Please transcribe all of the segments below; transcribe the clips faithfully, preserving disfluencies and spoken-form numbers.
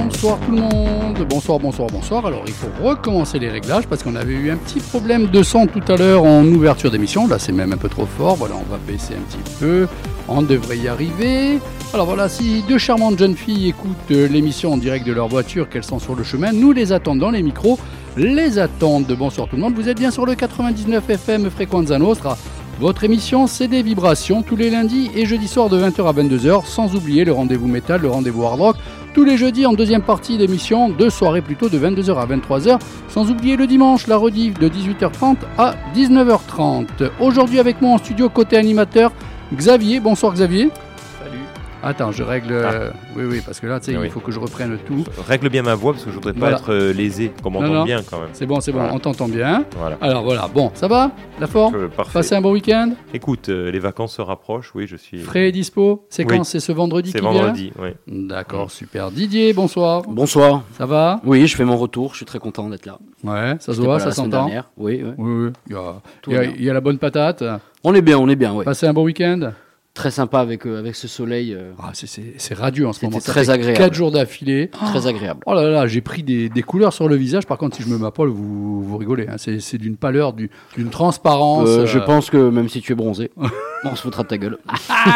Bonsoir tout le monde, bonsoir, bonsoir, bonsoir. Alors il faut recommencer les réglages parce qu'on avait eu un petit problème de son tout à l'heure en ouverture d'émission. Là c'est même un peu trop fort, voilà on va baisser un petit peu, on devrait y arriver. Alors voilà, si deux charmantes jeunes filles écoutent l'émission en direct de leur voiture, qu'elles sont sur le chemin, nous les attendons dans les micros, les attendent. Bonsoir tout le monde, vous êtes bien sur le quatre-vingt-dix-neuf F M Frequenza Nostra. Votre émission, c'est des vibrations tous les lundis et jeudis soirs de vingt heures à vingt-deux heures, sans oublier le rendez-vous métal, le rendez-vous hard rock, tous les jeudis en deuxième partie d'émission, deux soirées plutôt de vingt-deux heures à vingt-trois heures, sans oublier le dimanche, la rediff de dix-huit heures trente à dix-neuf heures trente. Aujourd'hui avec moi en studio, côté animateur, Xavier. Bonsoir Xavier. Attends, je règle... Euh, ah. Oui, oui, parce que là, tu sais, oui. il faut que je reprenne tout. Règle bien ma voix, parce que je voudrais pas voilà. être euh, lésé, qu'on m'entende bien quand même. C'est bon, c'est bon, voilà. on t'entend bien. Voilà. Alors voilà, bon, ça va? La forme? euh, Parfait. Passez un bon week-end? Écoute, euh, les vacances se rapprochent, oui, je suis... Frais et dispo? C'est quand? Oui. C'est ce vendredi c'est qui vendredi, vient? oui. D'accord, super. Didier, bonsoir. Bonsoir. Ça va? Oui, je fais mon retour, je suis très content d'être là. Ouais, ça se J'étais voit, pas ça là la semaine s'entend? dernière. Oui, oui. Oui, oui. Il y a, il y a, il y a la bonne patate. On est bien, on est bien, oui. Passez un bon week-end? Très sympa avec, euh, avec ce soleil. Euh... Ah, c'est, c'est, c'est radieux en ce C'était moment. C'était très agréable. quatre jours d'affilée. Très agréable. Oh là là, j'ai pris des, des couleurs sur le visage. Par contre, si je me m'appelle, vous, vous rigolez. Hein. C'est, c'est d'une pâleur, du, d'une transparence. Euh, euh... Je pense que même si tu es bronzé, on se foutra de ta gueule.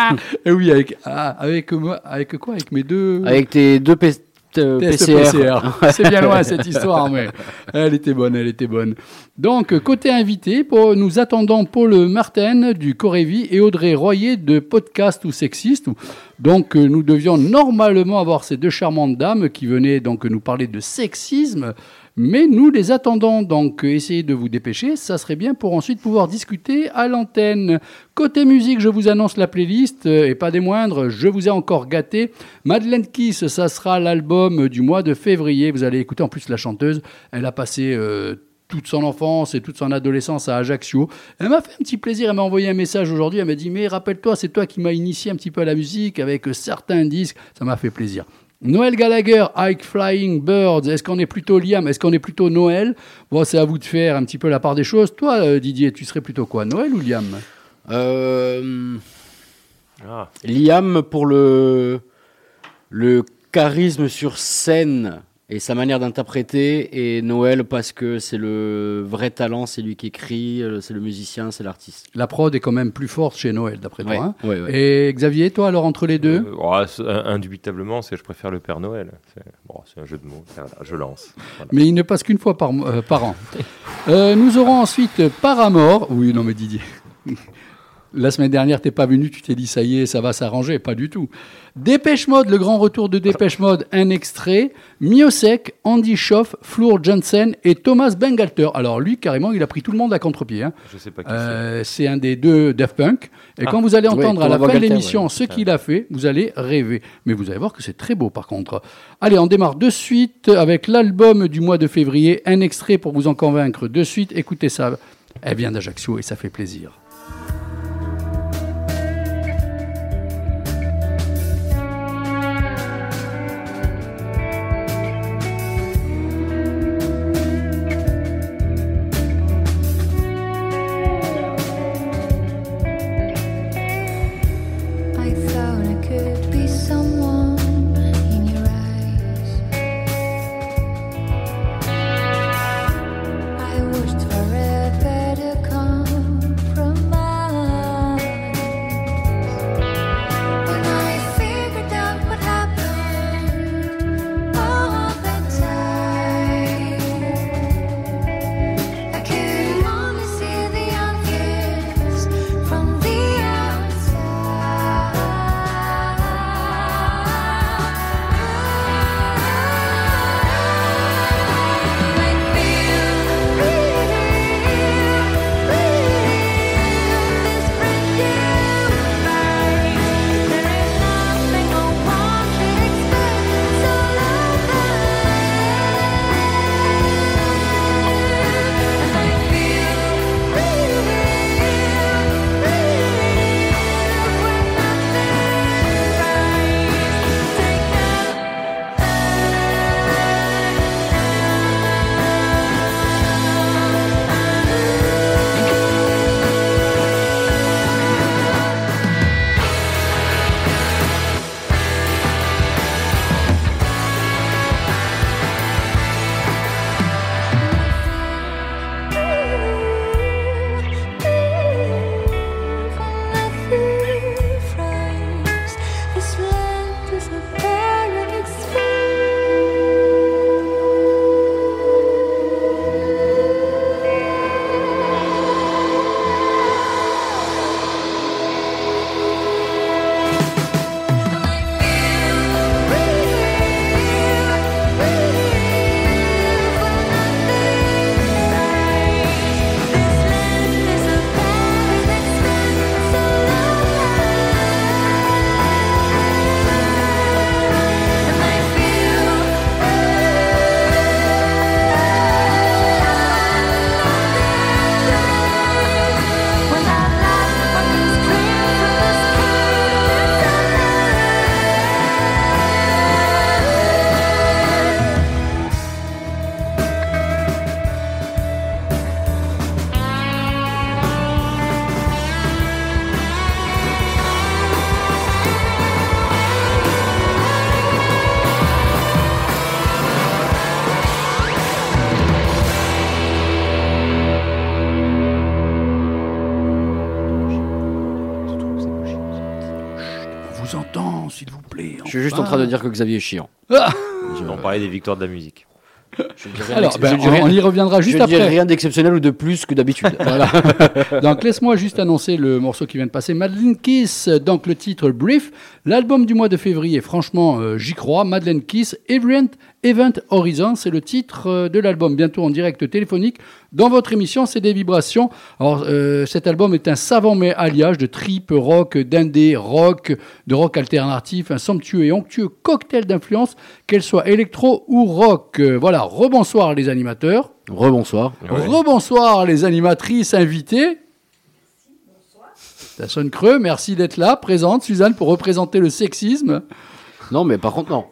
Et oui, avec, ah, avec, moi, avec quoi? Avec mes deux... Avec tes deux P- Euh, P C R. P C R. C'est bien loin cette histoire, mais elle était bonne, elle était bonne. Donc, côté invité, pour, nous attendons Paul Martin du Corévi et Audrey Royer de Podcast ou Sexiste. Donc, nous devions normalement avoir ces deux charmantes dames qui venaient donc nous parler de sexisme, mais nous les attendons. Donc, essayez de vous dépêcher, ça serait bien pour ensuite pouvoir discuter à l'antenne. Côté musique, je vous annonce la playlist, et pas des moindres, je vous ai encore gâté. Madeleine Kiss, ça sera l'album du mois de février. Vous allez écouter en plus la chanteuse, elle a passé... Euh, toute son enfance et toute son adolescence à Ajaccio. Elle m'a fait un petit plaisir, elle m'a envoyé un message aujourd'hui, elle m'a dit « Mais rappelle-toi, c'est toi qui m'as initié un petit peu à la musique avec certains disques. » Ça m'a fait plaisir. Noël Gallagher, High Flying Birds, est-ce qu'on est plutôt Liam, est-ce qu'on est plutôt Noël? Bon, c'est à vous de faire un petit peu la part des choses. Toi, Didier, tu serais plutôt quoi, Noël ou Liam? euh... ah. Liam pour le... le charisme sur scène et sa manière d'interpréter, et Noël parce que c'est le vrai talent, c'est lui qui écrit, c'est le musicien, c'est l'artiste. La prod est quand même plus forte chez Noël, d'après ouais, toi. Hein ouais, ouais. Et Xavier, toi, alors entre les deux? euh, oh, Indubitablement, c'est, je préfère le Père Noël. C'est, bon, c'est un jeu de mots, voilà, je lance. Voilà. Mais il ne passe qu'une fois par, euh, par an. euh, nous aurons ensuite Paramore. Oui, non mais Didier... La semaine dernière, t'es pas venu, tu t'es dit ça y est, ça va s'arranger, pas du tout. Dépêche Mode, le grand retour de Dépêche Mode, un extrait. Miosek, Andy Schoff, Floor Jansen et Thomas Bangalter. Alors lui, carrément, il a pris tout le monde à contre-pied. Hein. Je sais pas qui euh, c'est. C'est un des deux Daft Punk. Et ah. quand vous allez entendre oui, à la fin de l'émission ouais. ce qu'il a fait, vous allez rêver. Mais vous allez voir que c'est très beau par contre. Allez, on démarre de suite avec l'album du mois de février. Un extrait pour vous en convaincre de suite. Écoutez ça. Elle vient d'Ajaccio et ça fait plaisir. From Je suis juste enfin... en train de dire que Xavier est chiant. Ah je... On parlait des victoires de la musique. Alors, ben, on, on y reviendra juste je après. Je dis rien d'exceptionnel ou de plus que d'habitude. Voilà. Donc, laisse-moi juste annoncer le morceau qui vient de passer. Madeleine Kiss, donc le titre Brief. L'album du mois de février, franchement, euh, j'y crois. Madeleine Kiss, Event, Event Horizon, c'est le titre euh, de l'album. Bientôt en direct téléphonique dans votre émission, c'est des vibrations. Alors, euh, cet album est un savant mais alliage de trip, rock, d'indé, rock, de rock alternatif, un somptueux et onctueux cocktail d'influence, qu'elle soit électro ou rock. Euh, voilà, rebonsoir les animateurs. Rebonsoir. Ouais. Rebonsoir les animatrices invitées. Ça sonne creux, merci d'être là, présente Suzanne pour représenter le sexisme. Non mais par contre non.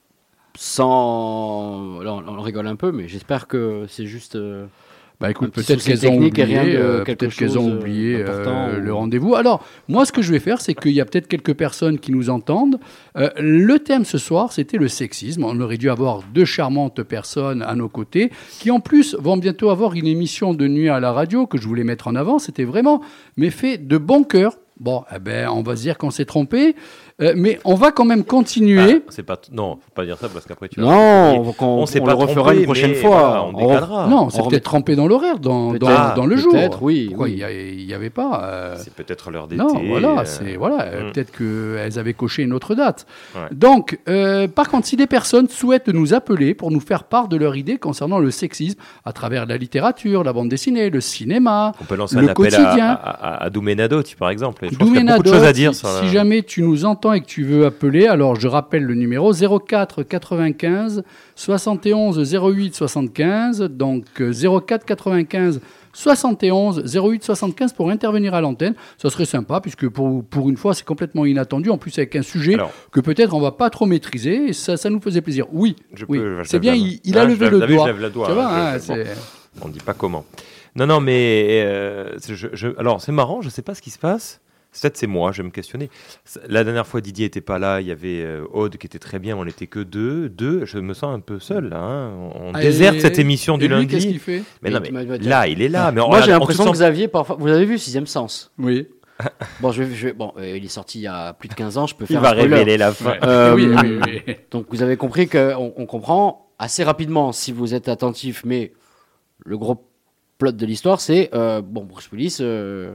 Sans... Là, on, on rigole un peu, mais j'espère que c'est juste... Euh... Bah écoute, peut-être qu'elles ont oublié, euh, peut-être qu'elles ont oublié euh, le rendez-vous. Alors, moi, ce que je vais faire, c'est qu'il y a peut-être quelques personnes qui nous entendent. Euh, le thème ce soir, c'était le sexisme. On aurait dû avoir deux charmantes personnes à nos côtés, qui en plus vont bientôt avoir une émission de nuit à la radio que je voulais mettre en avant. C'était vraiment, mais fait de bon cœur. Bon, eh ben, on va se dire qu'on s'est trompé. Euh, mais on va quand même continuer. Ah, c'est pas t- non, faut pas dire ça parce qu'après tu. Non, on, on, on, on le refera une prochaine fois. Voilà, on décalera. On, non, c'est on peut-être trempé dans l'horaire, dans, dans, ah, dans le jour. Peut-être, oui. Quoi, oui. Il n'y avait pas. Euh... C'est peut-être l'heure d'été. Non, voilà, euh... c'est voilà. Hum. Peut-être qu'elles avaient coché une autre date. Ouais. Donc, euh, par contre, si des personnes souhaitent nous appeler pour nous faire part de leur idée concernant le sexisme à travers la littérature, la bande dessinée, le cinéma, on peut lancer le un appel quotidien. à, à, à Douménado, par exemple. Je Douménado, pense qu'il y a beaucoup de choses à dire. si, sur la... si jamais tu nous entends et que tu veux appeler, alors je rappelle le numéro zéro quatre quatre-vingt-quinze soixante et onze zéro huit soixante-quinze, donc zéro quatre quatre-vingt-quinze soixante et onze zéro huit soixante-quinze pour intervenir à l'antenne. Ça serait sympa puisque pour, pour une fois c'est complètement inattendu, en plus avec un sujet alors, que peut-être on va pas trop maîtriser et ça, ça nous faisait plaisir. Oui, je oui. Peux, c'est bien, il, il a ah, levé je le lève, doigt. Je lève le doigt. Tu vois, hein, hein, je, c'est... Bon, on ne dit pas comment. Non, non, mais euh, je, je, alors c'est marrant, je ne sais pas ce qui se passe. Peut-être c'est moi, je vais me questionner. La dernière fois, Didier n'était pas là, il y avait euh, Aude qui était très bien, on n'était que deux. Deux, je me sens un peu seul, là. Hein. On ah, déserte et... cette émission du et lui, lundi. Qu'est-ce qu'il fait mais non, mais là, il est là. Mais moi, regarde, j'ai l'impression sent... que Xavier, parfois... vous avez vu Sixième Sens? Oui. Bon, je, je, bon euh, il est sorti il y a plus de quinze ans, je peux faire il un va révéler la fin. Euh, oui, oui, oui. Donc, vous avez compris qu'on on comprend assez rapidement, si vous êtes attentif, mais le gros plot de l'histoire, c'est, euh, bon, Bruce Willis... Euh,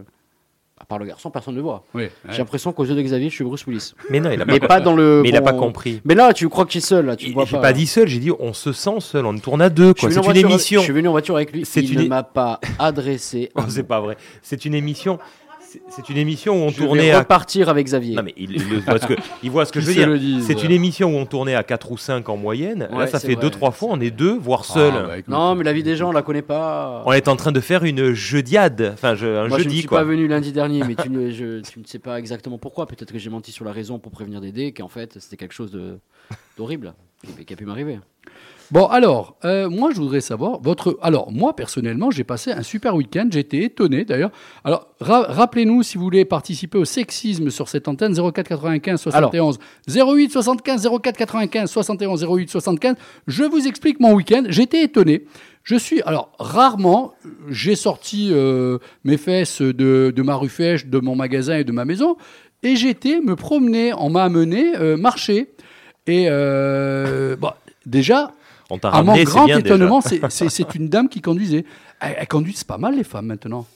à part le garçon, personne ne le voit. Oui, ouais. J'ai l'impression qu'aux yeux de Xavier, je suis Bruce Willis. Mais non, il a mais pas, pas dans le. Mais bon... il a pas compris. Mais là, tu crois que tu es seul, là, tu il, vois j'ai pas. pas dit seul, j'ai dit on se sent seul, on tourne à deux, quoi. C'est une émission. Je suis venu en voiture avec lui. C'est il une... ne m'a pas adressé. Oh, c'est pas vrai. C'est une émission. C'est une émission où on je tournait vais à... repartir avec Xavier. Non mais il, il, voit, ce que, il voit ce que je veux dire. C'est une émission où on tournait à quatre ou cinq en moyenne. Ouais, là, ça fait deux trois fois, on est deux, voire seul. Ah, bah, non, mais la vie des gens, on la connaît pas. On est en train de faire une jeudiade. Enfin, je, un Moi, jeudi, je ne suis quoi. pas venu lundi dernier, mais tu ne, je, tu ne sais pas exactement pourquoi. Peut-être que j'ai menti sur la raison pour prévenir Dédé, qu'en fait, c'était quelque chose de, d'horrible qui, qui a pu m'arriver. Bon, alors, euh, moi, je voudrais savoir, votre... Alors, moi, personnellement, j'ai passé un super week-end. J'ai été étonné, d'ailleurs. Alors, ra- rappelez-nous, si vous voulez participer au sexisme sur cette antenne, zéro quatre quatre-vingt-quinze soixante et onze zéro huit soixante-quinze, zéro quatre quatre-vingt-quinze soixante et onze zéro huit soixante-quinze. Je vous explique mon week-end. J'étais étonné. Je suis... Alors, rarement, j'ai sorti euh, mes fesses de, de ma rue Fèche, de mon magasin et de ma maison, et j'étais me promener, on m'a amené euh, marcher. Et, euh, bon, déjà... On t'a à mon ramené, grand c'est bien étonnement, c'est, c'est, c'est une dame qui conduisait. Elles, elles conduisent pas mal, les femmes, maintenant.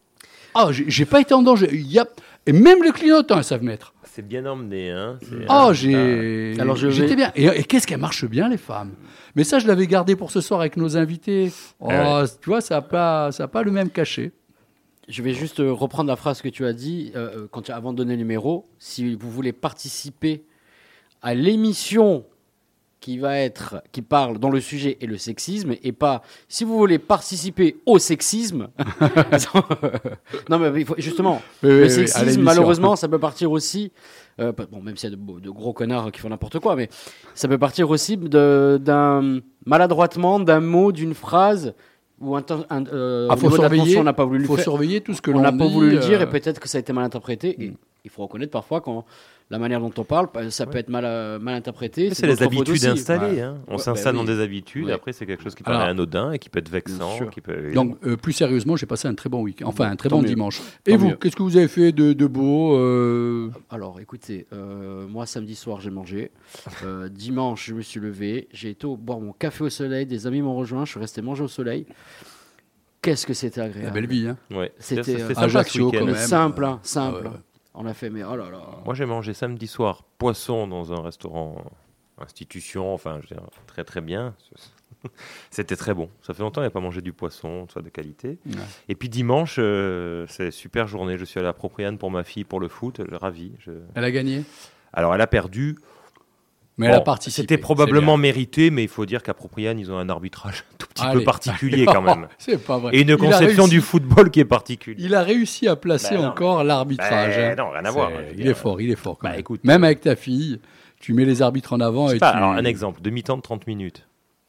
Ah, j'ai, j'ai pas été en danger. Il y a... Et même le clignotant, elles savent mettre. C'est bien emmené, hein. C'est... Ah, j'ai... Alors, je j'étais vais... bien. Et, et qu'est-ce qu'elles marchent bien, les femmes. Mais ça, je l'avais gardé pour ce soir avec nos invités. Oh, ah ouais. Tu vois, ça n'a pas, ça a pas le même cachet. Je vais juste reprendre la phrase que tu as dit euh, quand tu, avant de donner le numéro. Si vous voulez participer à l'émission... qui va être, qui parle dans le sujet et le sexisme, et pas si vous voulez participer au sexisme. Non, mais il faut, justement, oui, le oui, sexisme, oui, malheureusement, ça peut partir aussi. Euh, bon, même s'il y a de, de gros connards qui font n'importe quoi, mais ça peut partir aussi de, d'un maladroitement d'un mot, d'une phrase. Ou un, un, euh, ah, faut surveiller, on n'a pas voulu le faut faire. surveiller tout ce que on l'on n'a pas dit, voulu le euh... dire et peut-être que ça a été mal interprété. Et il faut reconnaître parfois quand la manière dont on parle, ça peut ouais. être mal, euh, mal interprété. C'est, c'est les habitudes installées. Ouais. Hein. On ouais, s'installe bah, oui. dans des habitudes, ouais. et après c'est quelque chose qui paraît Alors, anodin et qui peut être vexant. Qui peut... Donc, euh, plus sérieusement, j'ai passé un très bon week-end, enfin un très Tant bon mieux. dimanche. Tant et vous, mieux. qu'est-ce que vous avez fait de, de beau euh... Alors, écoutez, euh, moi, samedi soir, j'ai mangé. Euh, dimanche, je me suis levé. J'ai été au, boire mon café au soleil. Des amis m'ont rejoint. Je suis resté manger au soleil. Qu'est-ce que c'était agréable. La belle vie, hein. Ouais. C'était, c'était, c'était euh, Ajaccio, quand même. Simple, hein, simple. Ah ouais. On a fait, mais oh là là. Moi, j'ai mangé samedi soir poisson dans un restaurant institution, enfin, je veux dire, très très bien. C'était très bon. Ça fait longtemps que je n'ai pas mangé du poisson, soit de qualité. Ouais. Et puis dimanche, euh, c'est super journée. Je suis allé à Propriane pour ma fille, pour le foot. Ravi. Je... Elle a gagné ? Alors, elle a perdu. Mais bon, elle a participé. C'était probablement mérité, mais il faut dire qu'à Propriane, ils ont un arbitrage un tout petit Allez. peu particulier quand même. C'est pas vrai. Et une il conception du football qui est particulière. Il a réussi à placer ben encore l'arbitrage. Ben non, rien à voir. C'est... Il est fort, il est fort. Bah, écoute, même avec ta fille, tu mets les arbitres en avant. Et pas, tu... alors, un exemple, demi-temps de trente minutes.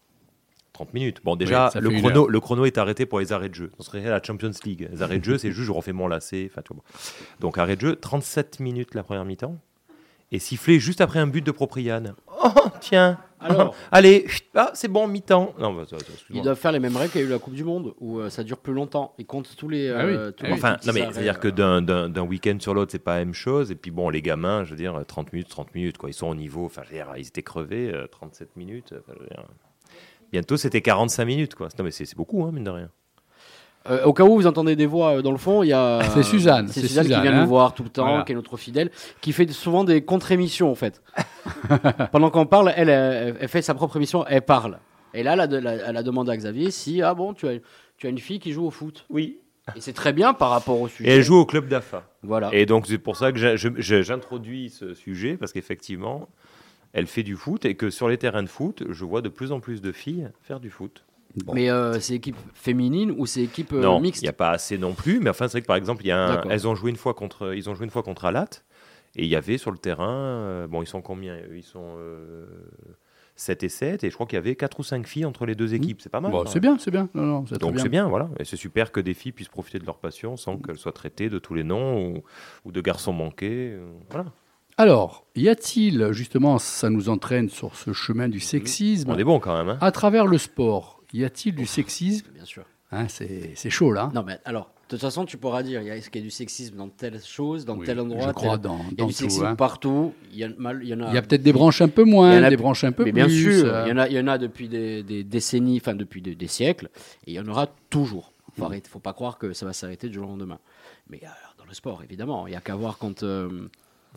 trente minutes. Bon, déjà, oui, le, chrono, le chrono est arrêté pour les arrêts de jeu. Ce serait la Champions League. Les arrêts de jeu, c'est juste je refais mon lacet. Enfin, tout. Donc, arrêt de jeu, trente-sept minutes la première mi-temps. Et sifflé juste après un but de Propriane. Oh, tiens. Alors, allez, ah, c'est bon, mi-temps. Non, bah, ça, ça, ils doivent faire les mêmes règles qu'il y a eu la Coupe du Monde, où euh, ça dure plus longtemps. Ils comptent tous les. Ah oui. Euh, tous ah les enfin, non, mais arrêts, c'est-à-dire que d'un, d'un, d'un week-end sur l'autre, c'est pas la même chose. Et puis, bon, les gamins, je veux dire, trente minutes, trente minutes, quoi. Ils sont au niveau. Enfin, je veux dire, ils étaient crevés, euh, trente-sept minutes. Enfin, je veux dire, bientôt, c'était quarante-cinq minutes, quoi. Non, mais c'est, c'est beaucoup, hein, mine de rien. Euh, au cas où vous entendez des voix euh, dans le fond, il y a. C'est Suzanne. C'est, c'est Suzanne, Suzanne qui vient hein. nous voir tout le temps, voilà. qui est notre fidèle, qui fait souvent des contre-émissions en fait. Pendant qu'on parle, elle, elle, elle fait sa propre émission, elle parle. Et là, elle a, de, la, elle a demandé à Xavier si, ah bon, tu as, tu as une fille qui joue au foot. Oui. Et c'est très bien par rapport au sujet. Et elle joue au club d'A F A. Voilà. Et donc, c'est pour ça que je, je, je, j'introduis ce sujet, parce qu'effectivement, elle fait du foot et que sur les terrains de foot, je vois de plus en plus de filles faire du foot. Bon. Mais euh, c'est équipe féminine ou c'est équipe euh, non, mixte ? Il n'y a pas assez non plus. Mais enfin, c'est vrai que par exemple, il y a un, elles ont joué une fois contre, ils ont joué une fois contre Alat. Et il y avait sur le terrain, euh, bon, ils sont combien ? Ils sont euh, sept et sept. Et je crois qu'il y avait quatre ou cinq filles entre les deux équipes. Mmh. C'est pas mal. Bon, hein. C'est bien, c'est bien. Non, non, c'est Donc bien. c'est bien, voilà. Et c'est super que des filles puissent profiter de leur passion sans qu'elles soient traitées de tous les noms ou, ou de garçons manqués. Euh, voilà. Alors, y a-t-il, justement, ça nous entraîne sur ce chemin du sexisme. On est bon quand même. Hein. À travers le sport, y a-t-il du sexisme ? Bien sûr. Hein, c'est, c'est chaud, là. Non, mais alors, de toute façon, tu pourras dire, est-ce qu'il y a du sexisme dans telle chose, dans oui, tel endroit ? Je crois, tel... dans, il y a dans du tout. sexisme Hein. partout. Il y, a mal, il y en a. Il y a peut-être des branches un peu moins, a, des branches un peu mais plus. Bien sûr, euh... il, y en a, il y en a depuis des, des décennies, enfin depuis des, des siècles, et il y en aura toujours. Il ne mmh. faut pas croire que ça va s'arrêter du jour au lendemain. Mais alors, dans le sport, évidemment, il n'y a qu'à voir quand euh,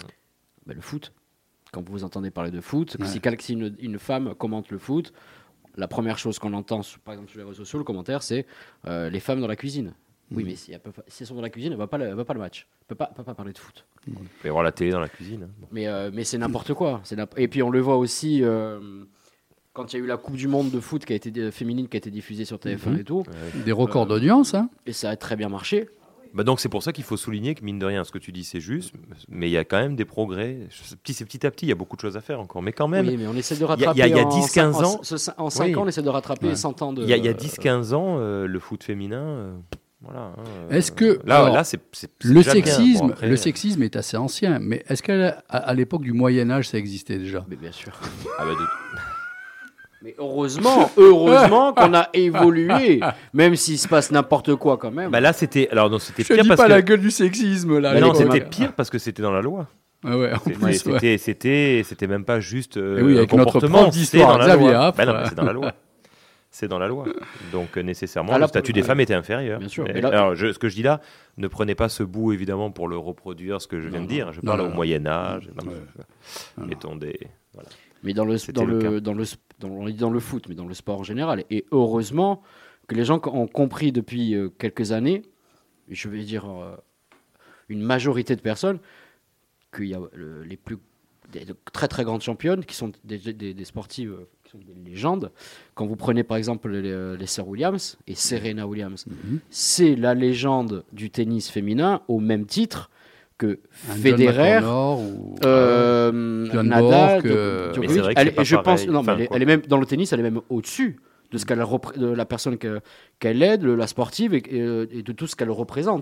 ben, le foot. Quand vous entendez parler de foot, ouais. si, si une, une femme commente le foot, la première chose qu'on entend, par exemple sur les réseaux sociaux, le commentaire, c'est euh, les femmes dans la cuisine. Mmh. Oui, mais si, elle peut, si elles sont dans la cuisine, elle ne va pas le, va pas le match. Elle ne peut pas, peut pas parler de foot. Mmh. Il peut y avoir la télé dans la cuisine. Hein. Mais, euh, mais c'est n'importe quoi. C'est n'importe... Et puis on le voit aussi euh, quand il y a eu la Coupe du Monde de foot qui a été, féminine qui a été diffusée sur T F un mmh. et tout. Ouais. Des records euh, d'audience. Hein. Et ça a très bien marché. Bah donc c'est pour ça qu'il faut souligner que mine de rien, ce que tu dis c'est juste, mais il y a quand même des progrès. Petit, c'est petit à petit, il y a beaucoup de choses à faire encore, mais quand même. Oui, mais on essaie de rattraper. Il y a, y a dix quinze ans. En, en cinq oui. ans, on essaie de rattraper ouais. cent ans de. Il y a, y a dix quinze ans, euh, le foot féminin. Euh, voilà. Euh, est-ce que là, alors, là c'est, c'est, c'est le sexisme, bon, après, le sexisme est assez ancien, mais est-ce qu'à à l'époque du Moyen Âge, ça existait déjà ? Mais bien sûr. Ah bah, de... Mais heureusement, heureusement qu'on a évolué, même s'il se passe n'importe quoi quand même. Bah là, c'était, alors non, c'était Je pire dis parce pas que... la gueule du sexisme là. Mais non, c'était pire parce que c'était dans la loi. Ah ouais, en c'est, plus, c'était, ouais. c'était, c'était même pas juste euh, oui, avec un notre comportement, prof d'histoire, c'est dans la Xavier loi. Haff, Bah non, c'est dans la loi. C'est dans la loi. Donc euh, nécessairement, ah, là, le statut des ouais. femmes était inférieur. Bien sûr. Mais, mais là, alors, je, ce que je dis là, ne prenez pas ce bout évidemment pour le reproduire, ce que je viens non, de dire. Je non, parle non, au Moyen Âge. Non, non, mettons des. Voilà. Mais dans le, dans le, le dans le, dans, on dit dans le foot, mais dans le sport en général. Et heureusement que les gens ont compris depuis euh, quelques années, je vais dire euh, une majorité de personnes, qu'il y a euh, les plus des, de très très grandes championnes qui sont des, des, des sportives euh, qui sont des légendes. Quand vous prenez par exemple les, les sœurs Williams et Serena Williams, mm-hmm. c'est la légende du tennis féminin au même titre que un Federer, ou euh, John Nadal, Borg, euh... Djokovic. C'est vrai que elle, c'est pas je pareil. pense, non, enfin, mais elle, elle est même dans le tennis, elle est même au-dessus de ce qu'elle repré- de la personne que, qu'elle aide, la sportive, et, et, et de tout ce qu'elle représente.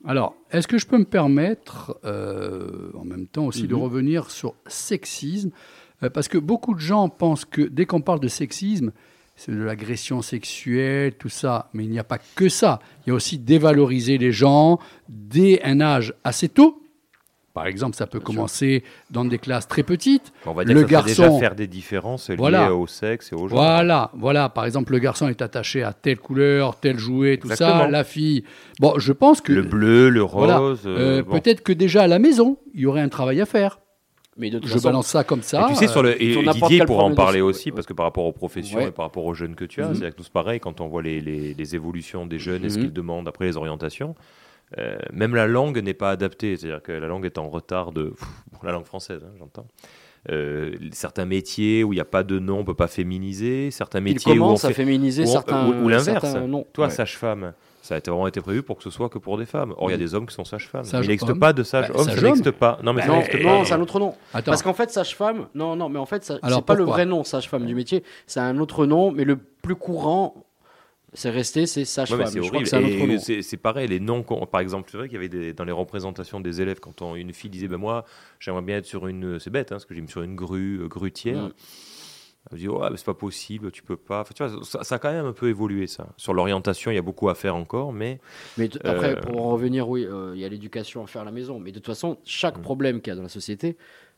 Alors, est-ce que je peux me permettre, euh, en même temps aussi, mm-hmm. de revenir sur sexisme euh, parce que beaucoup de gens pensent que dès qu'on parle de sexisme, c'est de l'agression sexuelle, tout ça. Mais il n'y a pas que ça. Il y a aussi dévaloriser les gens dès un âge assez tôt. Par exemple, ça peut Bien commencer sûr. dans des classes très petites. On va dire le que ça garçon, déjà faire des différences liées voilà. au sexe et au genre. Voilà, voilà. Par exemple, le garçon est attaché à telle couleur, tel jouet, tout Exactement. ça. La fille, bon, je pense que le bleu, le rose. Voilà. Euh, euh, bon. Peut-être que déjà à la maison, il y aurait un travail à faire. Mais de toute je façon, balance ça comme ça. Et tu sais, sur le, et, et Didier pourra en parler aussi, ouais. parce que par rapport aux professions ouais. et par rapport aux jeunes que tu as, mm-hmm. c'est tous pareil, quand on voit les, les, les évolutions des jeunes mm-hmm. et ce qu'ils demandent après les orientations, euh, même la langue n'est pas adaptée. C'est-à-dire que la langue est en retard de... Pff, la langue française, hein, j'entends. Euh, certains métiers où il n'y a pas de nom, on ne peut pas féminiser. Certains métiers Il où on commence à fait, féminiser où on, certains Ou, ou l'inverse. Certains noms. Toi, ouais. sage-femme, ça a été, vraiment été prévu pour que ce soit que pour des femmes. Or, il y a des hommes qui sont sages-femmes. Sage il n'existe homme. pas de sage-homme, bah, ça sage n'existe pas. Non, mais bah, ça n'existe non, pas. Non, c'est un autre nom. Attends. Parce qu'en fait, sage-femme, non, non, mais en fait, ça, Alors, c'est pas le pourquoi vrai nom, sage-femme du métier. C'est un autre nom, mais le plus courant, c'est resté, c'est sage-femme. Ouais, c'est Je horrible. crois que c'est un autre nom. C'est, c'est pareil, les noms, par exemple, c'est vrai qu'il y avait des, dans les représentations des élèves, quand on, une fille disait, ben moi, j'aimerais bien être sur une, c'est bête, hein, parce que j'ai mis sur une grue, euh, grutière. Mm. Elle dit, ouais, mais c'est pas possible, tu peux pas. Enfin, tu vois, ça, ça a quand même un peu évolué, ça. Sur l'orientation, il y a beaucoup à faire encore, mais. Mais t- après, euh... pour en revenir, oui, il euh, y a l'éducation à faire à la maison. Mais de toute façon, chaque mm. problème qu'il y a dans la société,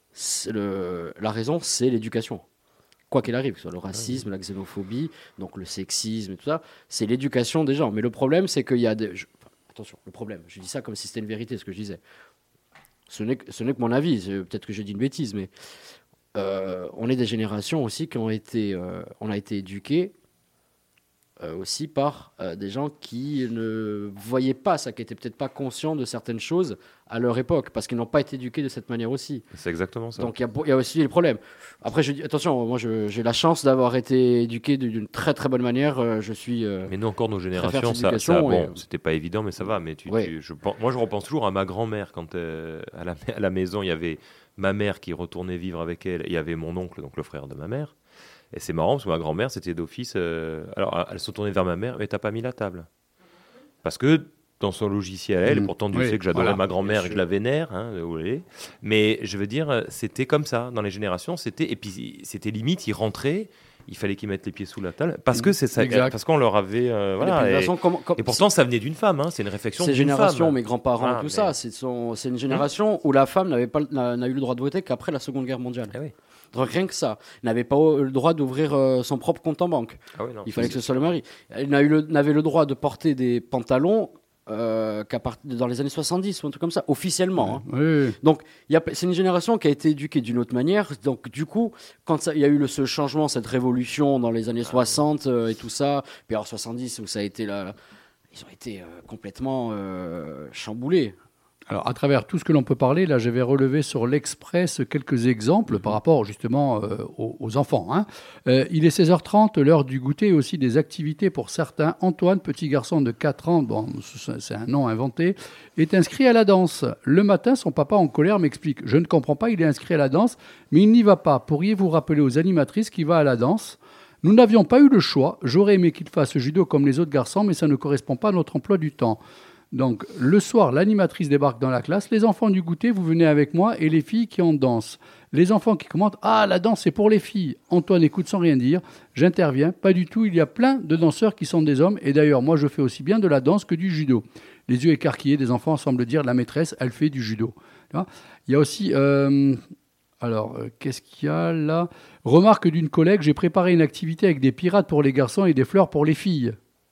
le, la raison, c'est l'éducation. Quoi qu'il arrive, que ce soit le racisme, la xénophobie, donc le sexisme et tout ça, c'est l'éducation des gens. Mais le problème, c'est qu'il y a des... Je... Enfin, attention, le problème, je dis ça comme si c'était une vérité, ce que je disais. Ce n'est, ce n'est que mon avis, c'est... peut-être que j'ai dit une bêtise, mais euh, on est des générations aussi qui ont été... Euh, on a été éduqués euh, aussi par euh, des gens qui ne voyaient pas ça, qui n'étaient peut-être pas conscients de certaines choses à leur époque, parce qu'ils n'ont pas été éduqués de cette manière aussi. C'est exactement ça. Donc il y, y a aussi des problèmes. Après, je dis, attention, moi je, j'ai la chance d'avoir été éduqué d'une très très bonne manière. Euh, je suis. Euh, mais nous encore, nos générations, ça, ça, bon, et... c'était pas évident, mais ça va. Mais tu, ouais. tu, je, moi, je repense toujours à ma grand-mère quand euh, à, la, à la maison, il y avait ma mère qui retournait vivre avec elle, et il y avait mon oncle, donc le frère de ma mère. Et c'est marrant parce que ma grand-mère, c'était d'office. Euh, alors, elle se tournait vers ma mère, mais t'as pas mis la table. Parce que dans son logiciel, elle, mmh. et pourtant Dieu oui, sait que j'adorais voilà, ma grand-mère et que je la vénère, hein, mais je veux dire, c'était comme ça dans les générations. C'était et puis c'était limite, ils rentraient. Il fallait qu'ils mettent les pieds sous la table parce que c'est ça, exact. Parce qu'on leur avait euh, voilà. Et, façon, comme, comme, et pourtant, ça venait d'une femme. Hein, c'est une réflexion. Ces d'une générations, femme. Mes grands-parents, ah, tout mais... ça, c'est, son, c'est une génération mmh. où la femme n'avait pas, n'a, n'a eu le droit de voter qu'après la Seconde Guerre mondiale. Ah oui. Donc, rien que ça, n'avait pas le droit d'ouvrir euh, son propre compte en banque. Ah oui, non, il fallait que ce soit le mari. Elle n'a eu le, n'avait le droit de porter des pantalons. Euh, qu'à part... dans les années soixante-dix ou un truc comme ça, officiellement. Oui, hein. oui. Donc, y a... c'est une génération qui a été éduquée d'une autre manière. Donc, du coup, quand il y a eu le, ce changement, cette révolution dans les années soixante euh, et tout ça, puis alors soixante-dix, où ça a été là, ils ont été euh, complètement euh, chamboulés. Alors, à travers tout ce que l'on peut parler, là, je vais relever sur l'Express quelques exemples par rapport justement euh, aux, aux enfants. Hein. Euh, il est seize heures trente, l'heure du goûter et aussi des activités pour certains. Antoine, petit garçon de quatre ans, bon, c'est un nom inventé, est inscrit à la danse. Le matin, son papa en colère m'explique « Je ne comprends pas, il est inscrit à la danse, mais il n'y va pas. Pourriez-vous rappeler aux animatrices qu'il va à la danse ?» Nous n'avions pas eu le choix. J'aurais aimé qu'il fasse judo comme les autres garçons, mais ça ne correspond pas à notre emploi du temps. Donc, le soir, l'animatrice débarque dans la classe. Les enfants du goûter, vous venez avec moi et les filles qui en dansent. Les enfants qui commentent « Ah, la danse, c'est pour les filles !» Antoine écoute sans rien dire. J'interviens. Pas du tout. Il y a plein de danseurs qui sont des hommes. Et d'ailleurs, moi, je fais aussi bien de la danse que du judo. Les yeux écarquillés des enfants semblent dire « La maîtresse, elle fait du judo. » Il y a aussi... Euh, alors, euh, qu'est-ce qu'il y a là ? Remarque d'une collègue, j'ai préparé une activité avec des pirates pour les garçons et des fleurs pour les filles.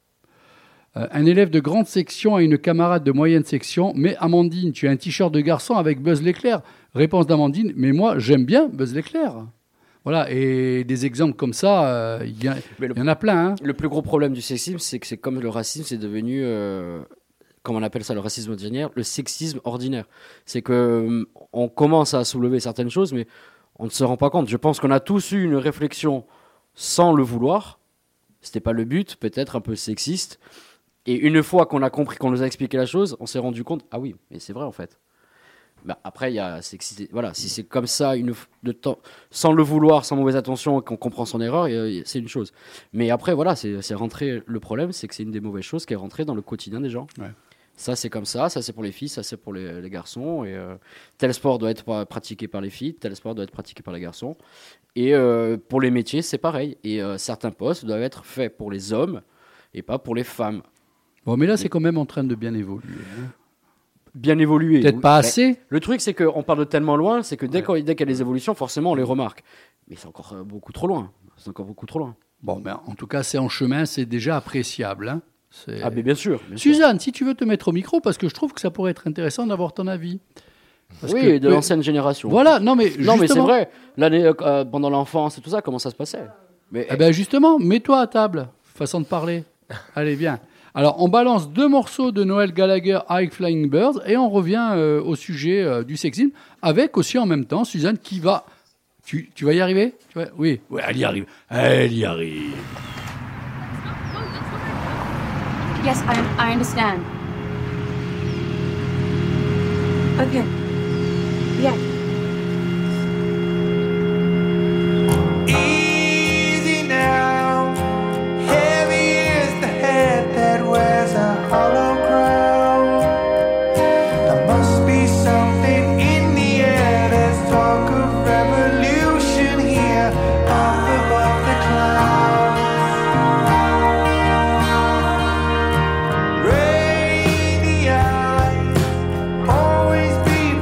Euh, un élève de grande section a une camarade de moyenne section. Mais Amandine, tu as un t-shirt de garçon avec Buzz l'éclair. Réponse d'Amandine, mais moi, j'aime bien Buzz l'éclair. Voilà, et des exemples comme ça, il euh, y, y en a plein. Hein. Le plus gros problème du sexisme, c'est que c'est comme le racisme, c'est devenu, euh, comme on appelle ça, le racisme ordinaire, le sexisme ordinaire. C'est qu'on euh, commence à soulever certaines choses, mais on ne se rend pas compte. Je pense qu'on a tous eu une réflexion sans le vouloir. C'était pas le but, peut-être un peu sexiste. Et une fois qu'on a compris, qu'on nous a expliqué la chose, on s'est rendu compte, ah oui, mais c'est vrai en fait. Bah, après, il y a, c'est, voilà, si c'est comme ça, une, de temps, sans le vouloir, sans mauvaise intention, et qu'on comprend son erreur, c'est une chose. Mais après, voilà, c'est, c'est rentré. Le problème, c'est que c'est une des mauvaises choses qui est rentrée dans le quotidien des gens. Ouais. Ça, c'est comme ça, ça, c'est pour les filles, ça, c'est pour les, les garçons. Et euh, tel sport doit être pratiqué par les filles, tel sport doit être pratiqué par les garçons. Et euh, pour les métiers, c'est pareil. Et euh, certains postes doivent être faits pour les hommes et pas pour les femmes. Bon, mais là, c'est quand même en train de bien évoluer. Hein. Bien évoluer. Peut-être pas assez. Mais le truc, c'est qu'on part de tellement loin, c'est que dès, ouais. dès qu'il y a des évolutions, forcément, on les remarque. Mais c'est encore beaucoup trop loin. C'est encore beaucoup trop loin. Bon, ben, en tout cas, c'est en chemin, c'est déjà appréciable. Hein. Ah, mais bien sûr. Bien Suzanne, sûr. si tu veux te mettre au micro, parce que je trouve que ça pourrait être intéressant d'avoir ton avis. Parce oui, que, de l'ancienne génération. Voilà, non mais non mais c'est vrai. L'année euh, pendant l'enfance et tout ça, comment ça se passait? Mais eh ben justement, mets-toi à table, façon de parler. Allez, viens. Alors, on balance deux morceaux de Noel Gallagher, High Flying Birds, et on revient euh, au sujet euh, du sexisme, avec aussi en même temps Suzanne qui va. Tu, tu vas y arriver? Tu vas... Oui, oui, elle y arrive. Elle y arrive. Yes, I, I understand. Okay. Yeah. Easy now. Heavy is the head that wears a hollow crown. There must be something in the air. There's talk of revolution here up above the clouds. Rainy eyes, always be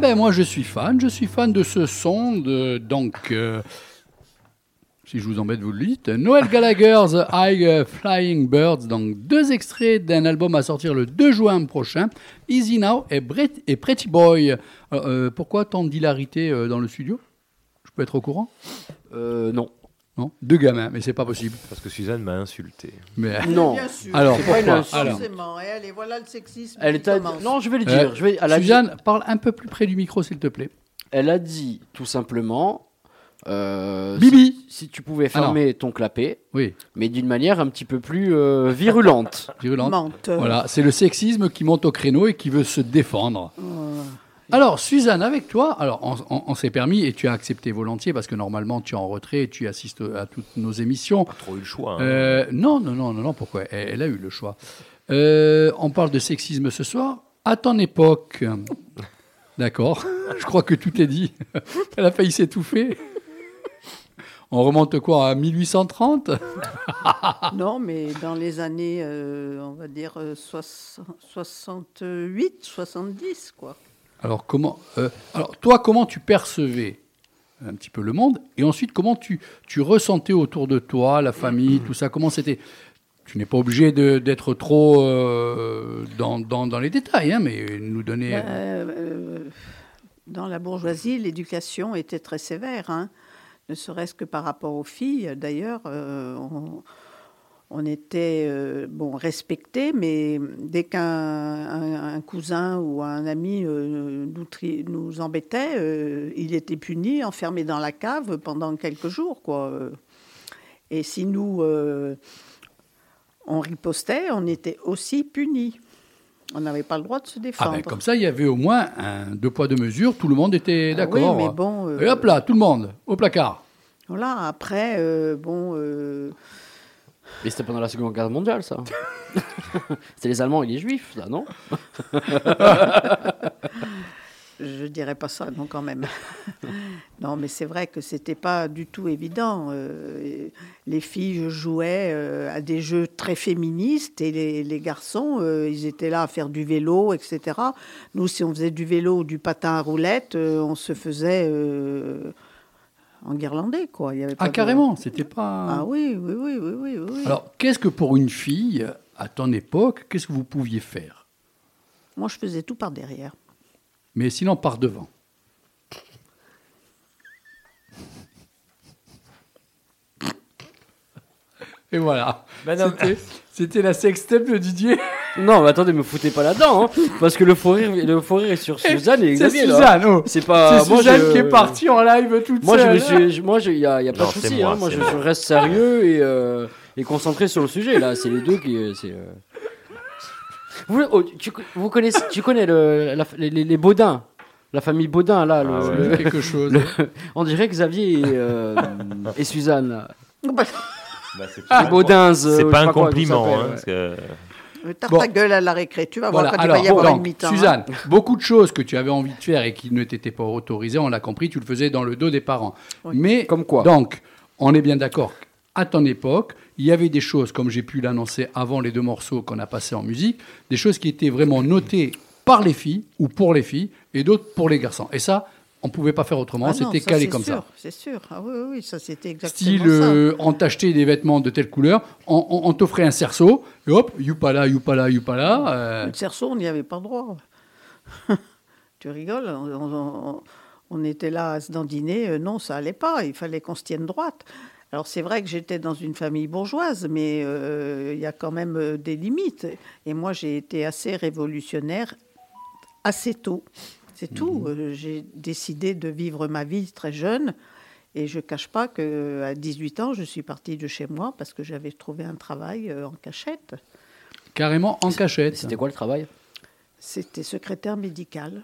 ben moi je suis fan, je suis fan de ce son, de, donc euh, si je vous embête vous le dites, Noel Gallagher's High Flying Birds, donc deux extraits d'un album à sortir le deux juin prochain, Easy Now et, Brett, et Pretty Boy. Euh, euh, pourquoi tant d'hilarité euh, dans le studio? Je peux être au courant? Euh, non. Non, deux gamins, mais c'est pas possible. Parce que Suzanne m'a insulté. Mais Non. Bien sûr. alors C'est pas une pourquoi? insulte. Alors, Forcément. Et allez, voilà le sexisme. Elle qui est à... commence. Non, je vais le euh, dire. je vais... elle, a dit... Suzanne, parle un peu plus près du micro, s'il te plaît. elle a dit tout simplement. Euh, Bibi. si, si tu pouvais Ah non. fermer ton clapet, Oui, mais d'une manière un petit peu plus euh, virulente. virulente. Menteur. Voilà, c'est le sexisme qui monte au créneau et qui veut se défendre. Alors, Suzanne, avec toi, alors on, on- on s'est permis et tu as accepté volontiers parce que normalement tu es en retrait et tu assistes à toutes nos émissions. Pas trop eu le choix. hein. Euh, non, non, non, non, non, pourquoi elle, elle a eu le choix. Euh, on parle de sexisme ce soir. À ton époque, d'accord, je crois que tout est dit. Elle a failli s'étouffer. On remonte quoi, à mille huit cent trente? Non, mais dans les années, euh, on va dire euh, soix- soixante-huit, soixante-dix, quoi. Alors, comment, euh, alors, toi, comment tu percevais un petit peu le monde? Et ensuite, comment tu, tu ressentais autour de toi, la famille, tout ça? Comment c'était? Tu n'es pas obligé de- d'être trop euh, dans, dans, dans les détails, hein, mais nous donner... Euh, euh, dans la bourgeoisie, l'éducation était très sévère, hein, ne serait-ce que par rapport aux filles. D'ailleurs, euh, on, on était euh, bon, respectés, mais dès qu'un un, un cousin ou un ami euh, nous, tri- nous embêtait, euh, il était puni, enfermé dans la cave pendant quelques jours, quoi. Et si nous, euh, on ripostait, on était aussi punis. On n'avait pas le droit de se Ah défendre. ben, comme ça, il y avait au moins un deux poids, deux mesures, tout le monde était Ah d'accord. oui, mais bon, euh, Et hop là, tout le monde, au placard. Voilà, après, euh, bon... euh, Mais c'était pendant la Seconde Guerre mondiale, ça. C'était les Allemands et les Juifs, ça, non? Je dirais pas ça, non, quand même. Non, mais c'est vrai que c'était pas du tout évident. Euh, les filles jouaient euh, à des jeux très féministes et les, les garçons, euh, ils étaient là à faire du vélo, et cetera. Nous, si on faisait du vélo ou du patin à roulettes, euh, on se faisait euh, enguirlander, quoi. Il y avait pas Ah, de- carrément, c'était pas... Ah oui, oui, oui, oui, oui, oui. Alors, qu'est-ce que pour une fille, à ton époque, qu'est-ce que vous pouviez faire? Moi, je faisais tout par derrière. Mais sinon, par devant. Et voilà. Bah non, C'était- C'était la sextape de Didier. Non, mais attendez, me foutez pas là-dedans, hein, parce que le faux rire, le faux rire est sur Suzanne et C'est Xavier, là. Suzanne, oh. C'est pas... C'est moi, Suzanne je- qui est partie en live toute Moi, je seule. me suis, je- moi, je- y a, y a pas Non, de c'est souci. moi, Hein. Moi, c'est je, moi. je reste sérieux et, euh, et concentré sur le sujet. Là, c'est les deux qui. euh, c'est, euh. Vous, oh, tu, vous connaissez, tu connais le, la- les, les, les Baudin, la famille Baudin là. Le, Ah ouais. le- quelque chose. le- on dirait Xavier et, euh, et Suzanne. Là. bah, c'est Les pas, Baudins. c'est euh, je sais pas un quoi, compliment. comment ça hein, s'appelle, parce que... Euh, Tape Bon. ta gueule à la récré, tu vas Voilà, voir quand alors, il va y avoir donc, une mi-temps. hein. Suzanne, beaucoup de choses que tu avais envie de faire et qui ne t'étaient pas autorisées, on l'a compris, tu le faisais dans le dos des parents. Oui. Mais, Comme quoi donc, on est bien d'accord qu'à ton époque, il y avait des choses, comme j'ai pu l'annoncer avant les deux morceaux qu'on a passés en musique, des choses qui étaient vraiment notées par les filles ou pour les filles et d'autres pour les garçons. Et ça, on ne pouvait pas faire autrement, Ah non, c'était ça, calé c'est comme sûr, ça. C'est sûr, ah oui, oui, oui, ça c'était exactement Style, ça. euh, on t'achetait des vêtements de telle couleur, on, on- on t'offrait un cerceau, et hop, youpala, youpala, youpala. euh, Le cerceau, on n'y avait pas droit. Tu rigoles, on, on- on était là à se dandiner, euh, non, ça allait pas, il fallait qu'on se tienne droite. Alors c'est vrai que j'étais dans une famille bourgeoise, mais euh, il y a quand même euh, des limites. Et moi, j'ai été assez révolutionnaire assez tôt. C'est tout. Euh, J'ai décidé de vivre ma vie très jeune. Et je ne cache pas qu'à dix-huit ans, je suis partie de chez moi parce que j'avais trouvé un travail euh, en cachette. carrément en cachette. C'était quoi le travail? C'était secrétaire médical.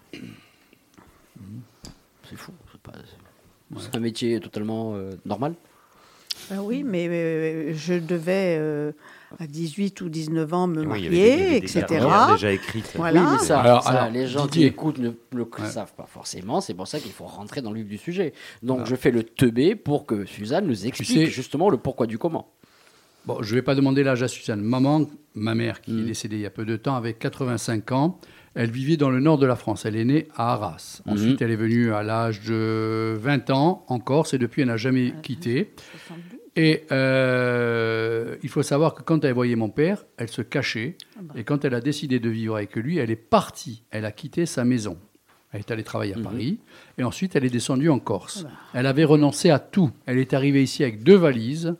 C'est fou. C'est, pas, c'est- c'est un métier totalement euh, normal. Ah oui, mais euh, je devais, euh, à dix-huit ou dix-neuf ans, me Oui, il y avait des- il y marier, avait des et cetera. carrières déjà écrites. Voilà. Oui, mais ça, Alors, ça, alors, les gens Didier. qui écoutent ne le Ouais. savent pas forcément. C'est pour ça qu'il faut rentrer dans le vif du sujet. Donc, je fais le teubé pour que Suzanne nous explique sais- justement le pourquoi du comment. Bon, je ne vais pas demander l'âge à Suzanne. Maman, ma mère, qui Mhm. est décédée il y a peu de temps, avait quatre-vingt-cinq ans. Elle vivait dans le nord de la France. Elle est née à Arras. Mhm. Ensuite, elle est venue à l'âge de vingt ans en Corse et depuis, elle n'a jamais quitté. soixante-douze. Et euh, il faut savoir que quand elle voyait mon père, elle se cachait. Ah bah. Et quand elle a décidé de vivre avec lui, elle est partie. Elle a quitté sa maison. Elle est allée travailler à Mhm. Paris. Et ensuite, elle est descendue en Corse. Ah bah. Elle avait renoncé à tout. Elle est arrivée ici avec deux valises.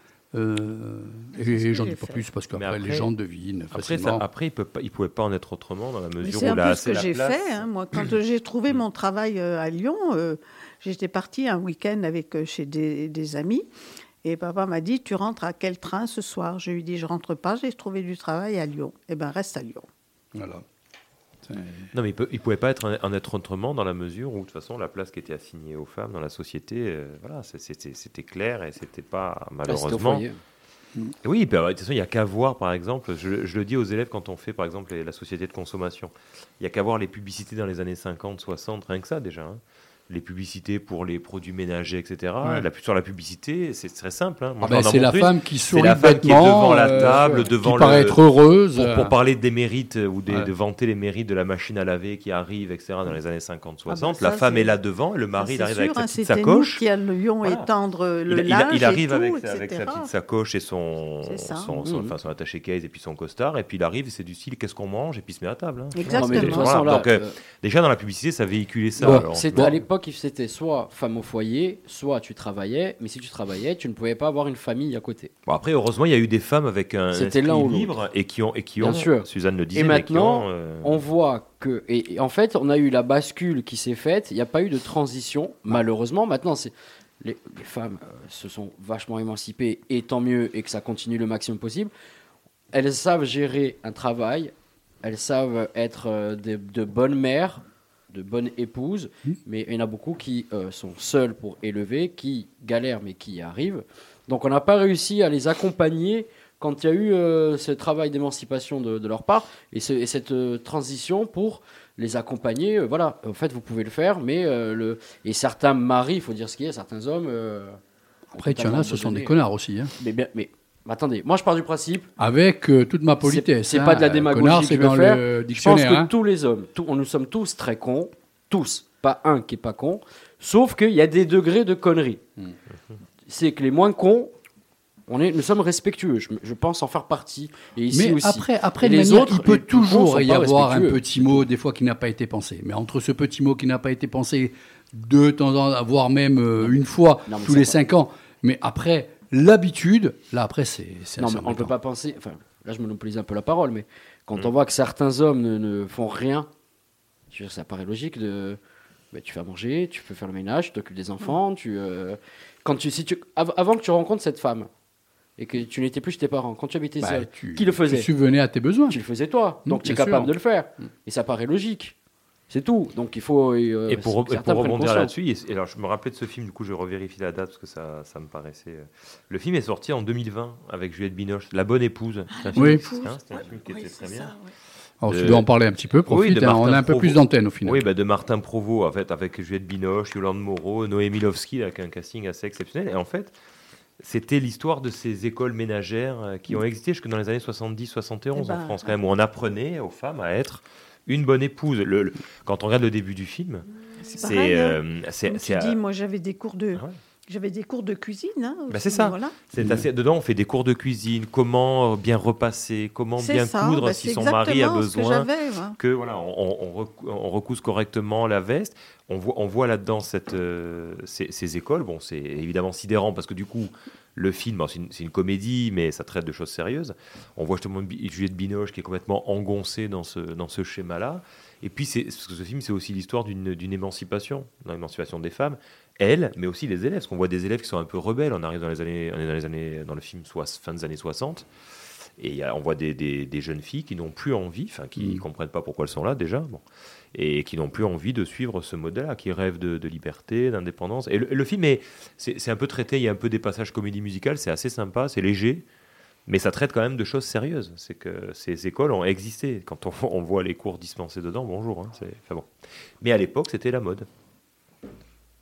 Euh, C'est ce et que j'en j'ai dis pas fait. plus parce Mais qu'après, après- les gens devinent Après, facilement. ça, après il peut pas, il pouvait pas en être autrement dans la Mais mesure c'est où un il a peu ce assez que la j'ai place. fait. hein. Moi, quand j'ai trouvé mon travail euh, à Lyon, euh, j'étais partie un week-end avec, euh, chez des, des amis. Et papa m'a dit, tu rentres à quel train ce soir? Je lui ai dit, je rentre pas, j'ai trouvé du travail à Lyon. Eh bien, reste à Lyon. Voilà. C'est- Non, mais il, peut, il pouvait pas être en, en être autrement dans la mesure où, de toute façon, la place qui était assignée aux femmes dans la société, euh, voilà, c'est- c'était, c'était clair et c'était pas, Ah, c'était au malheureusement. foyer. Oui, bah, de toute façon, il n'y a qu'à voir, par exemple, je, je le dis aux élèves quand on fait, par exemple, les- la société de consommation, il n'y a qu'à voir les publicités dans les années cinquante, soixante, rien que ça déjà. hein. Les publicités pour les produits ménagers, et cetera. Ouais. La, sur la publicité, c'est très simple. hein. Moi, Ah je ben, leur en c'est la montre une. femme qui C'est sourit la femme qui est bêtement, devant la euh, table, qui devant paraît le... être heureuse. Pour, euh, pour parler des mérites euh, ou des- Ouais. de vanter les mérites de la machine à laver qui arrive, et cetera, dans les années cinquante soixante, Ah bah la ça, femme c'est- est là devant, et le mari, il Ça, arrive c'est avec sûr, sa hein, petite c'était sacoche. nous qui allions Voilà. étendre le Il, il- linge il arrive et tout, avec, et cetera. avec sa petite sacoche et son, C'est ça. son, son- Mhm. enfin, son attaché case et puis son costard, et puis il arrive, et c'est du style qu'est-ce qu'on mange, et puis il se met à table. hein. Exactement. Non, mais de toute Voilà. façon, là, Donc, euh, euh, déjà dans la publicité, ça véhiculait ça. bon, alors, c'était- bon. à l'époque, c'était soit femme au foyer, soit tu travaillais, mais si tu travaillais, tu ne pouvais pas avoir une famille à côté. Bon, après, heureusement, il y a eu des femmes avec un C'était esprit l'un ou libre et qui ont, et qui Bien ont sûr. Suzanne le disait, Et mais qui maintenant, ont, euh, On voit que, et, et en fait, on a eu la bascule qui s'est faite. Il n'y a pas eu de transition, malheureusement. Maintenant, c'est les, les femmes euh, se sont vachement émancipées, et tant mieux, et que ça continue le maximum possible. Elles savent gérer un travail, elles savent être euh, de, de bonnes mères, de bonnes épouses, mais il y en a beaucoup qui euh, sont seules pour élever, qui galèrent, mais qui y arrivent. Donc, on n'a pas réussi à les accompagner quand il y a eu euh, ce travail d'émancipation de, de leur part et, ce- et cette euh, transition pour les accompagner. euh, voilà, en fait, vous pouvez le faire, mais euh, le et certains maris, il faut dire ce qu'il y a, certains hommes. euh, Après, tu en as, ce sont des abandonné. connards aussi. hein. Mais, bien, mais attendez, moi je pars du principe. Avec euh, toute ma C'est politesse. c'est hein. pas de la démagogie Connard, que c'est je veux dans faire. le Je pense dictionnaire. que hein. tous les hommes, tous, on- nous sommes tous très cons, tous, pas un qui est pas con, sauf qu'il y a des degrés de conneries. Hmm. C'est que les moins cons, on est, nous sommes respectueux. Je, je pense en faire partie. Et ici Mais aussi. après, après Et de les manière, autres, il peut les plus cons toujours sont y pas avoir un respectueux. petit mot, des fois, qui n'a pas été pensé. Mais entre ce petit mot qui n'a pas été pensé de temps en temps, voire même euh, une fois Non, mais tous ça les va. cinq ans, mais après, l'habitude, là, après, c'est c'est Non, c'est mais on ne peut embêtant. pas penser. Enfin, là, je monopolise un peu la parole, mais quand Mm. on voit que certains hommes ne, ne font rien, je veux dire, ça paraît logique de. bah, tu fais à manger, tu peux faire le ménage, tu t'occupes des enfants, tu. euh, Quand tu, si tu av- avant que tu rencontres cette femme et que tu n'étais plus chez tes parents, quand tu habitais Bah, seul, tu, qui le faisait Tu subvenais à tes besoins. tu le faisais toi. Mm, Donc tu es bien capable sûr. de le faire. Mm. Et ça paraît logique. C'est tout. Donc il faut. euh, Et pour, que et certains pour prennent rebondir conscience. là-dessus, et, et alors je me rappelais de ce film, du coup je revérifie la date parce que ça, ça me paraissait. euh, Le film est sorti en deux mille vingt avec Juliette Binoche, La Bonne Épouse. C'est un film, Oui. c'est un- c'est un film qui était très bien. Alors, tu de- dois en parler un petit peu, profite, de hein, on Martin a un peu Provost. plus d'antenne au final. Oui, bah, de Martin Provost, en fait, avec Juliette Binoche, Yolande Moreau, Noémie Lovski, avec un casting assez exceptionnel. Et en fait, c'était l'histoire de ces écoles ménagères euh, qui ont existé jusque dans les années soixante-dix soixante et onze Eh en ben, France, quand même, où on apprenait aux femmes à être une bonne épouse. Le- le- quand on regarde le début du film, C'est c'est. pareil, hein. euh, c'est- Comme c'est, tu euh, dis, moi j'avais des cours de, Ah ouais. j'avais des cours de cuisine. Hein, Bah, aussi, c'est ça. Voilà. C'est assez, dedans, on fait des cours de cuisine, comment bien repasser, comment C'est bien ça, coudre bah, si c'est son mari a exactement ce que besoin. j'avais, moi. Que voilà, on, on, on recou- on recouse correctement la veste. On voit, on voit là-dedans cette, euh, ces, ces écoles. Bon, c'est évidemment sidérant parce que du coup, le film, bon, c'est une, c'est une comédie, mais ça traite de choses sérieuses. On voit justement Bi- Juliette Binoche qui est complètement engoncée dans ce, dans ce schéma-là. Et puis, c'est, parce que ce film, c'est aussi l'histoire d'une, d'une émancipation, d'une émancipation des femmes, elles, mais aussi les élèves. Parce qu'on voit des élèves qui sont un peu rebelles. On arrive dans les années, on est dans les années, dans le film soit fin des années soixante. Et il y a- on voit des, des- des jeunes filles qui n'ont plus envie, enfin qui ne Mm. comprennent pas pourquoi elles sont là déjà, bon, et qui n'ont plus envie de suivre ce modèle-là, qui rêvent de, de liberté, d'indépendance. Et le, et le film, est, c'est, c'est un peu traité, il y a un peu des passages comédie musicale, c'est assez sympa, c'est léger, mais ça traite quand même de choses sérieuses. C'est que ces écoles ont existé. Quand on, on voit les cours dispensés dedans, bonjour. Hein, c'est, enfin bon. Mais à l'époque, c'était la mode. Didier ?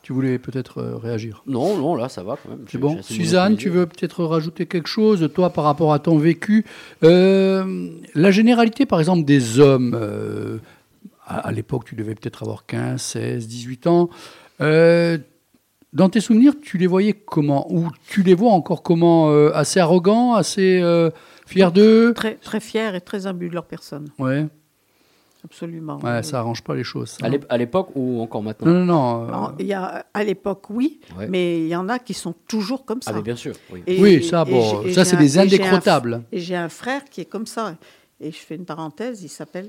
Tu voulais peut-être euh, réagir. Non, non, là, ça va quand même. C'est J'ai- bon. j'ai assez Suzanne, monopolisé. tu veux peut-être rajouter quelque chose, toi, par rapport à ton vécu. Euh, la généralité, par exemple, des hommes, euh, à, à l'époque, tu devais peut-être avoir quinze, seize, dix-huit ans. Euh, dans tes souvenirs, tu les voyais comment? Ou tu les vois encore comment? euh, Assez arrogants, assez euh, fiers d'eux? Très, très fiers et très imbus de leur personne. Ouais, Absolument. ouais, oui. ça arrange pas les choses. ça. À l'ép- à l'époque ou encore maintenant? Non, non, non. euh, Alors, il y a, à l'époque, oui, Ouais. mais il y en a qui sont toujours comme ça. Ah, mais bien sûr, oui. Et- oui, ça, et bon, j'ai- et ça, j'ai c'est un- des et j'ai un- indécrottables. Et j'ai un frère qui est comme ça. Et je fais une parenthèse, il s'appelle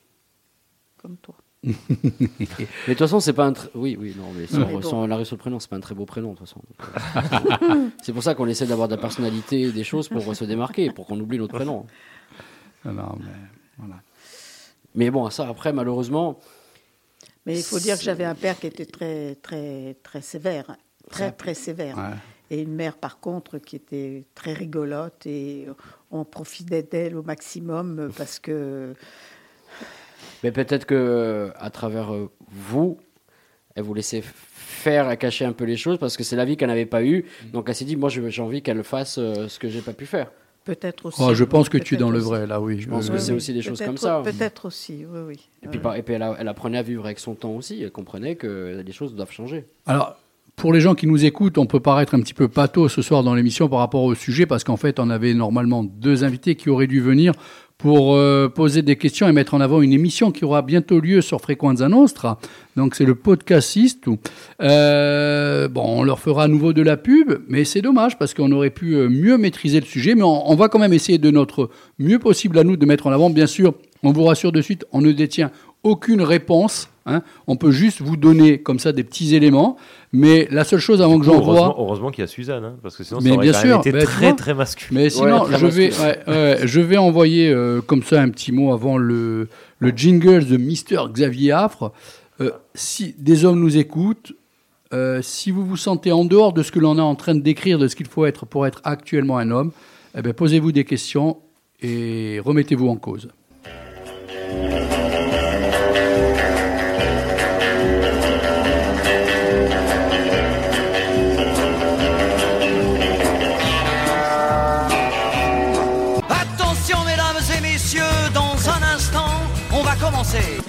comme toi. Mais de toute façon, c'est pas un. tr- Oui, oui, non, mais si Mais on, bon. si on arrive sur le prénom, c'est pas un très beau prénom, de toute façon. Donc, euh, c'est pour ça qu'on essaie d'avoir de la personnalité et des choses pour se démarquer, pour qu'on oublie notre prénom. Non, non, mais voilà. Mais bon, ça, après, malheureusement. Mais il faut dire que j'avais un père qui était très, très, très sévère. hein. Très, très sévère. Ouais. Et une mère, par contre, qui était très rigolote. Et on profitait d'elle au maximum euh, parce que... Mais peut-être que à travers euh, vous, elle vous laissait faire, à cacher un peu les choses, parce que c'est la vie qu'elle n'avait pas eue. Donc elle s'est dit, moi, je- j'ai envie qu'elle fasse euh, ce que j'ai pas pu faire. Peut-être aussi. Oh, je pense que tu es Peut-être dans le aussi. vrai, là, oui. Je pense Euh, que c'est aussi des choses Peut-être- comme ça. Peut-être aussi, oui, oui. Et puis, Euh, par- et puis elle, a- elle apprenait à vivre avec son temps aussi. Elle comprenait que les choses doivent changer. Alors, pour les gens qui nous écoutent, on peut paraître un petit peu pato ce soir dans l'émission par rapport au sujet, parce qu'en fait, on avait normalement deux invités qui auraient dû venir pour euh, poser des questions et mettre en avant une émission qui aura bientôt lieu sur Frequenza Nostra. Donc, c'est le podcastiste. Où, euh, bon, on leur fera à nouveau de la pub, mais c'est dommage parce qu'on aurait pu euh, mieux maîtriser le sujet. Mais on, on va quand même essayer de notre mieux possible à nous de mettre en avant. Bien sûr, on vous rassure de suite, on ne détient aucune réponse. Hein. On peut juste vous donner comme ça des petits éléments. Mais la seule chose avant que j'envoie... Heureusement, heureusement qu'il y a Suzanne, hein, parce que sinon Mais ça aurait bien quand sûr, même été bah, tu très vois. très masculin. Mais sinon, très je, vais, masculin. ouais, ouais, je vais envoyer euh, comme ça un petit mot avant le, le jingle de Mister Xavier Affre. Euh, si des hommes nous écoutent, euh, si vous vous sentez en dehors de ce que l'on est en train de décrire, de ce qu'il faut être pour être actuellement un homme, eh ben, posez-vous des questions et remettez-vous en cause. Attention mesdames et messieurs, dans un instant, on va commencer.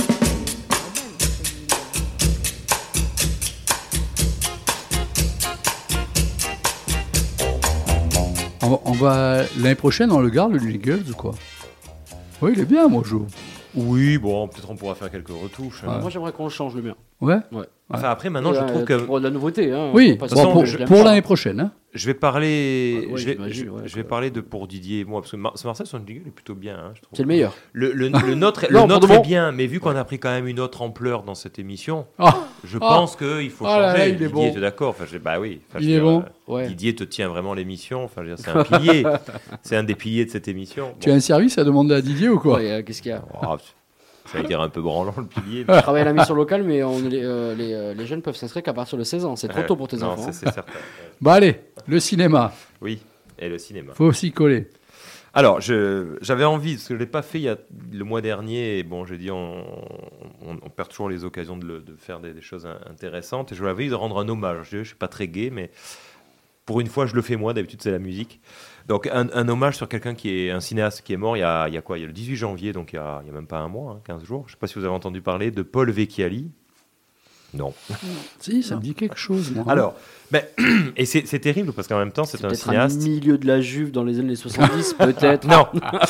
On va, on va- l'année prochaine, on le garde, le jingle ou quoi? Oui, il est bien, moi, je. Oui, bon, peut-être on pourra faire quelques retouches. hein. Ouais. Moi, j'aimerais qu'on le change le mien. Ouais? Ouais. Enfin, après, maintenant, je Euh, trouve que Pour de la nouveauté. Hein, Oui, Pas bon, seulement pour, je l'aime pour pas. l'année prochaine. Hein. je vais parler, Ouais, je vais, j'imagine, je, ouais, je vais quoi. parler de pour Didier et moi, parce que Mar- Marcel, son jingle est plutôt bien. hein, je trouve. C'est le meilleur. Le, le, le nôtre, Non, le nôtre pour de est bon. bien, mais vu qu'on a pris quand même une autre ampleur dans cette émission, Ah, je Ah. pense qu'il faut Ah là là, changer. il est Didier, bon. tu es d'accord? Enfin, je- bah oui. Enfin, je Il veux est dire, bon. euh, Ouais. Didier te tient vraiment l'émission. Enfin, je veux dire, c'est un pilier. C'est un des piliers de cette émission. tu as un service à demander à Didier ou quoi? Ouais, euh, Qu'est-ce qu'il y a? Oh, ça veut dire un peu branlant le pilier. Je travaille à la mission locale, mais on, les, euh, les, euh, les jeunes peuvent s'inscrire qu'à partir de seize ans. C'est trop tôt pour tes non, enfants. c'est- c'est certain. Bah allez, le cinéma, Oui, et le cinéma. faut s'y coller. Alors, je- j'avais envie, parce que je ne l'ai pas fait il y a, le mois dernier, et bon, j'ai dit, on, on- on perd toujours les occasions de, le- de faire des, des choses in- intéressantes, et je voulais de rendre un hommage. Je ne suis pas très gai, mais pour une fois, je le fais moi, d'habitude, c'est la musique. Donc, un, un hommage sur quelqu'un qui est un cinéaste qui est mort il y a, il y a quoi? Il y a le dix-huit janvier, donc il n'y a, il y a même pas un mois, hein, quinze jours. Je ne sais pas si vous avez entendu parler de Paul Vecchiali. Non. Si, ça me dit quelque chose, moi. Alors, ben, et c'est c'est terrible, parce qu'en même temps, c'est C'est un peut-être cinéaste... un milieu de la Juve dans les années soixante-dix, peut-être. Non.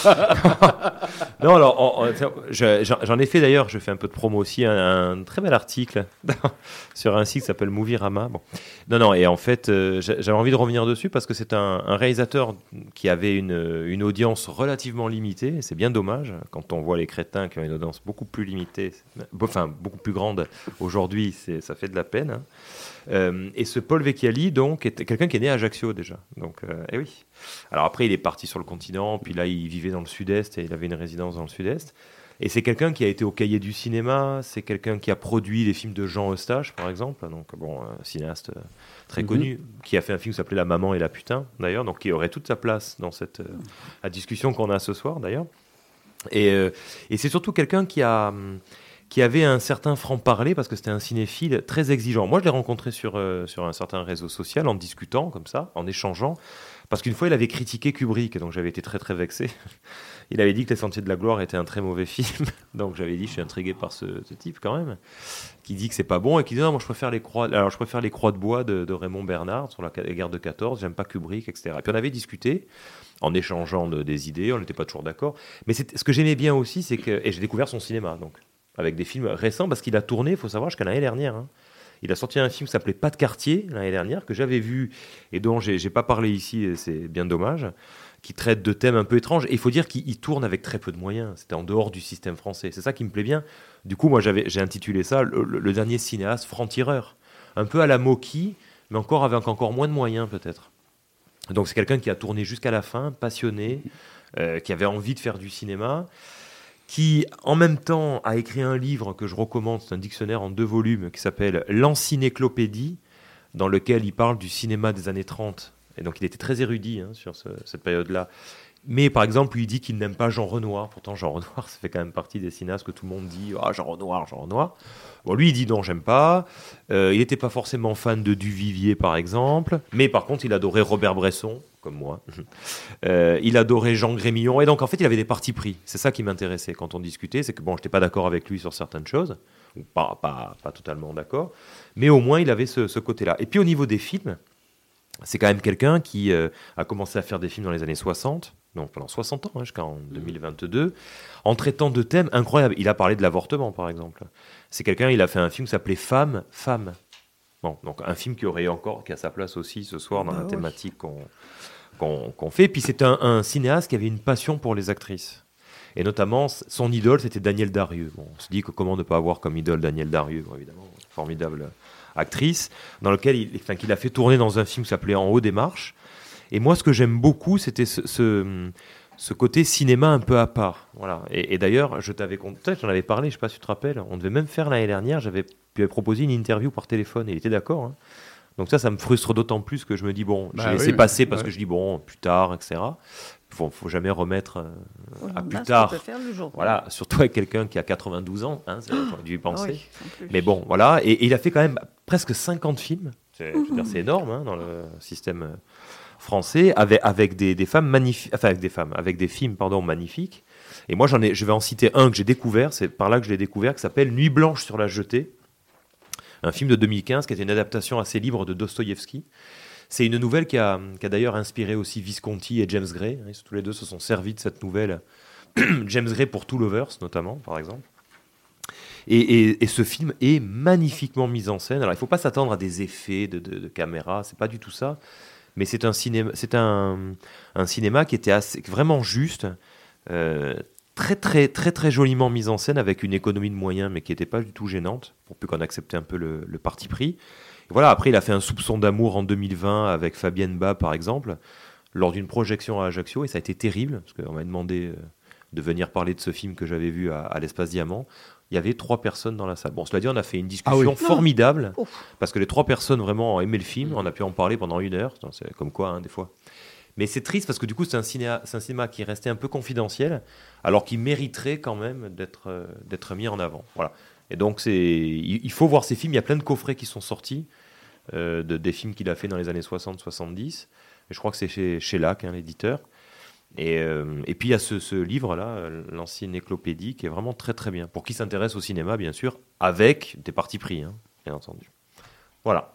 non, alors, on- on- je- j'en j'en ai fait d'ailleurs, je fais un peu de promo aussi, un, un très bel article sur un site qui s'appelle Movirama. Bon. Non, non, et en fait, euh, j'a- j'avais envie de revenir dessus parce que c'est un, un réalisateur qui avait une, une audience relativement limitée, et c'est bien dommage quand on voit les crétins qui ont une audience beaucoup plus limitée, enfin beaucoup plus grande aujourd'hui, c'est- ça fait de la peine. hein. Euh, et ce Paul Vecchiali, donc, était quelqu'un qui est né à Ajaccio déjà. Donc, euh, eh oui. Alors après, il est parti sur le continent, puis là, il vivait dans le sud-est et il avait une résidence dans le sud-est. Et c'est quelqu'un qui a été au Cahier du cinéma, c'est quelqu'un qui a produit les films de Jean Eustache, par exemple, donc bon, un cinéaste euh, très Mhm. connu, qui a fait un film qui s'appelait La Maman et la Putain, d'ailleurs, donc qui aurait toute sa place dans cette euh, la discussion qu'on a ce soir, d'ailleurs. Et, euh, et c'est surtout quelqu'un qui a... hum, qui avait un certain franc-parler parce que c'était un cinéphile très exigeant. Moi, je l'ai rencontré sur, euh, sur un certain réseau social en discutant comme ça, en échangeant, parce qu'une fois, il avait critiqué Kubrick, donc j'avais été très très vexé. Il avait dit que Les Sentiers de la Gloire était un très mauvais film, donc j'avais dit, je suis intrigué par ce, ce type quand même, qui dit que c'est pas bon et qui dit non, moi je préfère les croix, alors je préfère les croix de bois de, de Raymond Bernard sur la guerre de quatorze, j'aime pas Kubrick, et cetera. Et puis on avait discuté en échangeant de, des idées, on n'était pas toujours d'accord. Mais c'est, ce que j'aimais bien aussi, c'est que, et j'ai découvert son cinéma, donc avec des films récents, parce qu'il a tourné, il faut savoir, jusqu'à l'année dernière. Hein. Il a sorti un film qui s'appelait Pas de quartier l'année dernière, que j'avais vu et dont j'ai, j'ai pas parlé ici, et c'est bien dommage, qui traite de thèmes un peu étranges. Et il faut dire qu'il il tourne avec très peu de moyens. C'était en dehors du système français. C'est ça qui me plaît bien. Du coup, moi, j'avais, j'ai intitulé ça le, le, le dernier cinéaste franc-tireur. Un peu à la Mocky, mais encore avec encore moins de moyens, peut-être. Donc, c'est quelqu'un qui a tourné jusqu'à la fin, passionné, euh, qui avait envie de faire du cinéma, qui, en même temps, a écrit un livre que je recommande. C'est un dictionnaire en deux volumes qui s'appelle L'Encinéclopédie, dans lequel il parle du cinéma des années trente. Et donc, il était très érudit hein, sur ce, cette période-là. Mais, par exemple, il dit qu'il n'aime pas Jean Renoir. Pourtant, Jean Renoir, ça fait quand même partie des cinéastes que tout le monde dit « Ah, Jean Renoir, Jean Renoir ». Bon, lui, il dit « Non, j'aime pas euh, ». Il n'était pas forcément fan de Duvivier, par exemple. Mais, par contre, il adorait Robert Bresson, comme moi. euh, il adorait Jean Grémillon. Et donc, en fait, il avait des partis pris. C'est ça qui m'intéressait quand on discutait. C'est que, bon, je n'étais pas d'accord avec lui sur certaines choses. Ou pas, pas, pas totalement d'accord. Mais au moins, il avait ce, ce côté-là. Et puis, au niveau des films, c'est quand même quelqu'un qui euh, a commencé à faire des films dans les années soixante, donc pendant soixante ans, hein, jusqu'en deux mille vingt-deux, en traitant de thèmes incroyables. Il a parlé de l'avortement, par exemple. C'est quelqu'un, il a fait un film qui s'appelait Femme, Femme. Bon, donc un film qui aurait encore, qui a sa place aussi ce soir dans bah la ouais. thématique qu'on, qu'on, qu'on fait. Puis c'est un, un cinéaste qui avait une passion pour les actrices. Et notamment, son idole, c'était Danielle Darieux. Bon, on se dit que comment ne pas avoir comme idole Danielle Darieux, bon, évidemment, formidable actrice, dans lequel il, enfin, qu'il a fait tourner dans un film qui s'appelait En haut des marches. Et moi, ce que j'aime beaucoup, c'était ce, ce, ce côté cinéma un peu à part. Voilà. Et, et d'ailleurs, je t'avais, peut-être j'en avais parlé, je ne sais pas si tu te rappelles, on devait même faire l'année dernière, j'avais pu proposer une interview par téléphone, et il était d'accord. Hein. Donc ça, ça me frustre d'autant plus que je me dis, bon, bah j'ai oui, laissé passer parce ouais. que je dis, bon, plus tard, et cetera. Il ne faut jamais remettre euh, oui, à plus tard. Voilà, surtout avec quelqu'un qui a quatre-vingt-douze ans, hein, j'aurais dû y penser. Oui, mais bon, voilà. Et, et il a fait quand même presque cinquante films. C'est, je veux dire, c'est énorme hein, dans le système français, avec, avec des, des femmes magnifiques, enfin avec des femmes, avec des films pardon, magnifiques. Et moi, j'en ai, je vais en citer un que j'ai découvert, c'est par là que je l'ai découvert, qui s'appelle Nuit blanche sur la jetée. Un film de deux mille quinze qui était une adaptation assez libre de Dostoïevski. C'est une nouvelle qui a, qui a d'ailleurs inspiré aussi Visconti et James Gray. Tous les deux se sont servis de cette nouvelle. James Gray pour Two Lovers, notamment, par exemple. Et, et, et ce film est magnifiquement mis en scène. Alors, il ne faut pas s'attendre à des effets de, de, de caméra, c'est pas du tout ça. Mais c'est un cinéma, c'est un, un cinéma qui était assez, vraiment juste, euh, très, très, très, très joliment mis en scène, avec une économie de moyens, mais qui n'était pas du tout gênante, pour plus qu'on acceptait un peu le, le parti pris. Voilà, après, il a fait Un soupçon d'amour en deux mille vingt avec Fabienne Bas, par exemple, lors d'une projection à Ajaccio, et ça a été terrible, parce qu'on m'a demandé de venir parler de ce film que j'avais vu à, à l'Espace Diamant. Il y avait trois personnes dans la salle. Bon, cela dit, on a fait une discussion ah oui. formidable, oh. parce que les trois personnes vraiment ont aimé le film, on a pu en parler pendant une heure, c'est comme quoi, hein, des fois. Mais c'est triste, parce que du coup, c'est un, cinéma, c'est un cinéma qui est resté un peu confidentiel, alors qu'il mériterait quand même d'être, euh, d'être mis en avant. Voilà. Et donc, c'est, il, il faut voir ces films, il y a plein de coffrets qui sont sortis, Euh, de, des films qu'il a fait dans les années soixante soixante-dix. Et je crois que c'est chez, chez Lac, hein, l'éditeur. Et, euh, et puis il y a ce, ce livre-là, l'Encinéclopédie, qui est vraiment très très bien. Pour qui s'intéresse au cinéma, bien sûr, avec des partis pris, hein, bien entendu. Voilà.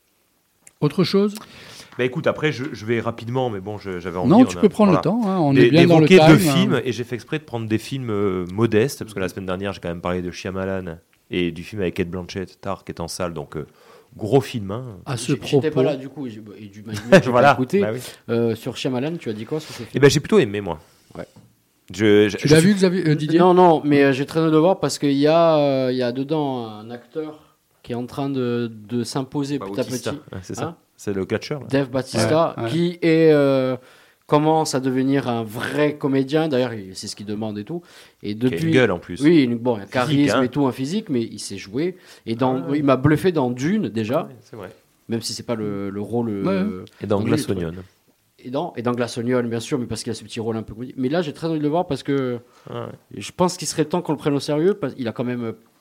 Autre chose ? Bah écoute, après je, je vais rapidement, mais bon, je, j'avais envie. Non, tu on peux a, prendre voilà, le temps. Hein, on des, est bien dans le time. deux films, hein. Et j'ai fait exprès de prendre des films euh, modestes, parce que la semaine dernière, j'ai quand même parlé de Shyamalan et du film avec Cate Blanchett, Tar, qui est en salle, donc. Euh, Gros film. Hein. À ce J', propos. J'étais pas là du coup. Et du voilà. Écouté. Bah oui. euh, sur Shyamalan, tu as dit quoi sur ce film ? Eh ben, j'ai plutôt aimé moi. Ouais. Je, je, tu je l'as suis... vu, Xavier, euh, Didier ? Non, non, mais euh, j'ai très hâte de le voir parce qu'il y a, euh, il y a dedans un acteur qui est en train de, de s'imposer petit à petit. Ouais, c'est ça. Hein ? C'est le catcheur. Là. Dave Bautista, ouais, ouais. qui est euh, commence à devenir un vrai comédien. D'ailleurs, c'est ce qu'il demande et tout. Et depuis, qui a une gueule en plus. Oui, une, bon, un charisme physique, hein. et tout, un physique, mais il sait jouer. Et dans, ah, ouais. il m'a bluffé dans Dune déjà. Ouais, c'est vrai. Même si c'est pas le, le rôle. Ouais. Euh, et dans Glass Onion. Et dans, et dans Glass Onion, bien sûr, mais parce qu'il a ce petit rôle un peu comédie. Mais là, j'ai très envie de le voir parce que ouais. je pense qu'il serait temps qu'on le prenne au sérieux. Parce qu'il a quand même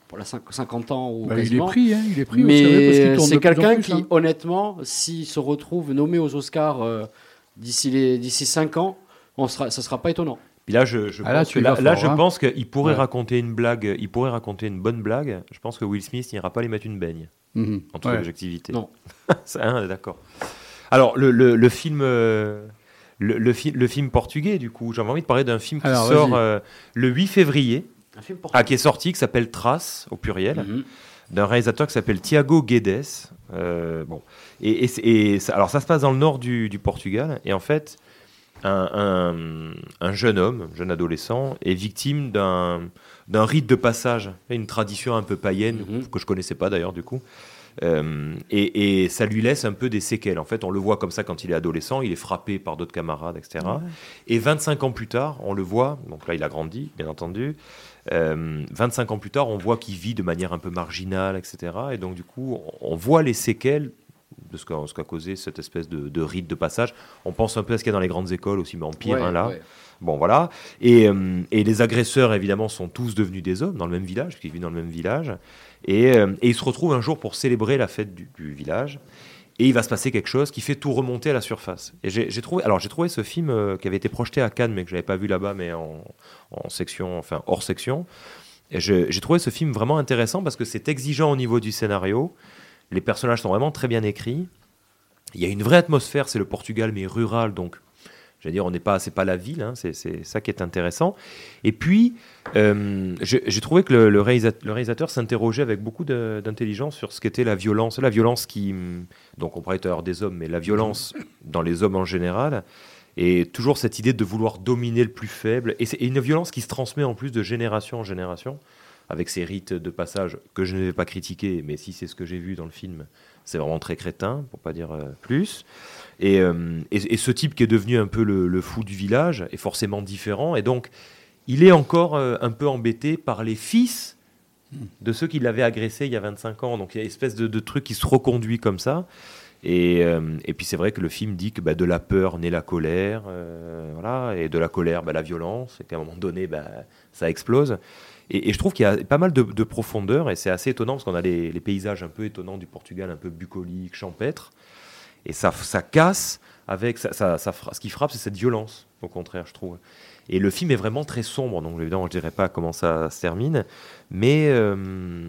pour la cinquante ans ou Bah, il est quasiment. pris, hein, il est pris. vous savez, parce qu'il Mais tourne c'est de plus en quelqu'un plus, qui, hein. honnêtement, s'il se retrouve nommé aux Oscars euh, d'ici les d'ici cinq ans, on sera, ça sera pas étonnant. Puis là, je, je Ah, là, pense, tu que, vas là, là, fort, je hein. pense qu'il pourrait Ouais. raconter une blague, il pourrait raconter une bonne blague. Je pense que Will Smith n'ira pas lui mettre une baigne, Mhm. en toute Ouais. objectivité. Non. Ça, hein, on est d'accord. Alors, le, le, le film... euh, Le, le, fi- le film portugais, du coup, j'avais envie de parler d'un film qui Alors, sort vas-y. euh, le huit février, Un film pour ah, qui est sorti, qui s'appelle Trace, au pluriel, Mhm. d'un réalisateur qui s'appelle Tiago Guedes. Euh, bon. et, et, c'est- et ça, alors, ça se passe dans le nord du, du Portugal, et en fait, un, un, un jeune homme, jeune adolescent, est victime d'un, d'un rite de passage, une tradition un peu païenne, Mhm. que je connaissais pas d'ailleurs, du coup. Euh, et, et ça lui laisse un peu des séquelles. En fait, on le voit comme ça quand il est adolescent, il est frappé par d'autres camarades, et cetera. Et vingt-cinq ans plus tard, on le voit, donc là il a grandi, bien entendu. Euh, vingt-cinq ans plus tard, on voit qu'il vit de manière un peu marginale, et cetera. Et donc du coup, on, on voit les séquelles de ce qu'a, ce qu'a causé cette espèce de, de rite de passage. On pense un peu à ce qu'il y a dans les grandes écoles aussi, mais en pire, Ouais, hein, là. ouais. Bon, voilà. Et, euh, et les agresseurs, évidemment, sont tous devenus des hommes dans le même village, puisqu'ils vivent dans le même village. Et, euh, et ils se retrouvent un jour pour célébrer la fête du, du village. Et il va se passer quelque chose qui fait tout remonter à la surface. Et j'ai, j'ai trouvé, alors j'ai trouvé ce film euh, qui avait été projeté à Cannes, mais que je n'avais pas vu là-bas, mais en, en section, enfin hors section. Et je- j'ai trouvé ce film vraiment intéressant parce que c'est exigeant au niveau du scénario. Les personnages sont vraiment très bien écrits. Il y a une vraie atmosphère, c'est le Portugal, mais rural, donc je veux dire, on n'est pas, c'est pas la ville, hein, c'est, c'est ça qui est intéressant. Et puis, euh, j'ai, j'ai trouvé que le, le, réalisateur, le réalisateur s'interrogeait avec beaucoup de- d'intelligence sur ce qu'était la violence, la violence qui, hum, donc on parlait tout à l'heure des hommes, mais la violence dans les hommes en général, et toujours cette idée de vouloir dominer le plus faible, et c'est et une violence qui se transmet en plus de génération en génération, avec ces rites de passage que je ne vais pas critiquer, mais si c'est ce que j'ai vu dans le film, c'est vraiment très crétin, pour pas dire euh, plus. Et, euh, et, et ce type qui est devenu un peu le, le fou du village est forcément différent. Et donc, il est encore euh, un peu embêté par les fils de ceux qui l'avaient agressé il y a vingt-cinq ans. Donc, il y a une espèce de, de truc qui se reconduit comme ça. Et, euh, et puis, c'est vrai que le film dit que bah, de la peur naît la colère. Euh, voilà, et de la colère, bah, la violence. Et qu'à un moment donné, bah, ça explose. Et, et je trouve qu'il y a pas mal de, de profondeur. Et c'est assez étonnant parce qu'on a les, les paysages un peu étonnants du Portugal, un peu bucoliques, champêtres. Et ça, ça casse avec ça, ça, ça, ce qui frappe, c'est cette violence, au contraire, je trouve. Et le film est vraiment très sombre, donc évidemment, je ne dirais pas comment ça se termine, mais euh,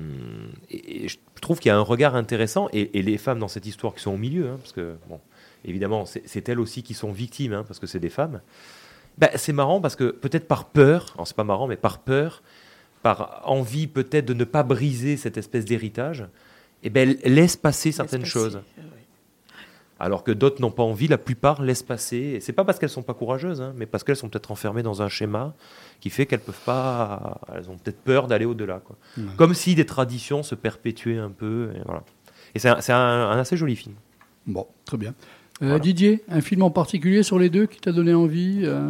et, et je trouve qu'il y a un regard intéressant, et, et les femmes dans cette histoire qui sont au milieu, hein, parce que, bon, évidemment, c'est, c'est elles aussi qui sont victimes, hein, parce que c'est des femmes. Ben, c'est marrant parce que peut-être par peur, alors c'est pas marrant, mais par peur, par envie peut-être de ne pas briser cette espèce d'héritage, eh ben, elles laissent passer certaines Laisse passer, choses. oui. Alors que d'autres n'ont pas envie, la plupart laissent passer. Et c'est pas parce qu'elles sont pas courageuses, hein, mais parce qu'elles sont peut-être enfermées dans un schéma qui fait qu'elles peuvent pas. Elles ont peut-être peur d'aller au-delà, quoi. Ouais. Comme si des traditions se perpétuaient un peu. Et voilà. Et c'est un, c'est un, un assez joli film. Bon, très bien. Euh, Voilà. Didier, un film en particulier sur les deux qui t'a donné envie euh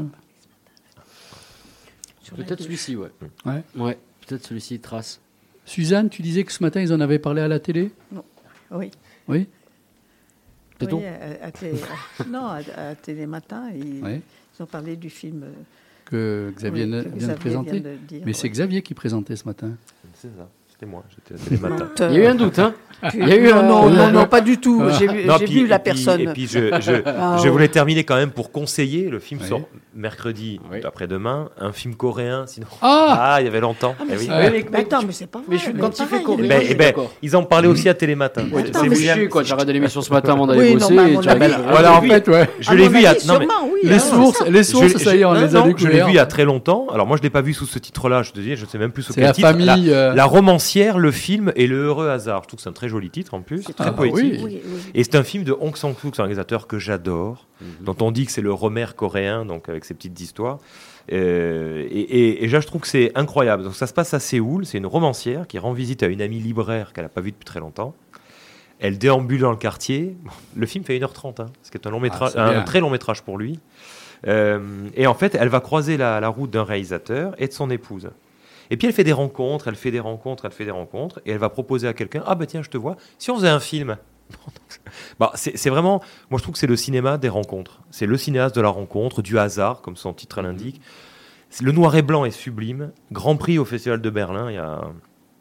Peut-être celui-ci, ouais. Ouais. Ouais, peut-être celui-ci, Trace. Suzanne, tu disais que ce matin, ils en avaient parlé à la télé. Oui. Oui. C'est Oui, tout à, à télé, non, à, à Télématin, ils, Oui. ils ont parlé du film euh, Que Xavier oui, vient que de Xavier présenter. vient de dire, Mais ouais. c'est Xavier qui présentait ce matin. C'est ça. C'était moi. J'étais à Télématin. Il y a eu un doute, hein Tu- Il y a eu non, un- non, non, non, pas du tout. J'ai vu, Non, j'ai puis- vu la et puis- personne. Et puis je, je, Ah, je ouais. voulais terminer quand même pour conseiller. Le film Oui. sort mercredi Oui. après-demain. Un film coréen, sinon. Ah Ah, il y avait longtemps. Ah, mais Eh oui. c'est- Ouais. mais- mais attends, mais c'est pas vrai. Mais je suis mais quand il fait pareil, coréen, Eh mais- ben, je suis eh ben, d'accord. ils en parlaient aussi à Télématin. Oui, C'est- attends, c'est mais William- Je suis, quoi, j'ai regardé l'émission ce matin avant d'aller Oui, bosser. non, mais à et mon tu avis- rappelles- Ah, Voilà, mon en avis- fait, ouais. je à l'ai mon vu il y a. avis, Non, mais- sûrement, oui, Les hein. sources, les Je sources, l'ai- ça y est, on non, les a non, je l'ai découvertes. vu il y a très longtemps. Alors moi, je l'ai pas vu sous ce titre-là. Je te dis, je sais même plus sous C'est quel la titre. famille. euh, La romancière, le film et le heureux hasard. Je trouve que c'est un très joli titre en plus, C'est très Ah, poétique. oui. Oui, oui. Et c'est un film de Hong Sang-soo, c'est un réalisateur que j'adore, Mhm. dont on dit que c'est le Romer coréen, donc avec ses petites histoires. Euh, et, et, et là, je trouve que c'est incroyable. Donc ça se passe à Séoul. C'est une romancière qui rend visite à une amie libraire qu'elle n'a pas vue depuis très longtemps. Elle déambule dans le quartier. Le film fait une heure trente, hein, ce qui est un, long métrage, Ah, c'est bien. un très long métrage pour lui. Euh, et en fait, elle va croiser la, la route d'un réalisateur et de son épouse. Et puis elle fait des rencontres, elle fait des rencontres, elle fait des rencontres, et elle va proposer à quelqu'un, ah bah tiens, je te vois, si on faisait un film. Bah, c'est, c'est vraiment, moi je trouve que c'est le cinéma des rencontres. C'est le cinéaste de la rencontre, du hasard, comme son titre l'indique. C'est- Le noir et blanc est sublime. Grand prix au Festival de Berlin il y a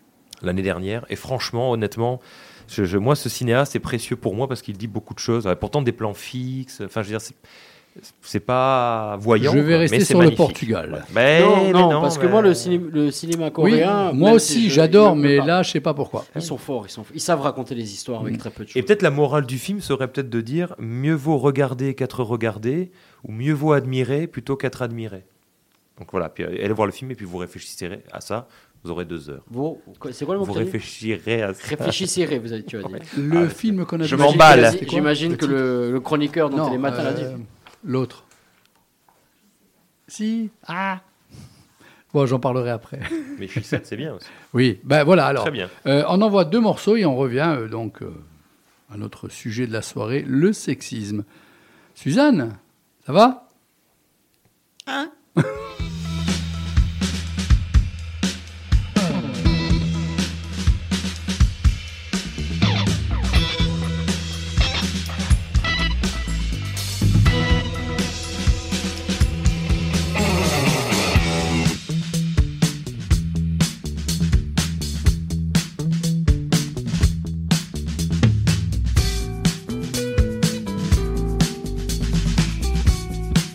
l'année dernière. Et franchement, honnêtement, je, je, moi, ce cinéaste est précieux pour moi parce qu'il dit beaucoup de choses. Pourtant, des plans fixes. Enfin, je veux dire, c'est, c'est pas voyant. Je vais quoi, rester mais c'est sur magnifique. le Portugal. Ben, non, mais non, non, parce que mais- moi, le, ciné- le cinéma coréen. Oui, moi même aussi, si je- j'adore, je peux mais pas. là, je sais pas pourquoi. Ils sont forts, ils, sont... ils savent raconter des histoires avec très peu de choses. Et peut-être la morale du film serait peut-être de dire mieux vaut regarder qu'être regardé, ou mieux vaut admirer plutôt qu'être admiré. Donc voilà, puis allez voir le film et puis vous réfléchissez à ça, vous aurez deux heures. Vous, c'est quoi le mot Vous que tu as dit réfléchirez à ça. Réfléchissez, vous avez, tu as dit. Le Ah, film qu'on a je vu- m'emballe. C'était quoi, J'imagine le que titre le, le chroniqueur dont Non, Télématin l'a dit. euh, l'autre. Si. Ah. Bon, j'en parlerai après. Mais je suis sept, c'est bien aussi. Oui, ben voilà, alors. Très bien. Euh, on envoie deux morceaux et on revient euh, donc euh, à notre sujet de la soirée, le sexisme. Suzanne, ça va? Hein? Thank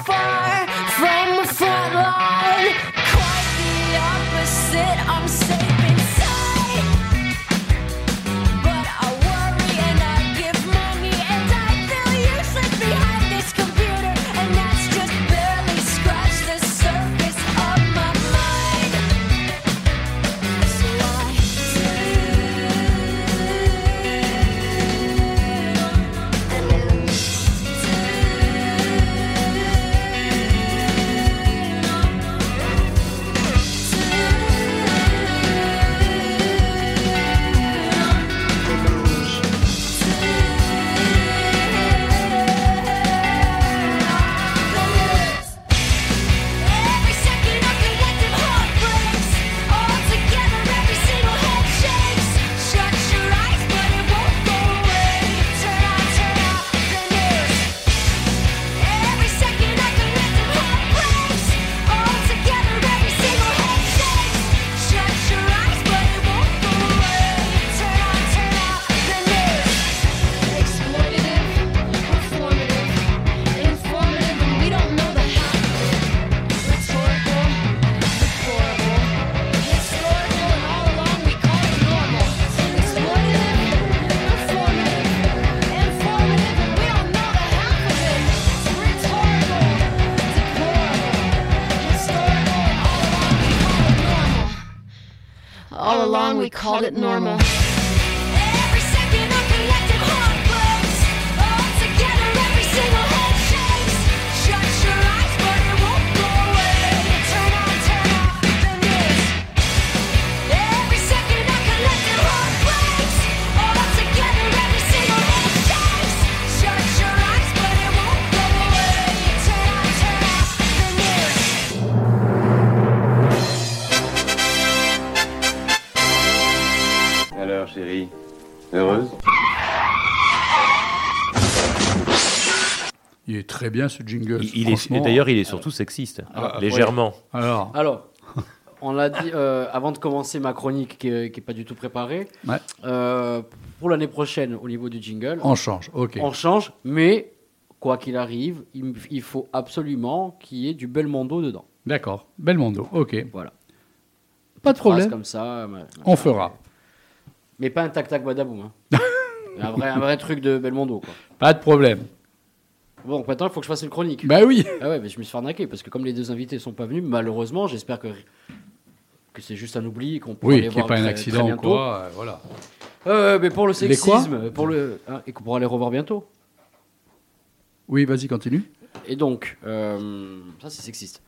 far from the front line. Quite the opposite, I'm safe inside. But I worry and I give money and I feel useless behind this computer. And that's just barely scratched the surface of my mind. So I every second of collective heartbreaks, all together every single head shakes. Shut your eyes, but it won't go away. Turn on, turn off the news. Every second of collective heartbreaks, all together every single head shakes. Shut your eyes, but it won't go away. Turn on, turn off the news. Exploitative, performative, informative, and we don't know the half of it. Rhetorical, deplorable, historical, and all along we call it normal. Exploitative, performative, informative, and we don't know the half of it. Rhetorical, deplorable, historical, and all along we call it normal. All along we called it normal. Every second of collective heartbreaks, all together every single head shakes. Shut your eyes, but it won't go away. Turn on, turn off the news. Every second of collective heartbreaks, all together every single head shakes. Shut your eyes, but it won't go away. Turn on, turn off the news. Alors, chérie, heureuse? Il est très bien ce jingle. Il, il est, franchement. et d'ailleurs, il est surtout sexiste, Ah, légèrement. Alors, Alors, on l'a dit euh, avant de commencer ma chronique qui n'est pas du tout préparée. Ouais. Euh, pour l'année prochaine, au niveau du jingle, on change. Ok. on change, mais quoi qu'il arrive, il, il faut absolument qu'il y ait du Belmondo dedans. D'accord. Belmondo. Ok. Voilà. Pas de Phrase problème. comme ça. machin, On fera. Mais pas un tac-tac badaboum. Hein. un, vrai, un vrai truc de Belmondo. Quoi. Pas de problème. Bon, maintenant, il faut que je fasse une chronique. Bah oui. Ah ouais, mais je me suis fait arnaquer parce que comme les deux invités sont pas venus, malheureusement, j'espère que, que c'est juste un oubli, qu'on pourra Oui, les qu'il n'y ait voir pas un très- accident très ou bientôt. quoi. euh, voilà. Euh, mais pour le Les quoi sexisme, pour le, hein, et qu'on pourra les revoir bientôt. Oui, vas-y, continue. Et donc, euh, ça c'est sexiste.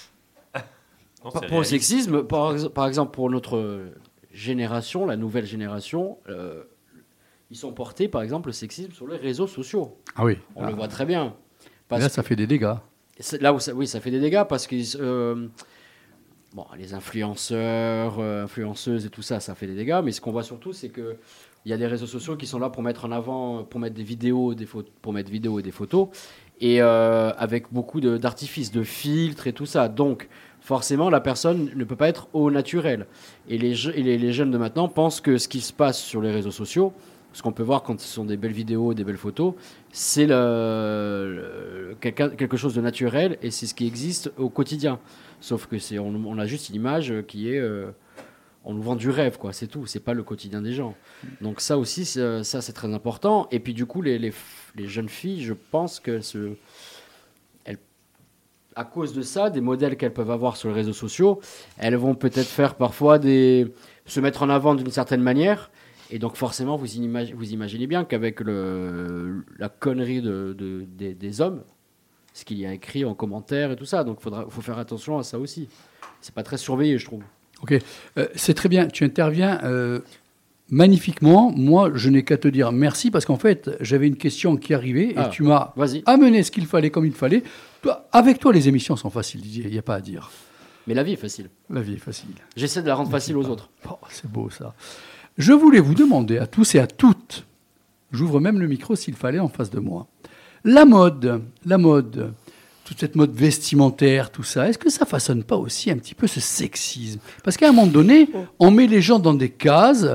Non, Par- c'est pour le réaliste. sexisme, par, ex- par exemple, pour notre génération, la nouvelle génération, euh, ils sont portés, par exemple, le sexisme sur les réseaux sociaux. Ah oui. On Ah. le voit très bien. Parce Là, que- ça fait des dégâts. c'est là où ça, oui, ça fait des dégâts parce que euh, bon, les influenceurs, euh, influenceuses et tout ça, ça fait des dégâts. Mais ce qu'on voit surtout, c'est que il y a des réseaux sociaux qui sont là pour mettre en avant, pour mettre des vidéos, des photos, pour mettre vidéos et des photos, et euh, avec beaucoup de- d'artifices, de filtres et tout ça. Donc, forcément, la personne ne peut pas être au naturel. Et les, je- et les, les jeunes de maintenant pensent que ce qui se passe sur les réseaux sociaux, ce qu'on peut voir quand ce sont des belles vidéos, des belles photos, c'est le, le- quelqu'un- quelque chose de naturel et c'est ce qui existe au quotidien. Sauf que c'est, on, on a juste une image qui est, euh, on nous vend du rêve, quoi. C'est tout. C'est pas le quotidien des gens. Donc ça aussi, c'est, ça c'est très important. Et puis du coup, les, les, f- les jeunes filles, je pense qu'elles se, elles, à cause de ça, des modèles qu'elles peuvent avoir sur les réseaux sociaux, elles vont peut-être faire parfois des, se mettre en avant d'une certaine manière. Et donc forcément, vous, imag- vous imaginez bien qu'avec le, la connerie de, de- des, des hommes, ce qu'il y a écrit en commentaire et tout ça, donc il faut faire attention à ça aussi. C'est pas très surveillé, je trouve. Ok. Euh, c'est très bien. Tu interviens euh, magnifiquement. Moi, je n'ai qu'à te dire merci parce qu'en fait, j'avais une question qui arrivait et Ah, tu m'as Vas-y. amené ce qu'il fallait comme il fallait. Toi, avec toi, les émissions sont faciles, Didier. Il n'y a pas à dire. Mais la vie est facile. La vie est facile. J'essaie de la rendre facile aux autres. Oh, c'est beau ça. Je voulais vous demander à tous et à toutes, j'ouvre même le micro s'il fallait en face de moi, la mode, la mode, toute cette mode vestimentaire, tout ça, est-ce que ça façonne pas aussi un petit peu ce sexisme ? Parce qu'à un moment donné, on met les gens dans des cases,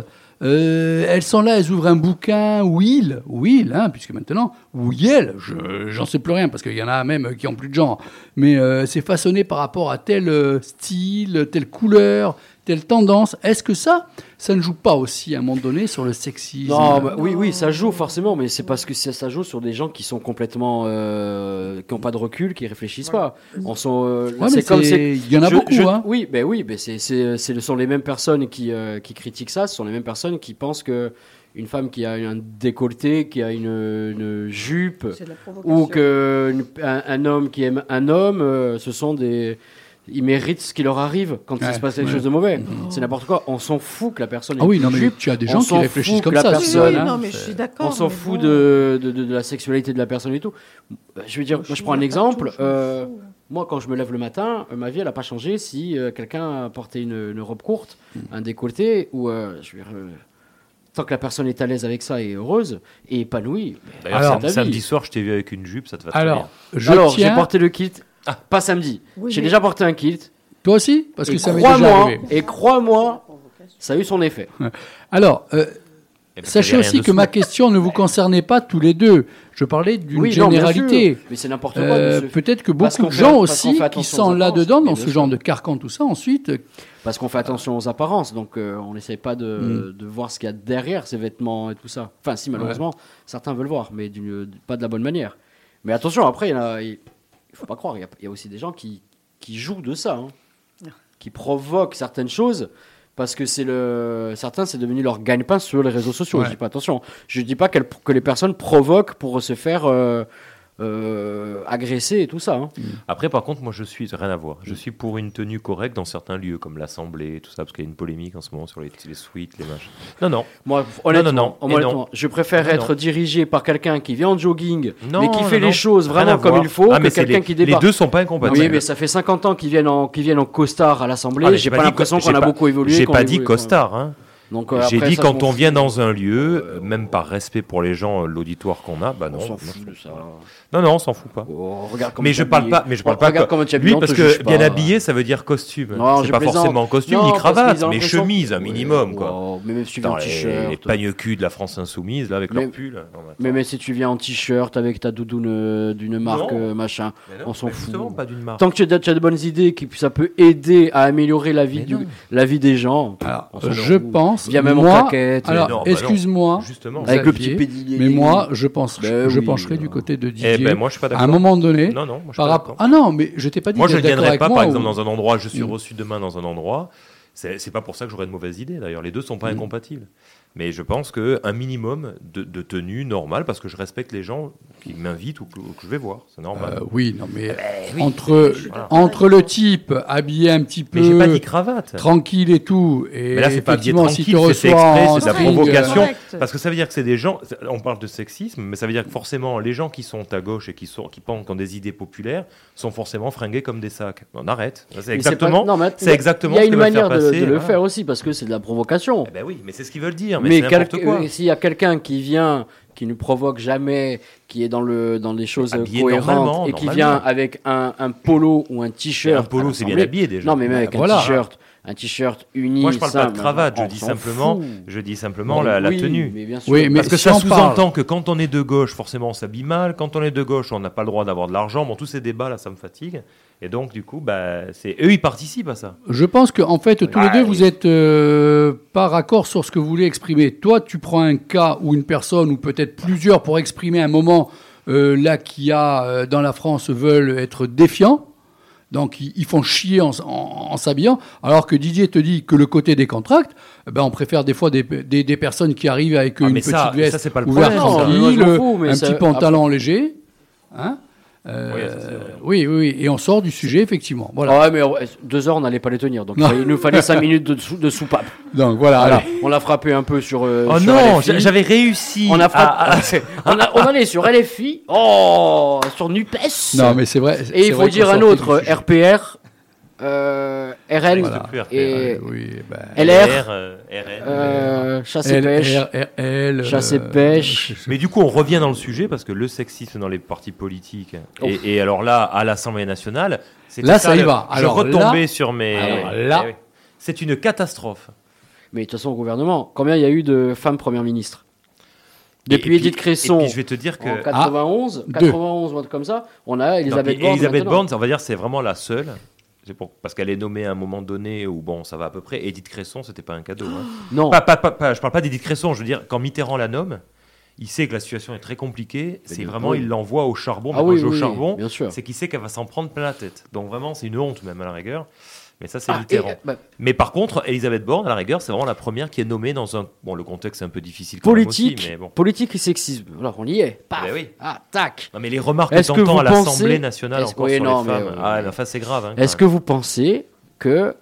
Euh, elles sont là, elles ouvrent un bouquin, ou il, ou il, hein, puisque maintenant, ou elle, je, j'en sais plus rien, parce qu'il y en a même qui ont plus de genre, mais euh, c'est façonné par rapport à tel euh, style, telle couleur, telle tendance. Est-ce que ça, ça ne joue pas aussi à un moment donné sur le sexisme? Non, bah, oui, oui, ça joue forcément, mais c'est parce que ça, ça joue sur des gens qui sont complètement, euh, qui n'ont pas de recul, qui réfléchissent pas. On sont, euh, Ouais, c'est mais comme c'est- c'est- il y en a je- beaucoup, je- hein. Oui, ben oui, ben c'est, c'est, c'est, ce sont les mêmes personnes qui, euh, qui critiquent ça. Ce sont les mêmes personnes qui pensent que une femme qui a un décolleté, qui a une, une jupe, C'est de la provocation. ou que une- un, un homme qui aime un homme, euh, ce sont des ils méritent ce qui leur arrive quand il Ouais, se passe quelque ouais. chose de mauvais. C'est n'importe quoi. On s'en fout que la personne Ah ait oui, une non, mais jupe. tu as des On gens qui s'en réfléchissent fout comme que la ça, Oui, personne, oui, hein, non, mais je c'est- suis d'accord. On s'en mais fout bon. de, de, de- de la sexualité de la personne et tout. Je veux dire, moi, je prends un m'en exemple. fous, je m'en euh, fous. moi, quand je me lève le matin, euh, ma vie, elle n'a pas changé si euh, quelqu'un a porté une, une robe courte, un décolleté, ou euh, je veux dire, euh, tant que la personne est à l'aise avec ça et heureuse et épanouie. D'ailleurs, Alors, sam- ta vie. samedi soir, je t'ai vu avec une jupe, ça te va très bien. Alors, je Alors, j'ai tiens... porté le kit, pas samedi. Oui, j'ai mais- déjà porté un kit. Toi aussi? Parce que et ça m'est déjà crois-moi, arrivé. et crois-moi, ça a eu son effet. Alors, euh, Eh ben, sachez t'avais rien aussi que dessous. ma question ne vous concernait pas tous les deux. Je parlais d'une Oui, non, bien généralité. sûr, mais c'est n'importe quoi. de Euh, se- Peut-être que Parce beaucoup qu'on de fait- gens parce qu'on aussi fait qui attention sont aux là-dedans, apparences, dans mais ce bien genre sûr. de carcan, tout ça, ensuite, euh, Parce qu'on fait attention aux apparences, donc euh, on n'essaie pas de, Mm. de voir ce qu'il y a derrière ces vêtements et tout ça. Enfin, si, malheureusement, certains veulent voir, mais d'une- pas de la bonne manière. Mais attention, après, il y en a- il ne faut pas croire, il y, a- il y a aussi des gens qui, qui jouent de ça, hein, qui provoquent certaines choses, parce que c'est le, certains, c'est devenu leur gagne-pain sur les réseaux sociaux. Ouais. Je dis pas attention, je dis pas qu'elles- que les personnes provoquent pour se faire euh, euh, agresser et tout ça. Hein. Après, par contre, moi, je suis rien à voir. Je suis pour une tenue correcte dans certains lieux, comme l'Assemblée, tout ça, parce qu'il y a une polémique en ce moment sur les, les suites, les machins. Non, non. Moi, honnêtement, non, non, et honnêtement, non. je préfère Non, être non. dirigé par quelqu'un qui vient en jogging, Non, mais qui fait non, les non. choses Rien à vraiment comme voir. il faut, Ah, que mais c'est quelqu'un les- qui Les débarque. deux sont pas incompatibles. Oui, mais ça fait cinquante ans qu'ils viennent en, qu'ils viennent en costard à l'Assemblée. Ah, mais j'ai pas l'impression j'ai qu'on a pas- beaucoup évolué. J'ai qu'on pas a dit évolué, costard, hein. Donc, euh, J'ai après, dit ça, quand je m'en on fous. vient dans un lieu, euh, même par respect pour les gens, euh, l'auditoire qu'on a, bah non. On s'en non, fout de ça. Non, non, on s'en fout pas. Oh, regarde comment Mais tu je es parle habillé. pas, mais je parle pas Regarde comme- comment tu es lui habillé, on te parce juge que bien pas. habillé, ça veut dire costume. Non, C'est je pas plaisante. forcément costume Non, ni parce qu'ils cravate, ont mais l'impression- chemise, un Ouais, minimum quoi. wow, mais même si tu viens Dans en les, t-shirt. les pagnes-culs de la France insoumise là avec Mais- leur pull. Non, mais attends. Mais, mais si tu viens en t-shirt avec ta doudoune euh, d'une marque Non. euh, machin, Mais non, on s'en mais fout. justement, pas d'une marque. Tant que tu as, tu as de bonnes idées, qui ça peut aider à améliorer la vie, Mais du, non. la vie des gens. alors, on s'en je fout. pense, Viens même en moi, claquette. alors, Non, bah non. excuse-moi, Justement. Avec le Xavier, petit pédilier. mais moi, je pense, Ben je oui, pencherai euh. du côté de Didier. Eh ben moi je suis pas à d'accord. un moment donné, Non non, moi je suis par pas rapport. d'accord. Ah non, mais je t'ai pas dit Moi je ne d'être d'accord viendrai avec pas moi, par ou- exemple dans un endroit, je suis Mm. reçu demain dans un endroit. C'est c'est pas pour ça que j'aurais de mauvaises idées d'ailleurs. Les deux sont pas Mm. incompatibles. Mais je pense qu'un minimum de, de tenue normale, parce que je respecte les gens qui m'invitent ou que, ou que je vais voir. C'est normal. Euh, oui, non, mais oui. entre, Voilà. entre le type habillé un petit peu Mais j'ai pas dit cravate. tranquille et tout, et Mais là, c'est pas habillé effectivement, si tu tranquille, c'est reçois exprès, en c'est de la string, provocation. euh, Correct. Parce que ça veut dire que c'est des gens. On parle de sexisme, mais ça veut dire que forcément, les gens qui sont à gauche et qui, sont, qui pensent ont des idées populaires sont forcément fringués comme des sacs. On arrête. C'est Mais c'est exactement. pas- non, mais c'est exactement Il y a ce que une veulent manière faire de, passer, de le voilà. faire aussi, parce que c'est de la provocation. Eh ben oui, mais c'est ce qu'ils veulent dire. Mais, Mais c'est n'importe quel- quoi. euh, s'il y a quelqu'un qui vient, qui ne provoque jamais, qui est dans, le, dans des choses Habillé cohérentes normalement, et qui normalement. vient avec un, un polo ou un t-shirt. Un polo, à c'est bien l'Assemblée. habillé déjà. Non, mais même avec Bah, voilà. un t-shirt, un t-shirt uni. Moi, je parle pas simple, de cravate. Je on dis s'en simplement, fout. je dis simplement la, la Oui, tenue. Mais bien sûr. Oui, mais Parce que si ça on sous-entend parle- que quand on est de gauche, forcément, on s'habille mal. Quand on est de gauche, on n'a pas le droit d'avoir de l'argent. Bon, tous ces débats là, ça me fatigue. Et donc, du coup, bah, c'est eux, ils participent à ça. Je pense que en fait, tous Ah, les deux, oui. vous êtes euh, pas raccord sur ce que vous voulez exprimer. Toi, tu prends un cas ou une personne, ou peut-être plusieurs, pour exprimer un moment euh, là qui a euh, dans la France veulent être défiants. Donc, ils, ils font chier en, s- en- en s'habillant. Alors que Didier te dit que le côté des contracts, eh ben, on préfère des fois des, des, des personnes qui arrivent avec Ah, une mais petite ça- veste ça, c'est pas le ouverte, problème, ça. tranquille, Moi, je m'en fous, mais un ça- petit pantalon léger. Hein Euh, Oui, ça, c'est vrai. oui, oui, oui. Et on sort du sujet, effectivement. Voilà. Ah ouais, mais euh, deux heures, on n'allait pas les tenir. Donc, Non. il nous fallait cinq minutes de, sou- de soupape. Donc, voilà. Voilà. allez. On l'a frappé un peu sur. euh, Oh sur non, L F I. j'a- j'avais réussi. On a à- frappé. on, a, on allait sur L F I. Oh, sur NUPES. Non, mais c'est vrai. Et c'est il faut vrai dire qu'on un sortait autre, du sujet. R P R, euh, R N, Voilà. Plus R P R, et Oui, ben, L R, euh, R N. euh, chasse et L, pêche. R, R, L, Chasse et euh, pêche. je sais- Mais du coup, on revient dans le sujet parce que le sexisme dans les partis politiques, et, et alors là, à l'Assemblée nationale, c'était Là, ça y le- va. Je Alors retombais là- sur mes. alors là- Eh oui. C'est une catastrophe. Mais de toute façon, au gouvernement, combien il y a eu de femmes premières ministres Et- Depuis et puis- Edith Cresson Et puis je vais te dire que en quatre-vingt-onze, Ah, quatre-vingt-onze ou un truc comme ça, on a Elisabeth Non, puis Borne. Elisabeth maintenant. Borne, on va dire, c'est vraiment la seule. C'est pour, parce qu'elle est nommée à un moment donné où bon, ça va à peu près. Edith Cresson, c'était pas un cadeau. Hein. Non. Pas, pas, pas, pas- je parle pas d'Edith Cresson. Je veux dire, quand Mitterrand la nomme, il sait que la situation est très compliquée. C'est bien, vraiment, oui. il l'envoie au charbon. Ah Mais quand oui, je dis oui, au charbon, bien sûr. c'est qu'il sait qu'elle va s'en prendre plein la tête. Donc vraiment, c'est une honte même à la rigueur. Mais ça, c'est Ah, Mitterrand. et, bah, Mais par contre, Elisabeth Borne, à la rigueur, c'est vraiment la première qui est nommée dans un. Bon, le contexte est un peu difficile. Quand même politique, aussi, mais bon. politique et sexisme. Alors on y est. Paf. Ben oui. Ah, tac. Non, mais les remarques que Est-ce que t'entends vous à pensez- l'Assemblée nationale Est-ce- encore oui, sur non, les mais, femmes, euh, ah, mais enfin, c'est grave. Hein, quand Est-ce même. que vous pensez que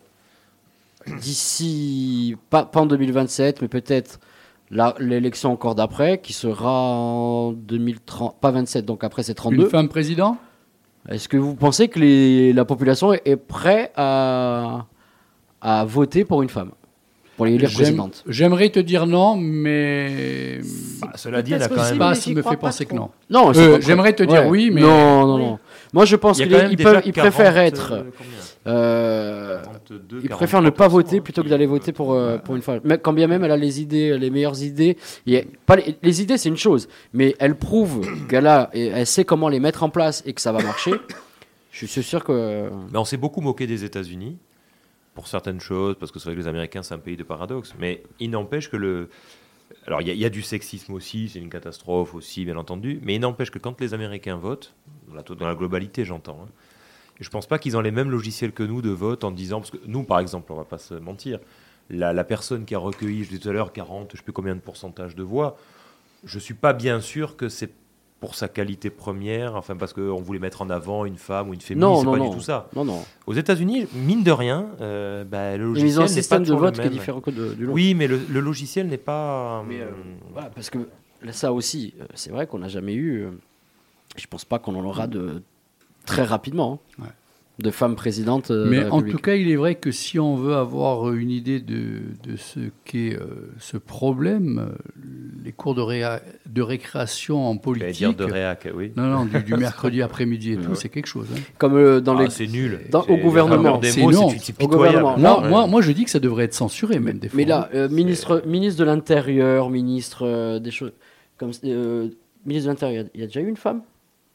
d'ici, pas, pas en deux mille vingt-sept, mais peut-être la- l'élection encore d'après, qui sera en deux mille trente, pas vingt-sept, donc après c'est Une trente-deux, femme président? est-ce que vous pensez que les- la population est, est prête à, à voter pour une femme, pour les élire J'aime- présidente? J'aimerais te dire non, mais Bah, cela dit, elle a Peut-être quand aussi, même. mais passe j'y me crois fait pas penser que trop. non. Non, ils Euh, sont pas prêts. j'aimerais te dire oui, mais- Non, non, Oui. non. Moi, je pense Il y a qu'ils quand même ils déjà peuvent, ils préfèrent quarante, être. euh, combien euh, quarante-deux, Ils quarante-trois préfèrent ne pas pour cent, voter hein, plutôt que qui- d'aller voter pour, euh, pour une femme. Mais quand bien même elle a les idées, les meilleures idées. Il y a- pas les, les idées, c'est une chose, mais elle prouve qu'elle a, et elle sait comment les mettre en place et que ça va marcher. Je suis sûr que. Mais on s'est beaucoup moqué des États-Unis pour certaines choses, parce que c'est vrai que les Américains, c'est un pays de paradoxes. Mais il n'empêche que le. Alors, il y, a- il y a du sexisme aussi, c'est une catastrophe aussi, bien entendu. Mais il n'empêche que quand les Américains votent, dans la, dans la globalité, j'entends, hein, et je pense pas qu'ils ont les mêmes logiciels que nous de vote en disant. Parce que nous, par exemple, on va pas se mentir, la, la personne qui a recueilli, je disais tout à l'heure, quarante, je sais plus combien de pourcentage de voix, je suis pas bien sûr que c'est pour sa qualité première, enfin parce qu'on voulait mettre en avant une femme ou une féministe, Non, c'est non, pas non. du tout ça. Non, non. Aux États-Unis, mine de rien, euh, bah, le Ils ont logiciel un n'est pas système de toujours le vote qui est même. différent que de- du nôtre. Oui, mais le, le logiciel n'est pas. Mais, euh, hum, voilà, parce que là, ça aussi, euh, c'est vrai qu'on n'a jamais eu. euh, je pense pas qu'on en aura de très rapidement. hein, Ouais. De femmes présidentes. euh, de Mais la en République. tout cas, il est vrai que si on veut avoir euh, une idée de, de ce qu'est euh, ce problème, euh, les cours de, réa- de récréation en j'allais politique. dire de réac, oui. Non, non, du, du mercredi après-midi et tout, c'est quelque chose. hein. Comme euh, dans Ah, les. c'est nul. Dans- C'est- au gouvernement. des C'est mots, non. c'est- c'est Au pitoyable. gouvernement. Moi, Ouais. moi, moi, je dis que ça devrait être censuré, même des fois. Mais là, hein. euh, ministre, ministre de l'Intérieur, ministre euh, des choses. Comme, euh, ministre de l'Intérieur, il y a déjà eu une femme?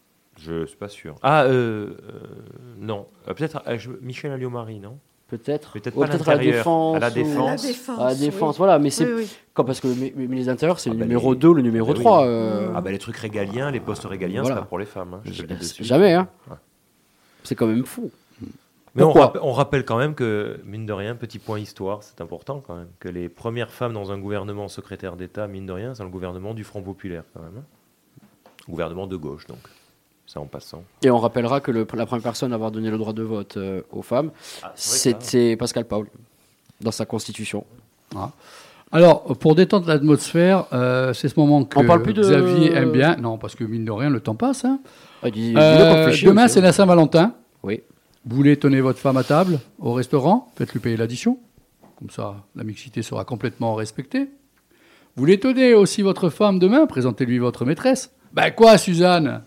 Je suis pas sûr. Ah, euh, euh, non. Euh, Peut-être euh, je- Michel Alliot-Marie, non? Peut-être. Peut-être Ou pas peut-être à la l'intérieur, défense. à la ou- défense. La défense. À la défense, voilà. Mais c'est. Oui, oui. Quand, parce que le mi- le ministre de l'Intérieur, c'est Ah le bah, numéro les- deux, le numéro Ah bah oui. trois. euh, Ah, bah les trucs régaliens, les postes régaliens, Voilà. c'est pas pour les femmes. hein, je te le dis de suite. Jamais, hein. Ouais. C'est quand même fou. Mais on, Pourquoi rappe- on rappelle quand même que, mine de rien, petit point histoire, c'est important quand même, que les premières femmes dans un gouvernement secrétaire d'État, mine de rien, c'est le gouvernement du Front Populaire quand même. hein. Gouvernement de gauche, donc. Ça en passant. Et on rappellera que le- la première personne à avoir donné le droit de vote euh, aux femmes, Ah, c'est vrai que c'était Pascal Paul, dans sa constitution. Ah. Alors, pour détendre l'atmosphère, euh, c'est ce moment que On parle plus de- Xavier aime bien. Non, parce que mine de rien, le temps passe. hein. Ah, dis- dis-le Euh, qu'on fait chier demain, aussi, c'est hein. la Saint-Valentin. Oui. Vous voulez étonner votre femme à table, au restaurant, faites-lui payer l'addition. Comme ça, la mixité sera complètement respectée. Vous voulez étonner aussi votre femme demain, présentez-lui votre maîtresse. Ben quoi, Suzanne?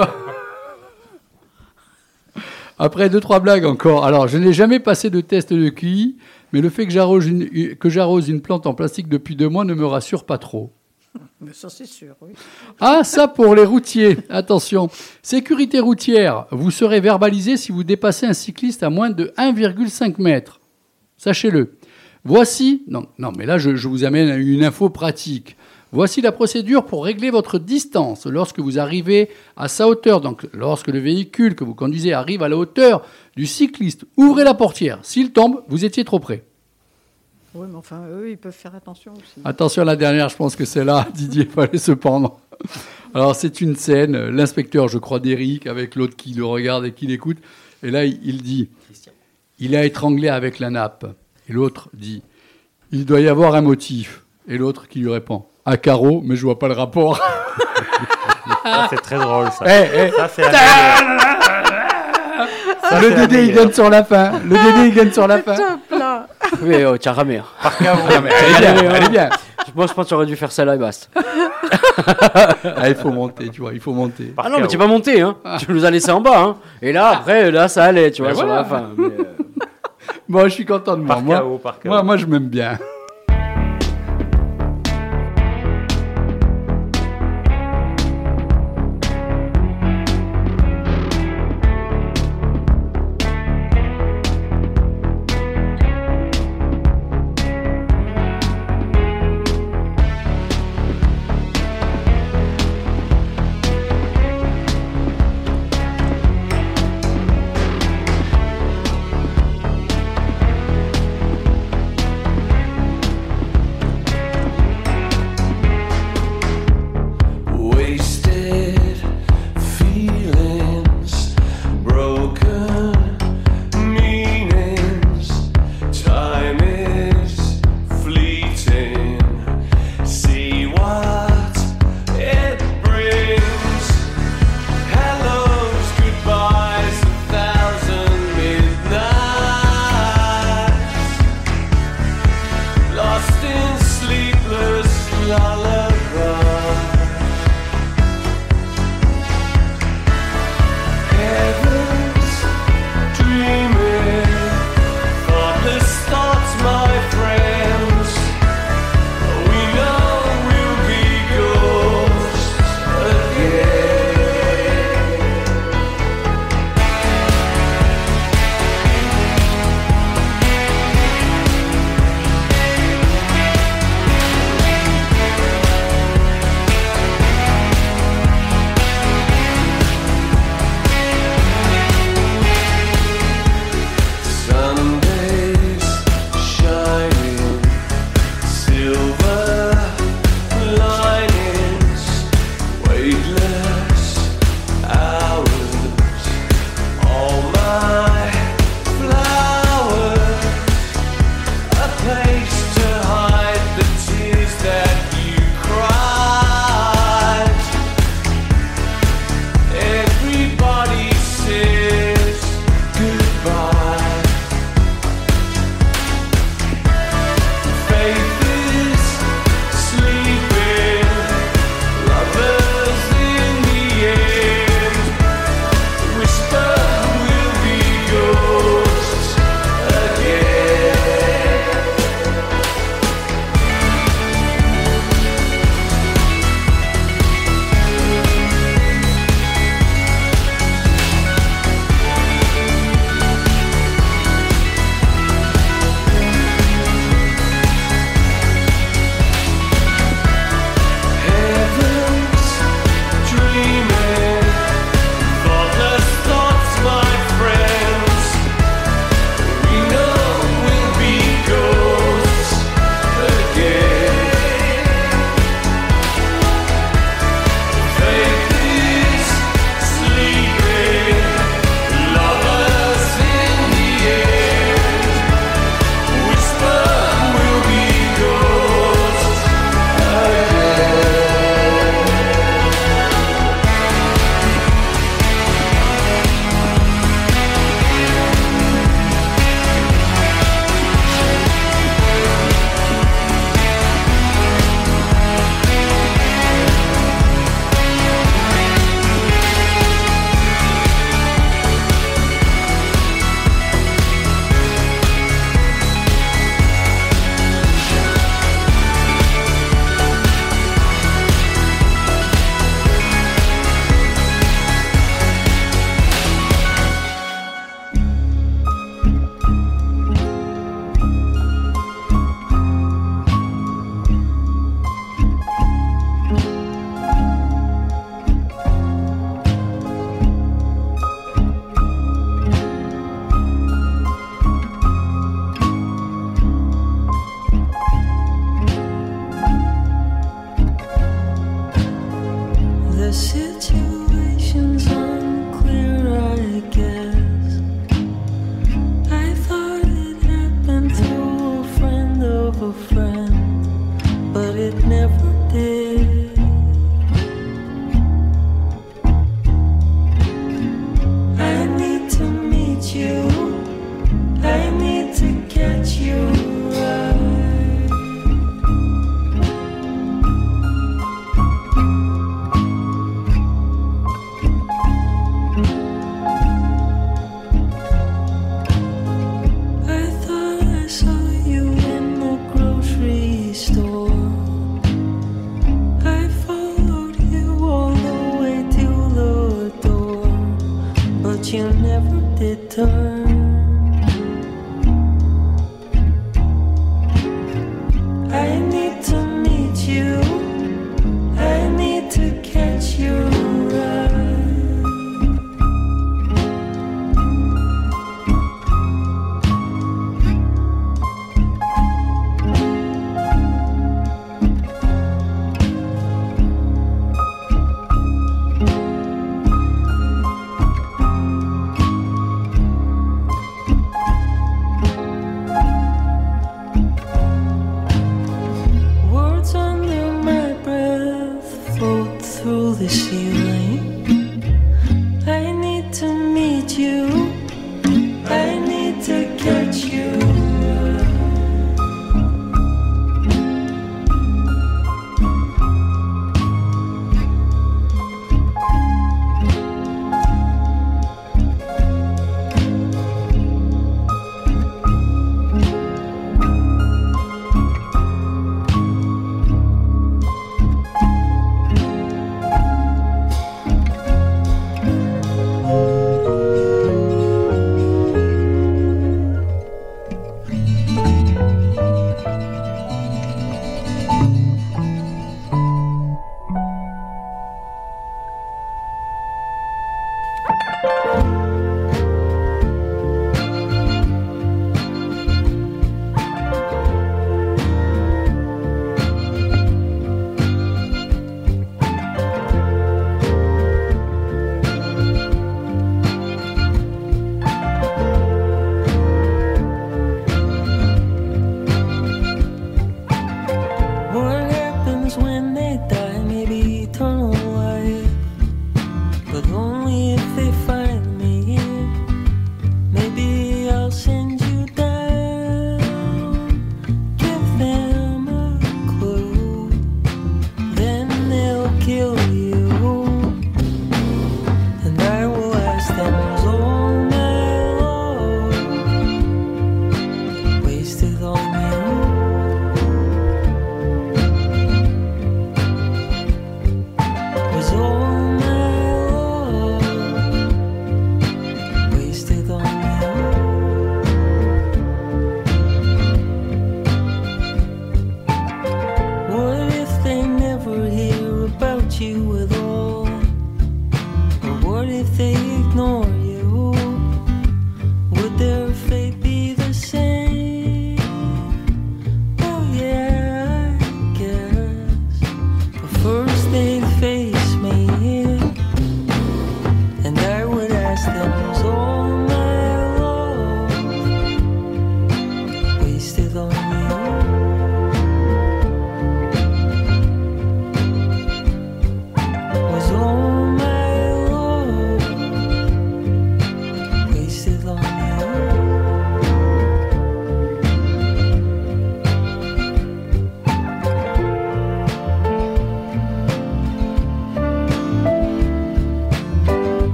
Après deux, trois blagues encore. Alors, je n'ai jamais passé de test de Q I, mais le fait que j'arrose une, que j'arrose une plante en plastique depuis deux mois ne me rassure pas trop. Mais ça, c'est sûr, oui. Ah, ça pour les routiers. Attention. Sécurité routière. Vous serez verbalisé si vous dépassez un cycliste à moins de un virgule cinq mètres. Sachez-le. Voici... Non, non mais là, je, je vous amène à une info pratique. Voici la procédure pour régler votre distance lorsque vous arrivez à sa hauteur. Donc, lorsque le véhicule que vous conduisez arrive à la hauteur du cycliste, ouvrez la portière. S'il tombe, vous étiez trop près. Oui, mais enfin, eux, ils peuvent faire attention aussi. Attention à la dernière, je pense que c'est là, Didier, il fallait se pendre. Alors, c'est une scène, euh, l'inspecteur, je crois, d'Éric, avec l'autre qui le regarde et qui l'écoute. Et là, il, il dit, il a étranglé avec la nappe. Et l'autre dit, il doit y avoir un motif. Et l'autre qui lui répond, à carreau, mais je vois pas le rapport. Ça, c'est très drôle, ça. Eh, eh, Ça, c'est la Ça, le c'est la Dédé, il meilleure. gagne sur la fin. Le Dédé, il gagne sur la fin. Top, là. Oui, oh, tiens, ramé. Non, mais elle est bien, elle est bien. Moi, je pense que tu aurais dû faire celle-là et basta. Ah, il faut monter, tu vois, il faut monter. Ah non, mais tu n'es pas monté, hein. Tu nous as laissé en bas, hein. Et là, après, là, ça allait, tu vois, Mais sur voilà. la fin. Mais, euh, Bon, je suis content de moi. Par Moi, K O, par K O. moi, moi, je m'aime bien. return. I need to meet you. I need to catch your eye.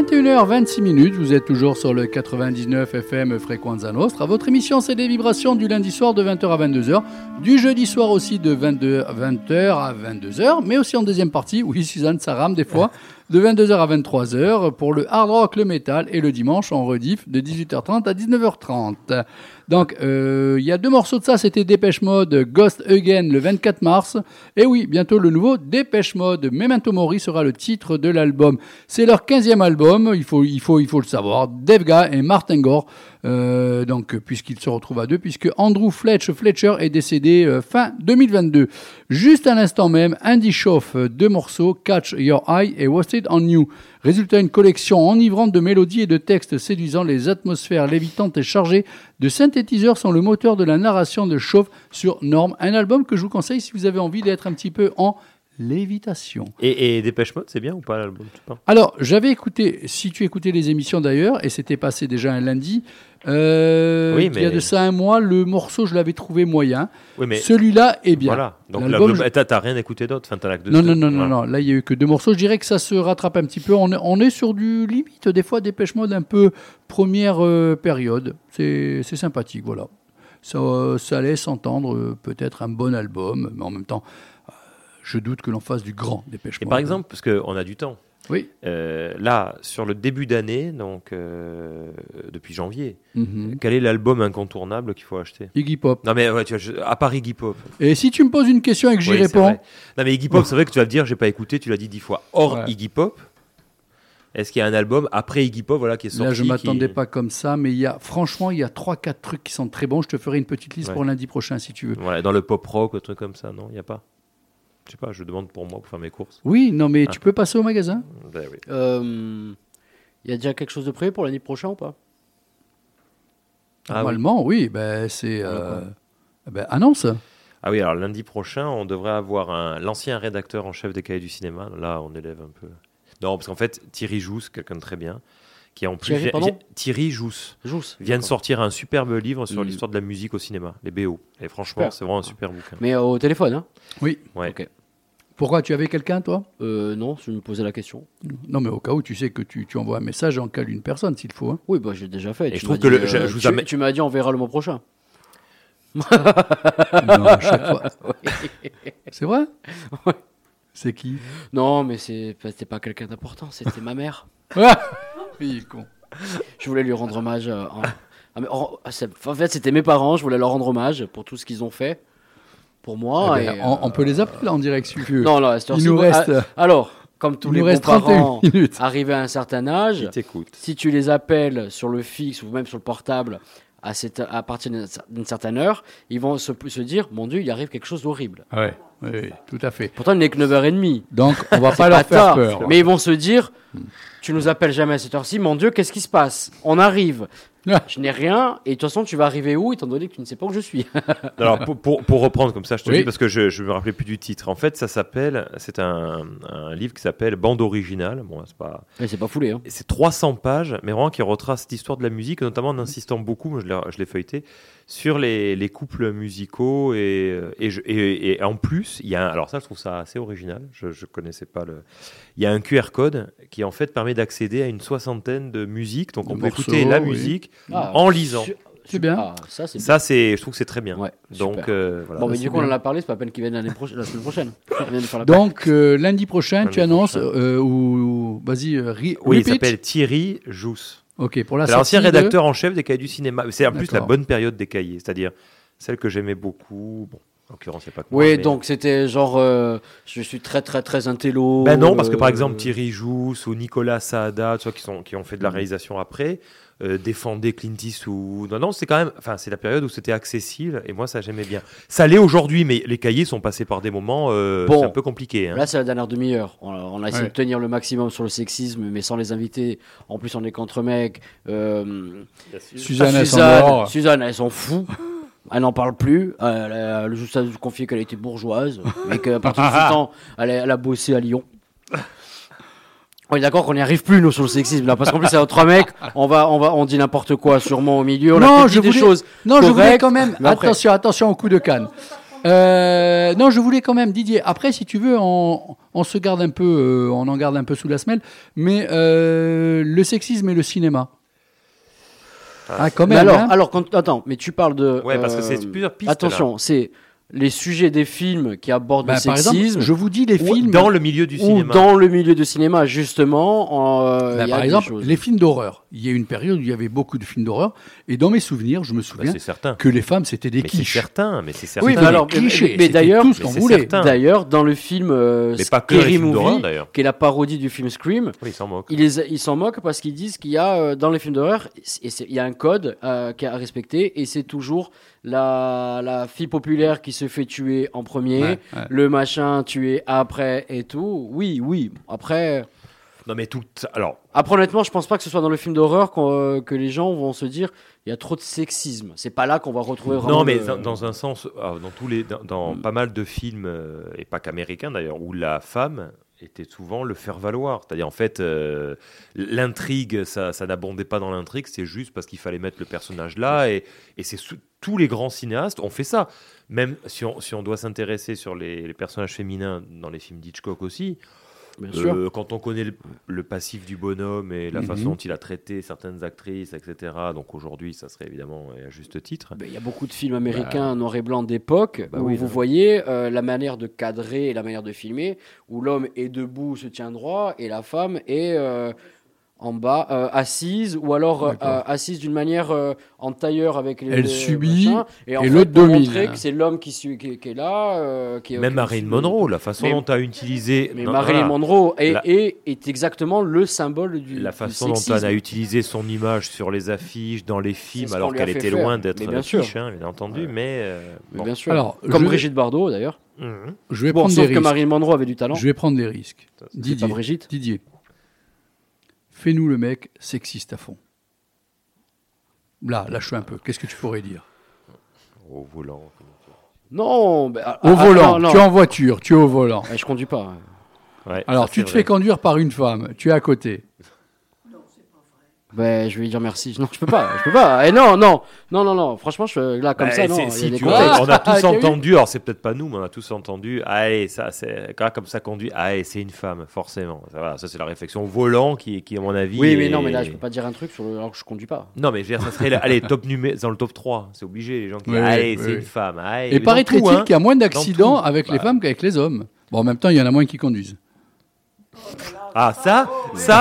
vingt et une heures vingt-six minutes, vous êtes toujours sur le quatre-vingt-dix-neuf F M Frequenza Nostra. Votre émission, c'est des vibrations du lundi soir de vingt heures à vingt-deux heures, du jeudi soir aussi de vingt-deux, vingt heures à vingt-deux heures, mais aussi en deuxième partie, oui Suzanne, ça rame des fois, de vingt-deux heures à vingt-trois heures pour le hard rock, le métal, et le dimanche en rediff de dix-huit heures trente à dix-neuf heures trente. Donc, il euh, y a deux morceaux de ça, c'était Dépêche Mode, Ghost Again le vingt-quatre mars, et oui, bientôt le nouveau Dépêche Mode, Memento Mori sera le titre de l'album. C'est leur quinzième album, il faut, il faut, il faut le savoir, Dave Guy et Martin Gore, euh, donc, puisqu'ils se retrouvent à deux, puisque Andrew Fletch, Fletcher est décédé euh, fin deux mille vingt-deux. Juste à l'instant même, Andy chauffe deux morceaux, Catch Your Eye et Wasted on You. Résultat, une collection enivrante de mélodies et de textes séduisants. Les atmosphères lévitantes et chargées de synthétiseurs sont le moteur de la narration de Chauffe sur Norme. Un album que je vous conseille si vous avez envie d'être un petit peu en lévitation. Et, et Dépêche Mode, c'est bien ou pas l'album? Alors, j'avais écouté, si tu écoutais les émissions d'ailleurs, et c'était passé déjà un lundi, euh, oui, mais... il y a de ça un mois, le morceau, je l'avais trouvé moyen. Oui, mais... Celui-là est bien. Voilà, donc l'album, la, je... t'as rien écouté d'autre, enfin, t'as la que deux non, non, non, voilà. non, non, là il y a eu que deux morceaux. Je dirais que ça se rattrape un petit peu. On est, on est sur du limite, des fois, Dépêche Mode un peu première euh, période. C'est, c'est sympathique, voilà. Ça, euh, ça laisse entendre euh, peut-être un bon album, mais en même temps, euh, je doute que l'on fasse du grand Dépêche Mode. Et par exemple, parce qu'on a du temps. Oui. Euh, là, sur le début d'année, donc euh, depuis janvier, mm-hmm. quel est l'album incontournable qu'il faut acheter? Iggy Pop. Non mais ouais, tu vois, je, à part Iggy Pop. Et si tu me poses une question et que j'y oui, réponds? Non mais Iggy Pop, c'est vrai que tu vas te dire, j'ai pas écouté, tu l'as dit dix fois. Or ouais. Iggy Pop, est-ce qu'il y a un album après Iggy Pop, voilà, qui est sorti? Là, je m'attendais qui... pas comme ça, mais il y a, franchement, il y a trois quatre trucs qui sont très bons. Je te ferai une petite liste ouais. pour lundi prochain si tu veux. Voilà, dans le pop rock, un truc comme ça, non, il y a pas. Je sais pas, je demande pour moi pour faire mes courses. Oui, non, mais ah. tu peux passer au magasin. Ben oui. Il euh, y a déjà quelque chose de prévu pour l'année prochaine ou pas? ah, Normalement, oui. oui ben, c'est euh, ben, annonce. Ah oui, alors lundi prochain, on devrait avoir un, l'ancien rédacteur en chef des Cahiers du cinéma. Là, on élève un peu. Non, parce qu'en fait, Thierry Jousse, quelqu'un de très bien, qui en plus Thierry, vient, Thierry Jousse, Jousse vient de sortir un superbe livre sur mmh. l'histoire de la musique au cinéma, les B O. Et franchement, super. C'est vraiment un super bouquin. Mais euh, au téléphone, hein? Oui. Ouais. Ok. Pourquoi, tu avais quelqu'un, toi? euh, Non, je me posais la question. Non, mais au cas où, tu sais que tu, tu envoies un message et on cale une personne, s'il faut. Hein. Oui, bah, j'ai déjà fait. Et tu je trouve dit, que le, euh, je, je vous tu, amène... tu m'as dit on verra le mois prochain. Non, à chaque fois. Oui. C'est vrai? Oui. C'est qui? Non, mais c'est, c'était pas quelqu'un d'important, c'était ma mère. Oui, con. Je voulais lui rendre hommage. Euh, en... En fait, c'était mes parents, je voulais leur rendre hommage pour tout ce qu'ils ont fait. Pour moi. Eh ben, et, on, euh... on peut les appeler là en direct si tu veux. Non, non, il nous reste. Ah, alors, comme tous les bons parents, arrivés à un certain âge, si tu les appelles sur le fixe ou même sur le portable à, cette, à partir d'une certaine heure, ils vont se, se dire, mon Dieu, il arrive quelque chose d'horrible. Ouais, oui, oui, tout à fait. Pourtant, il n'est que neuf heures trente. Donc, on va pas leur faire tard, peur. Mais ils vont se dire, tu nous appelles jamais à cette heure-ci, mon Dieu, qu'est-ce qui se passe? On arrive. Je n'ai rien, et de toute façon, tu vas arriver où, étant donné que tu ne sais pas où je suis? Alors, pour, pour, pour reprendre comme ça, je te oui. dis, parce que je ne me rappelais plus du titre. En fait, ça s'appelle, c'est un, un livre qui s'appelle Bande originale. Bon, c'est pas. Mais c'est pas foulé, hein. C'est trois cents pages, mais vraiment qui retrace l'histoire de la musique, notamment en insistant beaucoup, moi je l'ai, je l'ai feuilleté, sur les, les couples musicaux. Et, et, je, et, et en plus, il y a un, alors ça, je trouve ça assez original. Je ne connaissais pas le. Il y a un Q R code qui, en fait, permet d'accéder à une soixantaine de musiques. Donc, on de peut morceaux, écouter la oui. musique ah, en lisant. Su- C'est bien. Ah, ça, c'est ça, c'est, je trouve que c'est très bien. Ouais, donc, euh, voilà. Bon, mais ça, du coup, bien. on en a parlé, c'est pas la peine qu'il vienne l'année prochaine, la semaine prochaine. Donc, euh, lundi prochain, lundi tu annonces, prochain. Euh, ou, vas-y, euh, ri- Oui, il repeat. s'appelle Thierry Jousse. Ok, pour la C'est l'ancien sortie rédacteur de... en chef des Cahiers du cinéma. C'est en plus la D'accord. bonne période des Cahiers, c'est-à-dire celle que j'aimais beaucoup. Bon, en l'occurrence, c'est pas que moi, Oui, mais- donc c'était genre, euh, je suis très, très, très intello. Ben non, parce que par euh, exemple Thierry Jousse ou Nicolas Saada, tu vois, qui, sont, qui ont fait de la réalisation après, euh, défendaient Clint Eastwood. Non, non, c'est quand même, enfin, c'est la période où c'était accessible et moi ça j'aimais bien. Ça l'est aujourd'hui, mais les Cahiers sont passés par des moments, euh, Bon. c'est un peu compliqué. Hein. Là, c'est la dernière demi-heure. On a, on a essayé Ouais. de tenir le maximum sur le sexisme, mais sans les inviter. En plus, on est contre mecs. Euh, Suzanne, elle s'en Suzanne, dort. Suzanne, elle s'en fout. Elle n'en parle plus. Euh, Elle a elle a juste à nous confier qu'elle était bourgeoise, mais qu'à partir de ce temps, elle a, elle a bossé à Lyon. On est d'accord qu'on n'y arrive plus, nous, sur le sexisme, là, parce qu'en plus, c'est trois mecs, on va, on va, on dit n'importe quoi, sûrement au milieu, on Non, a je dit des voulais- choses Non, je voulais correctes, quand même. mais après- Attention, attention au coup de canne. Euh, non, je voulais quand même, Didier. Après, si tu veux, on, on se garde un peu, euh, on en garde un peu sous la semelle. Mais euh, le sexisme et le cinéma. Ah, quand Mais même. alors, hein. alors quand, attends, mais tu parles de. Ouais, parce que c'est euh, plusieurs pistes, Attention, là. c'est les sujets des films qui abordent Bah, le par exemple, sexisme. je vous dis les ou films Dans le milieu du ou cinéma. dans le milieu de cinéma, justement. en, euh, Bah, il y a par des exemple, choses. les films d'horreur. Il y a eu une période où il y avait beaucoup de films d'horreur. Et dans mes souvenirs, je me Bah, souviens c'est certain. que les femmes, c'était des Mais c'est quiches. certain, mais c'est certain. Oui, C'était mais des alors, clichés. mais, mais C'était d'ailleurs, tout ce qu'on mais c'est voulait. certain. d'ailleurs, dans le film euh, Mais pas que dans les Scary films d'horreur, Movie, d'ailleurs. qui est la parodie du film Scream, Oui, il s'en moque. ils les- ils s'en moquent parce qu'ils disent qu'il y a euh, dans les films d'horreur, et c'est- il y a un code euh, qui est à respecter, et c'est toujours la, la fille populaire qui se fait tuer en premier, Ouais, ouais. le machin tué après et tout. Oui, oui. Après, Non, mais tout. Alors, après honnêtement, je pense pas que ce soit dans le film d'horreur qu'on, euh, que les gens vont se dire il y a trop de sexisme. C'est pas là qu'on va retrouver vraiment. non, mais le- dans, dans un sens, ah, dans tous les, dans, dans Mm. pas mal de films, euh, et pas qu'américains d'ailleurs, où la femme était souvent le faire-valoir. C'est-à-dire, en fait, euh, l'intrigue, ça, ça n'abondait pas dans l'intrigue, c'est juste parce qu'il fallait mettre le personnage là, et, et c'est sous- tous les grands cinéastes ont fait ça. Même si on, si on doit s'intéresser sur les, les personnages féminins dans les films d'Hitchcock aussi, Bien euh, sûr. quand on connaît le, le passif du bonhomme et la Mhm. façon dont il a traité certaines actrices, et cetera, donc aujourd'hui, ça serait évidemment et à juste titre. Ben, il y a beaucoup de films américains noir et blanc d'époque Bah où oui, vous non. voyez euh, la manière de cadrer et la manière de filmer, où l'homme est debout, se tient droit, et la femme est euh, en bas, euh, assise, ou alors euh, D'accord. euh, assise d'une manière euh, en tailleur avec les. Elle les subit, machins, et, en et fait, l'autre pour domine. montrer que c'est l'homme qui, su- qui, qui est là, euh, qui est- Même qui- Marilyn Monroe, la façon Mais- dont tu as utilisé. Mais non, Marilyn voilà. Monroe est, La- est, est exactement le symbole du. La du façon dont sexisme. on a utilisé son image sur les affiches, dans les films, ce alors qu'on lui a qu'elle fait était faire. loin d'être Mais bien sûr. quiche, hein, bien entendu, mais. euh, Mais bon. bien sûr. Alors, Comme je- Brigitte Bardot d'ailleurs. Mhm. Je vais Bon, prendre sauf des que risques. Marilyn Monroe avait du talent. Je vais prendre des risques. Ça, c'est Didier, pas Brigitte Didier, fais-nous le mec sexiste à fond. Là, lâche un peu. Qu'est-ce que tu pourrais dire? Au volant. Non, ben, ah, Au ah, volant, non, non. tu es en voiture, tu es au volant. Ouais, je conduis pas. Ouais, Alors, ça, tu c'est te vrai. fais conduire par une femme, tu es à côté. Ben, je vais lui dire merci. Non, je peux pas, je peux pas. Et non, non, non, non, non. Franchement, je, là, comme Bah, ça, non. c'est- il y a si des tu contextes. vois, on a tous T'as vu entendu, alors c'est peut-être pas nous, mais on a tous entendu, allez, ça, c'est, quand comme ça conduit, allez, c'est une femme, forcément. Ça, voilà, ça c'est la réflexion au volant qui, qui, à mon avis. Oui, mais est- non, mais là, je peux pas dire un truc sur le... alors que je conduis pas. Non, mais je veux dire, ça serait, le- allez, top numé... dans le top trois, c'est obligé, les gens qui Oui, disent, allez, oui, c'est oui. une femme. Allez, Et mais dans paraîtrait-il tout, hein. qu'il y a moins d'accidents Dans tout. avec les Bah. femmes qu'avec les hommes? Bon, en même temps, il y en a moins qui conduisent. Ah, ça, ça,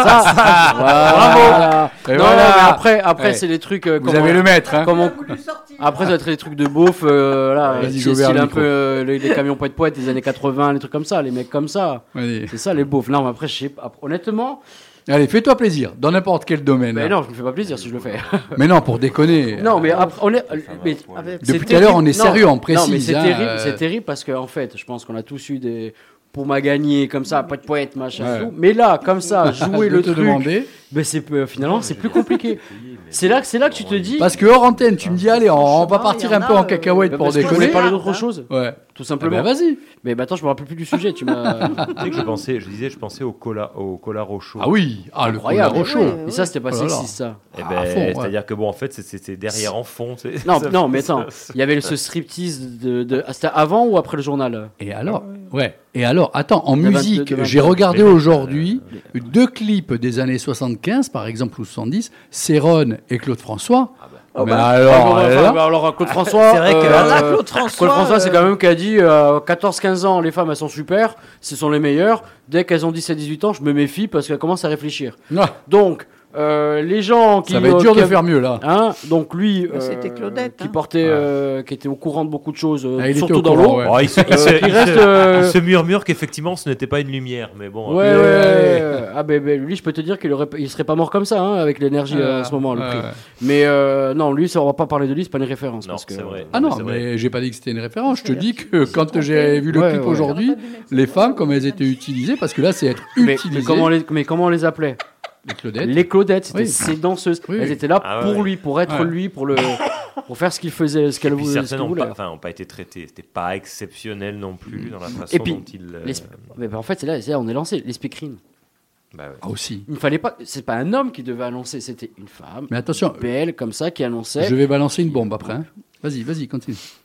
Voilà. Et Non, voilà. mais après, après Ouais. c'est les trucs. euh, Vous comment- avez le maître, hein? comment- Après, ça va être les trucs de beauf, euh, là, Vas-y, style- Jobert, style le un micro. peu euh, les, les camions poète poète des années quatre-vingts, les trucs comme ça, les mecs comme ça. Vas-y. C'est ça les beaufs. Non, mais après, je sais pas. Honnêtement, Allez, fais-toi plaisir, dans n'importe quel domaine. ben là. non, je me fais pas plaisir si je le fais. Mais non, pour déconner. Non, mais après, on est. mais- Avec- c'est Depuis tout à l'heure, on est terrible. sérieux, Non, on précise, Non, mais c'est hein, terrible, euh. c'est terrible parce qu'en fait, je pense qu'on a tous eu des. Pour m'a gagné comme ça, poète poète, machin, Ouais. tout. Mais là, comme ça, jouer De le te truc. demander. Ben c'est peu- finalement, c'est plus compliqué. C'est là, que- c'est là que tu te dis. Parce que hors antenne, tu me dis, allez, on, on va Franchement, partir il y un en peu a, en euh, cacahuète Ben pour parce que je voulais déconner. parler d'autre chose, Ouais. tout Ah simplement. ben vas-y. Mais maintenant, je me rappelle plus du sujet. Tu m'as. Tu sais que je pensais, je disais, je pensais au cola, au cola Rochaud. Ah oui, ah, le Incroyable. cola Rochaud. Ouais, Et ça, c'était pas Oh là là. sexiste, ça. Eh Ah, ben, à fond, ouais. c'est-à-dire que bon, en fait, c'est- c'est c'est derrière en fond. c'est- Non, ça- non, mais attends. ça- Il y avait ce striptease de. de... ah, c'était avant ou après le journal? Et alors, ouais. Et alors, attends, en De vingt-deux, musique, de vingt-deux. j'ai regardé Mais- aujourd'hui deux clips des années soixante-quinze, par exemple, ou soixante-dix, Céron et Claude François. Oh, Mais bah, alors, enfin, là- bah, alors, Claude François. C'est vrai que- euh, Ah, Claude François, Claude François, c'est euh, quand même qui a dit euh, quatorze quinze ans, les femmes, elles sont super, ce sont les meilleures. Dès qu'elles ont dix-sept dix-huit ans, je me méfie parce qu'elles commencent à réfléchir. Ah, Donc, euh, les gens qui. ça va être euh, dur qui de avaient- faire mieux, là. Hein, donc lui, Bah, c'était Claudette, qui hein. portait, euh, qui était au courant de beaucoup de choses, euh, Ah, il était surtout au dans courant, l'eau. ouais. Oh, il, se, il se- Euh, qui il reste, se- euh, il se murmure qu'effectivement ce n'était pas une lumière, mais bon. Ouais, euh, ouais, ouais. ouais, ouais. Ah ben, ben, lui, je peux te dire qu'il aurait, il serait pas mort comme ça, hein, avec l'énergie euh, en ce moment, le Ouais, prix. ouais. Mais euh, non, lui, ça, on va pas parler de lui, c'est pas une référence. Non, parce que, c'est vrai. Ah non, c'est vrai. mais j'ai pas dit que c'était une référence. Je te dis que quand j'ai vu le Ouais, clip ouais. aujourd'hui, les femmes, comme elles étaient utilisées, parce que là, c'est être Mais, utilisé. mais comment on les, mais comment on les appelait? Les Claudettes. Les Claudettes, c'était Oui. ces danseuses. Oui, Elles oui. étaient là Ah ouais, pour ouais. lui, pour être Ouais. lui, pour le, pour faire ce qu'il faisait, ce qu'elle Et puis voulait. ce certaines qu'il n'ont voulait. pas, enfin, ont pas été traitées. C'était pas exceptionnel non plus dans la façon Et puis, dont ils. euh, Les sp- mais ben, en fait, c'est là, c'est là, on est lancé. Les speakerines. bah ouais. Ah aussi. Il ne fallait pas. C'est pas un homme qui devait annoncer, c'était une femme. Mais attention, Belle comme ça qui annonçait. je vais balancer une bombe après. hein. Vas-y, vas-y, continue.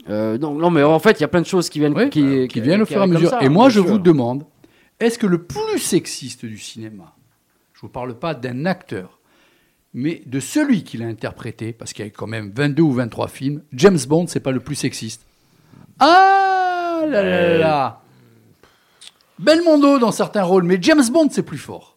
Euh, non, non, mais en fait, il y a plein de choses qui viennent, Oui, qui, qui viennent au fur et à arrivent comme mesure. ça, Et moi, bien je sûr. vous demande, est-ce que le plus sexiste du cinéma, je ne vous parle pas d'un acteur, mais de celui qui l'a interprété, parce qu'il y a quand même vingt-deux ou vingt-trois films, James Bond, c'est pas le plus sexiste. Ah là là là. Belmondo dans certains rôles, mais James Bond, c'est plus fort.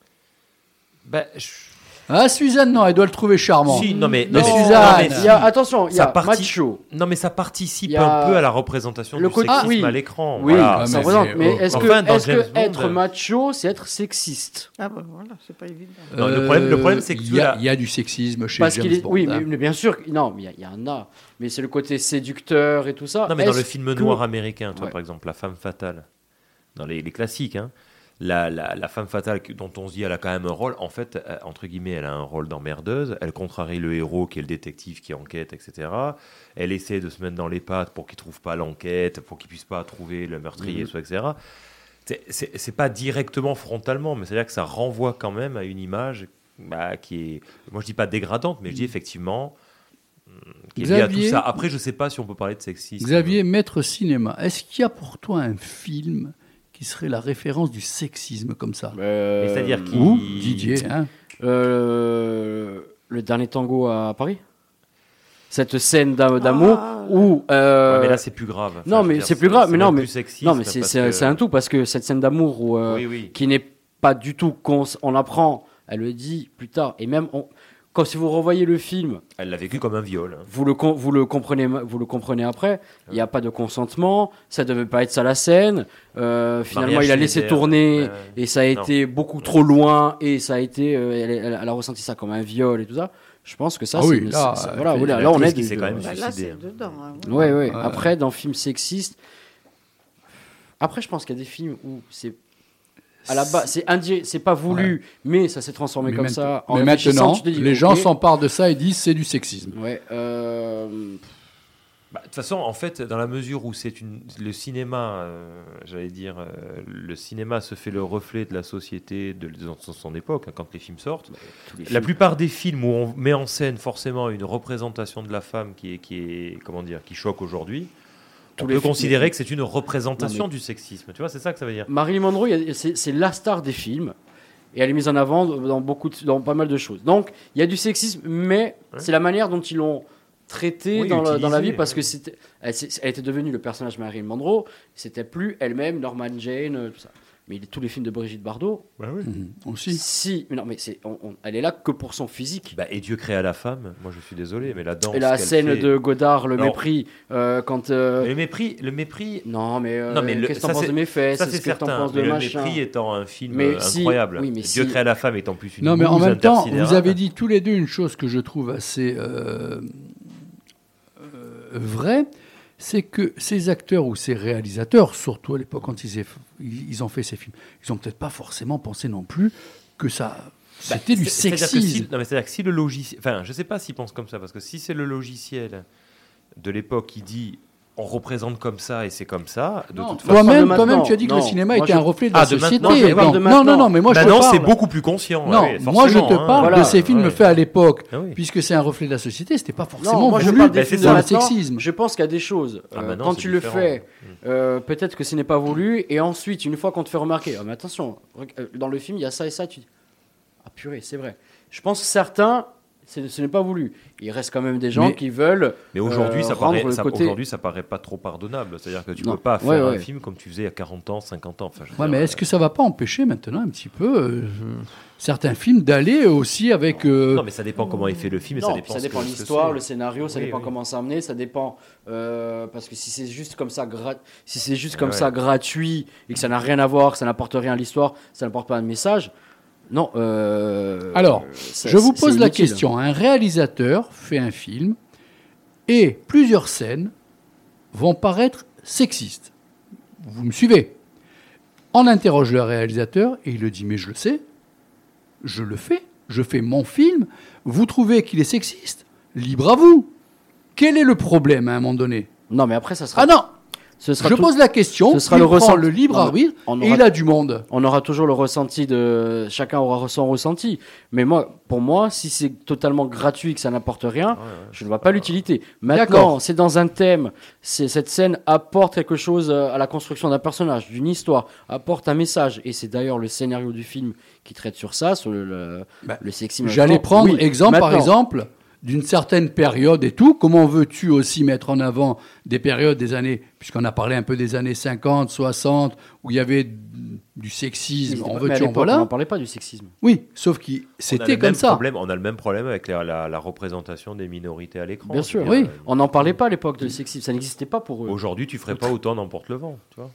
Ben, je- Ah, Suzanne, non, elle doit le trouver charmant. Si, non, mais, Mais non, Suzanne, non, mais Il y a, attention, il y Ça a parti- macho. non, mais ça participe Il y a un peu à la représentation le du côté- sexisme Ah, oui. à l'écran. Oui, Voilà. ça mais représente. c'est- Mais oh, est-ce enfin, que, dans est-ce James que Bond, être euh, macho, c'est être sexiste? Ah ben voilà, c'est pas évident. Non, le problème- le problème, c'est que il tu y, a- l'as- il y a du sexisme chez Parce James qu'il est, Bond. oui, hein. mais, mais bien sûr, que- non, mais il y a- il y, en a. Mais c'est le côté séducteur et tout ça. Non, mais dans Est-ce le film que- noir américain, toi, Ouais. par exemple, La Femme Fatale, dans les, les classiques, hein, la, la, la femme fatale que- dont on se dit elle a quand même un rôle, en fait, euh, entre guillemets, elle a un rôle d'emmerdeuse, elle contrarie le héros qui est le détective qui enquête, et cetera. Elle essaie de se mettre dans les pattes pour qu'il ne trouve pas l'enquête, pour qu'il ne puisse pas trouver le meurtrier, Mhm. soit, et cetera. C'est- C'est c'est pas directement frontalement, mais c'est-à-dire que ça renvoie quand même à une image bah, qui est, moi je dis pas dégradante, mais je dis effectivement hum, qui est liée à tout Xavier- ça. Après, je sais pas si on peut parler de sexisme. Xavier, maître cinéma, est-ce qu'il y a pour toi un film qui serait la référence du sexisme comme ça Euh, Mais c'est-à-dire qui- Ou Didier, hein euh, le dernier tango à Paris. Cette scène d'a- d'amour Ah, où. euh, Ouais, mais là, c'est plus grave. Enfin, non, je veux mais dire, c'est plus grave. Mais non, même mais plus sexiste, non, mais c'est parce c'est- que- c'est un tout parce que cette scène d'amour où euh, Oui, oui. qui n'est pas du tout qu'on s- on apprend. Elle le dit plus tard et même on- quand si vous revoyez le film, Elle l'a vécu comme un viol. hein. vous le com- vous le comprenez ma- vous le comprenez après. Il n'y a pas de consentement. Ça devait pas être ça la scène. Euh, finalement, Mariage il a laissé Schneider, tourner ouais. et ça a été beaucoup trop loin et ça a été. euh, elle, elle- elle a ressenti ça comme un viol et tout ça. Je pense que ça, Ah c'est oui, une- là, c'est- euh, voilà, c'est voilà, une là on est actrice qui de- s'est quand même Bah, là, suicidé. c'est dedans. hein, Ouais, ouais. Ouais. Après, dans film sexiste. Après, je pense qu'il y a des films où c'est. À la base, c'est indi- c'est pas voulu, mais ça s'est transformé Mais comme mainte- ça. En mais réfléchissant, maintenant, tu te dis, les ok. gens s'emparent de ça et disent c'est du sexisme. Ouais. euh, Bah, De toute façon, en fait, dans la mesure où c'est une, le cinéma, euh, j'allais dire, euh, le cinéma se fait le reflet de la société de, de son, son époque, hein, quand les films sortent. tous les La films. plupart des films où on met en scène forcément une représentation de la femme qui est, qui est comment dire, qui choque aujourd'hui, Tous on les peut films- considérer que c'est une représentation Non, mais- du sexisme. Tu vois, c'est ça que ça veut dire. Marilyn Monroe, il y a- c'est c'est la star des films. Et elle est mise en avant dans, beaucoup de- dans pas mal de choses. Donc, il y a du sexisme, mais Ouais. c'est la manière dont ils l'ont traité Oui, dans, la, dans la utilisé, vie, parce ouais. que c'était, elle, c'est- elle était devenue le personnage Marilyn Monroe. C'était plus elle-même, Norman Jane, euh, tout ça. Mais tous les films de Brigitte Bardot, Mhm. Aussi. si, mais non, mais c'est, on- on- elle est là que pour son physique. Bah, et Dieu créa la femme. Moi, je suis désolé, mais la danse. Et la qu'elle scène fait- de Godard, le Non. mépris, euh, quand. euh, Mais le mépris, le mépris. non, mais, euh, Non, mais le- qu'est-ce que t'en ça, penses c'est- de mes fesses? Ça, c'est Est-ce que t'en certain. penses Mais de le machin? mépris étant un film Mais euh, si- incroyable. oui, mais Dieu si- créa la femme est en plus une Non, mais en bouse même temps, intersidérale. vous avez dit tous les deux une chose que je trouve assez euh, euh, vraie, c'est que ces acteurs ou ces réalisateurs, surtout à l'époque quand ils, aient- ils ont fait ces films, ils n'ont peut-être pas forcément pensé non plus que ça... Bah, C'était du c'est- c'est-à-dire que sexisme. si- non, mais c'est-à-dire que si le logiciel. Enfin, je sais pas s'ils pensent comme ça, parce que si c'est le logiciel de l'époque qui dit on représente comme ça et c'est comme ça, de Non, toute façon. Toi-même, de toi-même, maintenant. tu as dit que le Non, cinéma moi, était je- un reflet de Ah, la de société. maintenant, je parle de non, non, maintenant. non, mais moi je te Maintenant, parle... c'est beaucoup plus conscient. Non, ouais, moi je te forcément, hein. parle Voilà. de ces films Ouais. faits à l'époque, Ah oui. puisque c'est un reflet de la société, c'était pas forcément Non, moi je voulu parle des Bah, films c'est de ça. dans le maintenant. sexisme. Je pense qu'il y a des choses. Ah, euh, maintenant, quand c'est tu le différent. fais, euh, peut-être que ce n'est pas voulu, et ensuite, une fois qu'on te fait remarquer, ah, mais attention, reg- euh, dans le film, il y a ça et ça, tu dis, ah purée, c'est vrai. Je pense que certains, c'est- ce n'est pas voulu. Il reste quand même des gens Mais- qui veulent. Mais aujourd'hui, euh, ça, rendre paraît, le ça, côté- aujourd'hui, ça paraît pas trop pardonnable. C'est-à-dire que tu Non. peux pas faire Ouais, un ouais. film comme tu faisais à quarante ans, cinquante ans. Enfin, je veux Ouais, dire, mais est-ce que ça va pas empêcher maintenant un petit peu euh, certains films d'aller aussi avec... euh, Non, mais ça dépend comment il fait le film. Et Non, ça puis dépend, ça ce dépend que- de ce que l'histoire, c'est. le scénario, ça Oui, dépend oui. comment c'est amené, ça dépend euh, parce que si c'est juste comme ça, gra- si c'est juste comme Ouais. ça gratuit et que ça n'a rien à voir, que ça n'apporte rien à l'histoire, ça n'apporte pas de message. Non. euh, Alors, ça- je vous c'est pose la inutile. question. Un réalisateur fait un film et plusieurs scènes vont paraître sexistes. Vous me suivez? On interroge le réalisateur et il le dit, mais je le sais, je le fais, je fais mon film, vous trouvez qu'il est sexiste? Libre à vous. Quel est le problème à un moment donné? Non, mais après ça sera. Ah non, Ce sera Je tout- pose la question, ce sera il le prend ressenti- le libre on- arbitre on et aura- il a du monde. On aura toujours le ressenti de. Chacun aura son ressenti. Mais moi, pour moi, si c'est totalement gratuit, que ça n'apporte rien, je ne vois pas l'utilité. Maintenant, D'accord. c'est dans un thème. C'est, cette scène apporte quelque chose euh, à la construction d'un personnage, d'une histoire, apporte un message. Et c'est d'ailleurs le scénario du film qui traite sur ça, sur le, le, Bah, le sexisme. J'allais prendre Oui, exemple par maintenant. exemple d'une certaine période et tout. Comment veux-tu aussi mettre en avant des périodes des années, puisqu'on a parlé un peu des années cinquante, soixante, où il y avait du sexisme, Mais en mais à veux-tu, en l'époque, on voilà. n'en parlait pas du sexisme. Oui, sauf que On a c'était le comme même ça. problème- on a le même problème avec la, la- la représentation des minorités à l'écran. Bien Je sûr, veux dire, oui. euh, On n'en parlait pas à l'époque de sexisme. Ça n'existait pas pour eux. Aujourd'hui, tu ferais pas autant n'emporte le vent, tu vois.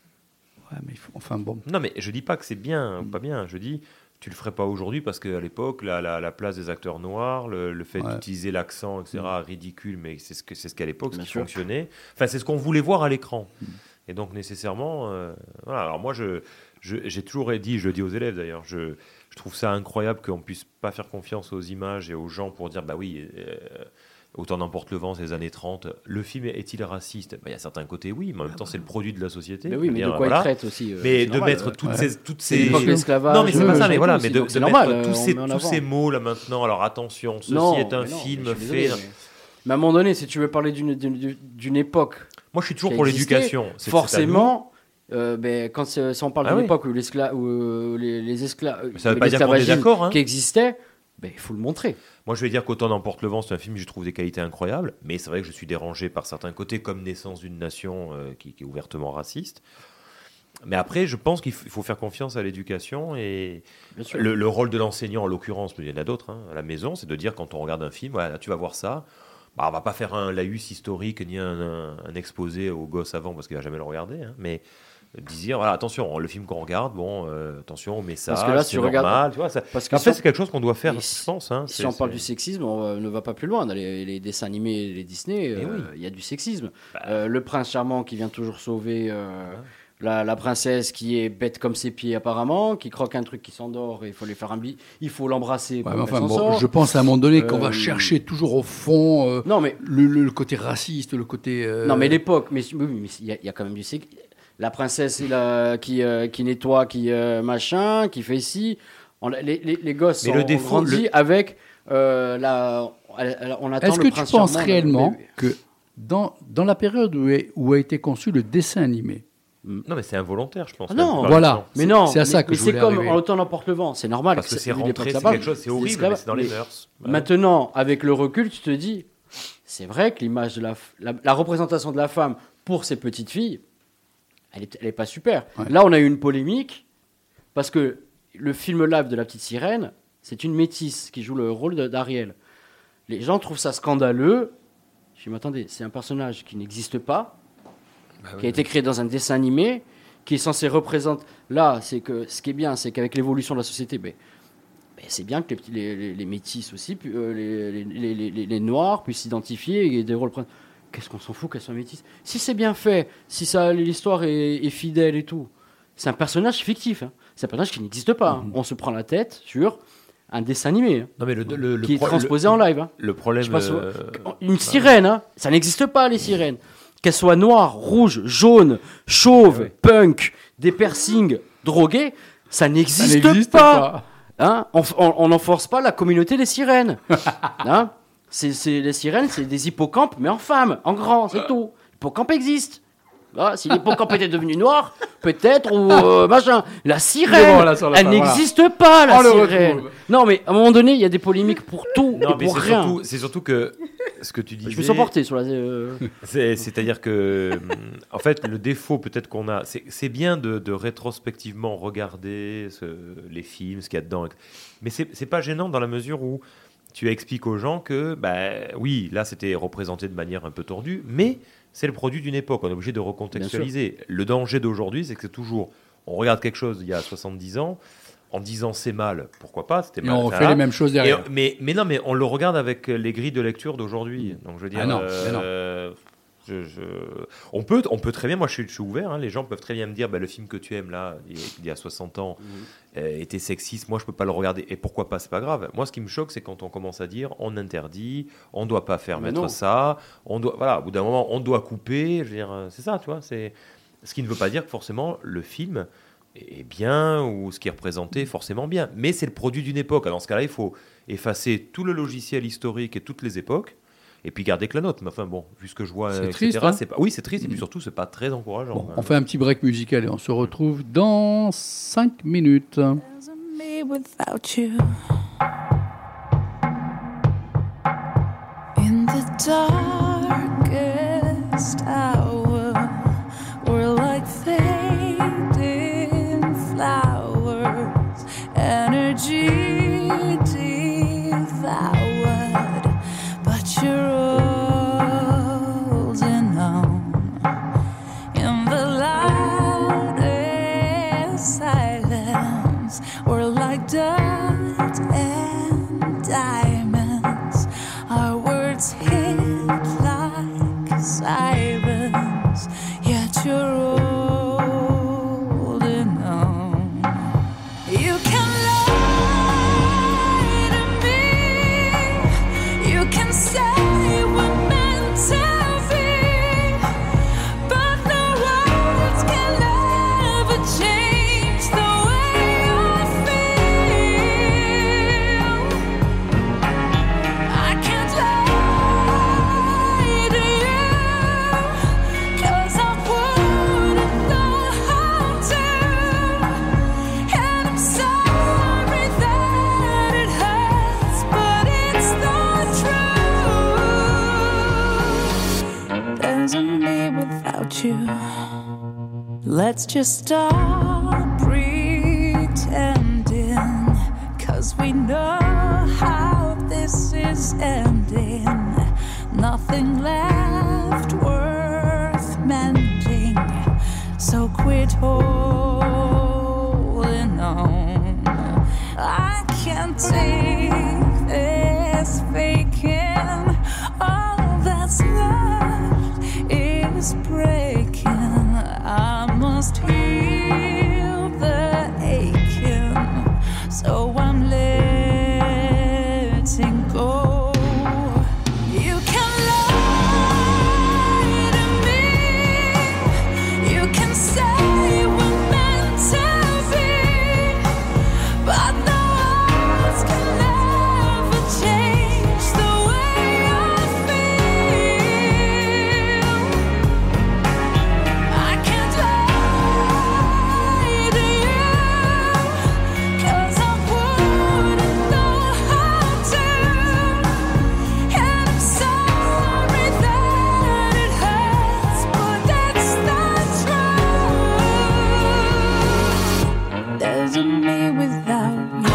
Ouais, mais il faut- enfin bon. Non, mais je dis pas que c'est bien ou pas bien. Je dis, tu le ferais pas aujourd'hui parce qu'à l'époque, la, la, la place des acteurs noirs, le, le fait Ouais. d'utiliser l'accent, et cetera, ridicule, mais c'est ce que c'est ce qu'à l'époque, ce Bien qui sûr. fonctionnait. Enfin, c'est ce qu'on voulait voir à l'écran. Et donc nécessairement, euh, voilà. Alors moi, je, je- j'ai toujours dit, je le dis aux élèves d'ailleurs, je, je trouve ça incroyable qu'on puisse pas faire confiance aux images et aux gens pour dire, bah oui. euh, Autant n'emporte le vent, c'est les années trente. Le film est-il raciste? Bah, il y a certains côtés, oui, mais en même temps, c'est le produit de la société. Mais oui, Je veux mais dire, de quoi voilà. il traite aussi. euh, Mais c'est de normal, mettre euh, toutes ouais. ces, toutes C'est ces... l'époque de l'esclavage. Non, mais c'est pas euh, ça. Mais je voilà, pense, mais de, donc de c'est mettre normal, euh, tous, on ces, met en tous avant. ces mots là maintenant. Alors attention, ceci Non, est un mais non, film mais je suis fait. désolé, mais- Mais à un moment donné, si tu veux parler d'une, d'une, d'une époque. Moi, je suis toujours qui a pour existé, l'éducation. C'est- c'est à Forcément, euh, ben, quand c'est- si on parle Ah d'une oui. époque où, l'escla- où euh, les, les esclaves. Mais ça veut pas dire qu'on est d'accord, hein. Qui existait, ben, il faut le montrer. Moi, je vais dire qu'Autant n'emporte le vent, c'est un film que je trouve des qualités incroyables, mais c'est vrai que je suis dérangé par certains côtés, comme Naissance d'une nation, euh, qui, qui est ouvertement raciste. Mais après, je pense qu'il f- il faut faire confiance à l'éducation et Bien sûr. le, le rôle de l'enseignant, en l'occurrence, mais il y en a d'autres hein, à la maison, c'est de dire quand on regarde un film, voilà, tu vas voir ça. Bah, on va pas faire un laïus historique ni un, un- un exposé au gosse avant parce qu'il va jamais le regarder, hein, mais dire voilà attention, le film qu'on regarde, bon, euh, attention au message, Parce que là, c'est si tu regardes- normal, tu vois, ça- Parce que en fait, si on- c'est quelque chose qu'on doit faire, Et je pense. Hein, Si c'est- on parle c'est- du sexisme, on euh, ne va pas plus loin. Dans les, les dessins animés, les Disney, Eh euh, oui. il y a du sexisme. Bah. Euh, le prince charmant qui vient toujours sauver euh, la, la princesse qui est bête comme ses pieds apparemment, qui croque un truc qui s'endort et il faut lui faire un bi, il faut l'embrasser. Ouais, pour mais qu'elle enfin, s'en bon, sorte. je pense à un moment donné qu'on Euh, va chercher toujours au fond euh, Non mais le, le- le côté raciste, le côté. euh, non mais l'époque, mais oui, oui, mais il y, a- il y a quand même du sexisme. La princesse il a- qui euh, qui nettoie, qui euh, machin, qui fait ci. On, les, les, les gosses Mais sont le défaut, grandis le- avec euh, la. elle- elle- on attend Est-ce le que tu prince penses charmant, réellement mais- que dans, dans la période où, est- où a été conçu le dessin animé, Non, mais c'est involontaire, je pense. Ah la non, plupart voilà. du temps. Mais non, c'est à ça mais- que mais je c'est voulais comme arriver. en Autant n'emporte le vent, c'est normal. Parce que que c'est vu rentré, l'époque, c'est ça parle. quelque chose, c'est horrible, esclavage. mais c'est dans les Mais mœurs. Voilà. Maintenant, avec le recul, tu te dis, c'est vrai que l'image de la, f- la, la représentation de la femme pour ces petites filles, elle est, elle est pas super. Ouais. Là, on a eu une polémique parce que le film live de la petite sirène, c'est une métisse qui joue le rôle de- d'Ariel. Les gens trouvent ça scandaleux. Je dis, mais attendez, c'est un personnage qui n'existe pas, qui a été créé dans un dessin animé, qui est censé représenter. Là, c'est que ce qui est bien, c'est qu'avec l'évolution de la société, ben, ben, c'est bien que les, petits- les, les, les métis aussi, pu- euh, les, les, les, les- les- les noirs puissent s'identifier et des rôles. Qu'est-ce qu'on s'en fout qu'elles soient métisses? Si c'est bien fait, si ça, l'histoire est, est fidèle et tout, c'est un personnage fictif. Hein. C'est un personnage qui n'existe pas. Hein. On se prend la tête sur un dessin animé hein, Non, mais le, le, le qui est pro- transposé le- en live. Hein. Le problème. Je pense, euh, Une sirène, hein, ça n'existe pas les sirènes. Qu'elles soient noires, rouges, jaunes, chauves, Ouais. punk, des piercings, drogués, ça ça n'existe n'existe pas. pas. Hein, on, f- on, on n'enforce pas la communauté des sirènes. Hein, c'est, c'est- les sirènes, c'est des hippocampes, mais en femme, en grand, c'est tout. L'hippocampe existe. Ah, si l'hippocampe était devenu noir, peut-être, ou euh, machin. La sirène, Mais bon, là, sur la elle fin, voilà. n'existe pas, la On le sirène. retrouve. Non, mais à un moment donné, il y a des polémiques pour tout Non, et mais pour c'est rien. surtout, c'est surtout que ce que tu dis. Je me sens porté sur la. euh, C'est- C'est-à-dire que, hum, en fait, le défaut peut-être qu'on a, c'est c'est bien de, de rétrospectivement regarder ce- les films, ce qu'il y a dedans, mais c'est c'est pas gênant dans la mesure où tu expliques aux gens que, bah, oui, là c'était représenté de manière un peu tordue, mais c'est le produit d'une époque, on est obligé de recontextualiser. Le danger d'aujourd'hui, c'est que c'est toujours, on regarde quelque chose il y a soixante-dix ans, en disant c'est mal, pourquoi pas, c'était Et mal. on refait voilà. les mêmes choses Et- derrière. mais, mais non, mais on le regarde avec les grilles de lecture d'aujourd'hui. Donc je veux dire, Ah non, mais non. euh, Je, je... On, peut, on peut très bien, moi je suis, je suis ouvert, hein, les gens peuvent très bien me dire bah, le film que tu aimes là, il, il y a soixante ans, mmh. euh, était sexiste, moi je peux pas le regarder, et pourquoi pas, c'est pas grave. Moi ce qui me choque, c'est quand on commence à dire on interdit, on doit pas faire Mais mettre non. ça, on doit, voilà, au bout d'un moment on doit couper, je veux dire, c'est ça, tu vois, c'est... Ce qui ne veut pas dire que forcément le film est bien ou ce qui est représenté est forcément bien, mais c'est le produit d'une époque. Alors, dans ce cas-là, il faut effacer tout le logiciel historique et toutes les époques, et puis garder que la nôtre. Mais enfin bon, vu ce que je vois, C'est et cetera, triste, hein. c'est pas... Oui, c'est triste, et puis surtout, c'est pas très encourageant. Bon, on fait un petit break musical et on se retrouve dans cinq minutes. Me without you in the darkest hour, we're like fading flowers, energy devoured, but you're holding on in the loudest silence. We're like dirt and diamonds. Our words hit like sirens, yet you're holding on. You can lie to me. You can say we're meant to be, but no words can ever change the way I feel. I can't lie to you, 'cause I wouldn't know how to. And I'm sorry that it hurts, but it's the truth. There's a me without you. Let's just stop pretending, 'cause we know how this is ending. Nothing left worth mending, so quit holding on. I can't take this faking. All that's left is breaking. I must heal the aching, so I'm letting go. You can lie to me. You can say we're meant to be, but no words can ever change the way I feel. I can't lie to you, 'cause I wouldn't know how to. And I'm sorry that it hurts, but that's the truth. There's a me without you.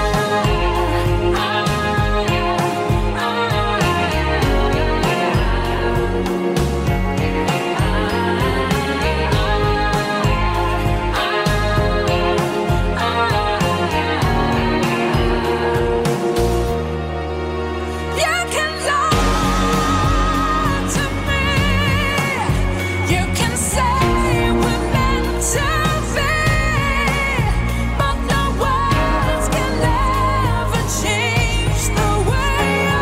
You can lie to me. You can say we're meant to be, but no words can ever change the way I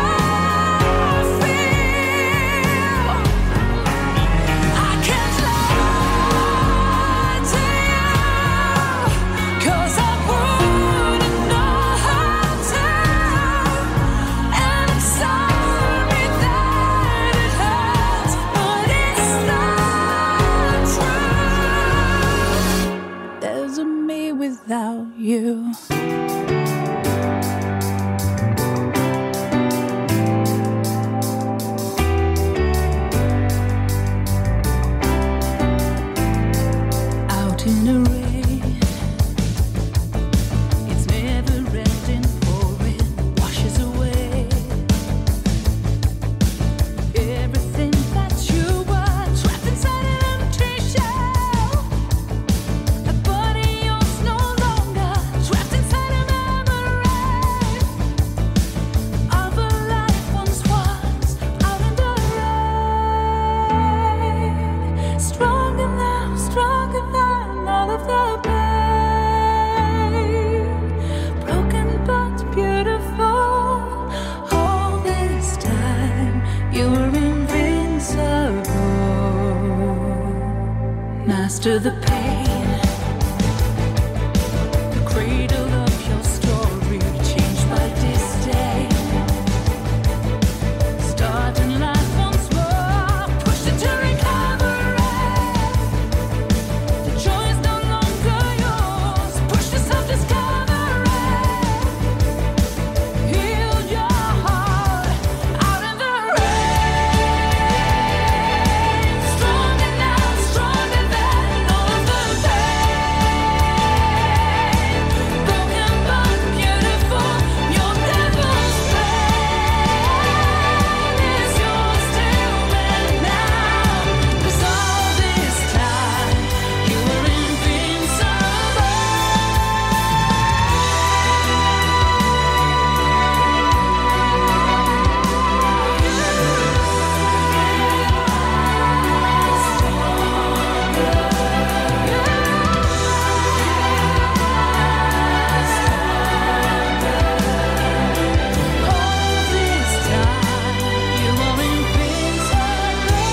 feel. I can't lie to you, 'cause I wouldn't know how to. And I'm sorry that it hurts, but it's the truth. There's a me without you. Out in the rain, it's never ending, pouring, washes away everything that you were, trapped inside an empty shell. A body yours no longer, trapped inside a memory of a life once was out in the rain. master the pain. The cradle of your story changed by disdain. Starting life once more, pushed into recovery. The joy is no longer yours, push to self-discovery. Heal your heart out in the rain. Stronger now, stronger than all of the pain. Broken but beautiful, your devil's plan is yours to win now. 'Cause all this time you were invincible. All this time you were invincible.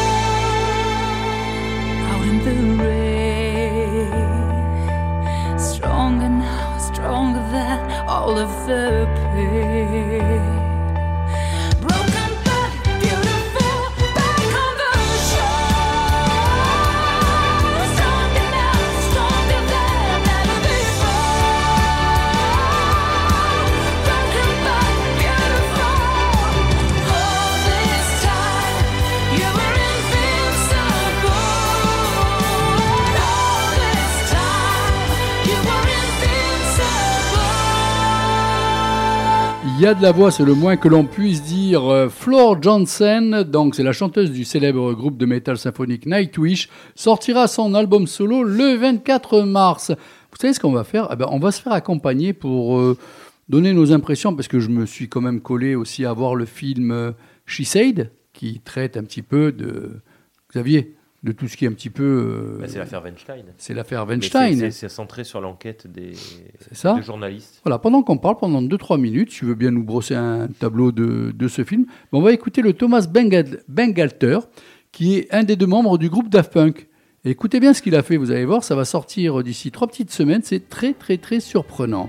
Out in the rain, stronger now, stronger than all of the pain. Broken but beautiful, back on the shore. Stronger now, stronger than ever before. Broken but beautiful. All this time you were invincible. All this time you were invincible. Il y a de la voix, c'est le moins que l'on puisse dire. Euh, Floor Jansen, donc c'est la chanteuse du célèbre groupe de métal symphonique Nightwish, sortira son album solo le vingt-quatre mars. Vous savez ce qu'on va faire? Eh ben, on va se faire accompagner pour euh, donner nos impressions, parce que je me suis quand même collé aussi à voir le film euh, She Said, qui traite un petit peu de... Xavier, de tout ce qui est un petit peu... euh, Bah, c'est l'affaire Weinstein. c'est l'affaire Mais Weinstein. c'est- C'est c'est centré sur l'enquête des, C'est ça. des journalistes. Voilà, pendant qu'on parle, pendant deux trois minutes, tu veux bien nous brosser un tableau de, de ce film, ben, on va écouter le Thomas Bengal- Bangalter, qui est un des deux membres du groupe Daft Punk. Et écoutez bien ce qu'il a fait, vous allez voir, ça va sortir d'ici trois petites semaines, c'est très très très surprenant.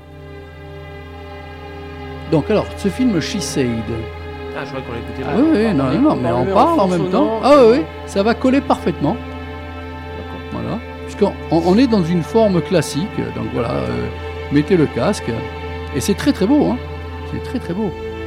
Donc alors, ce film She Said. Ah, je crois qu'on l'écoutait. Ah oui, oui, non, non, non, mais on parle en même temps. Ah oui, oui, ça va coller parfaitement. Voilà, puisqu'on on- on est dans une forme classique, donc voilà, euh, mettez le casque, et c'est très très beau, hein. C'est très très beau.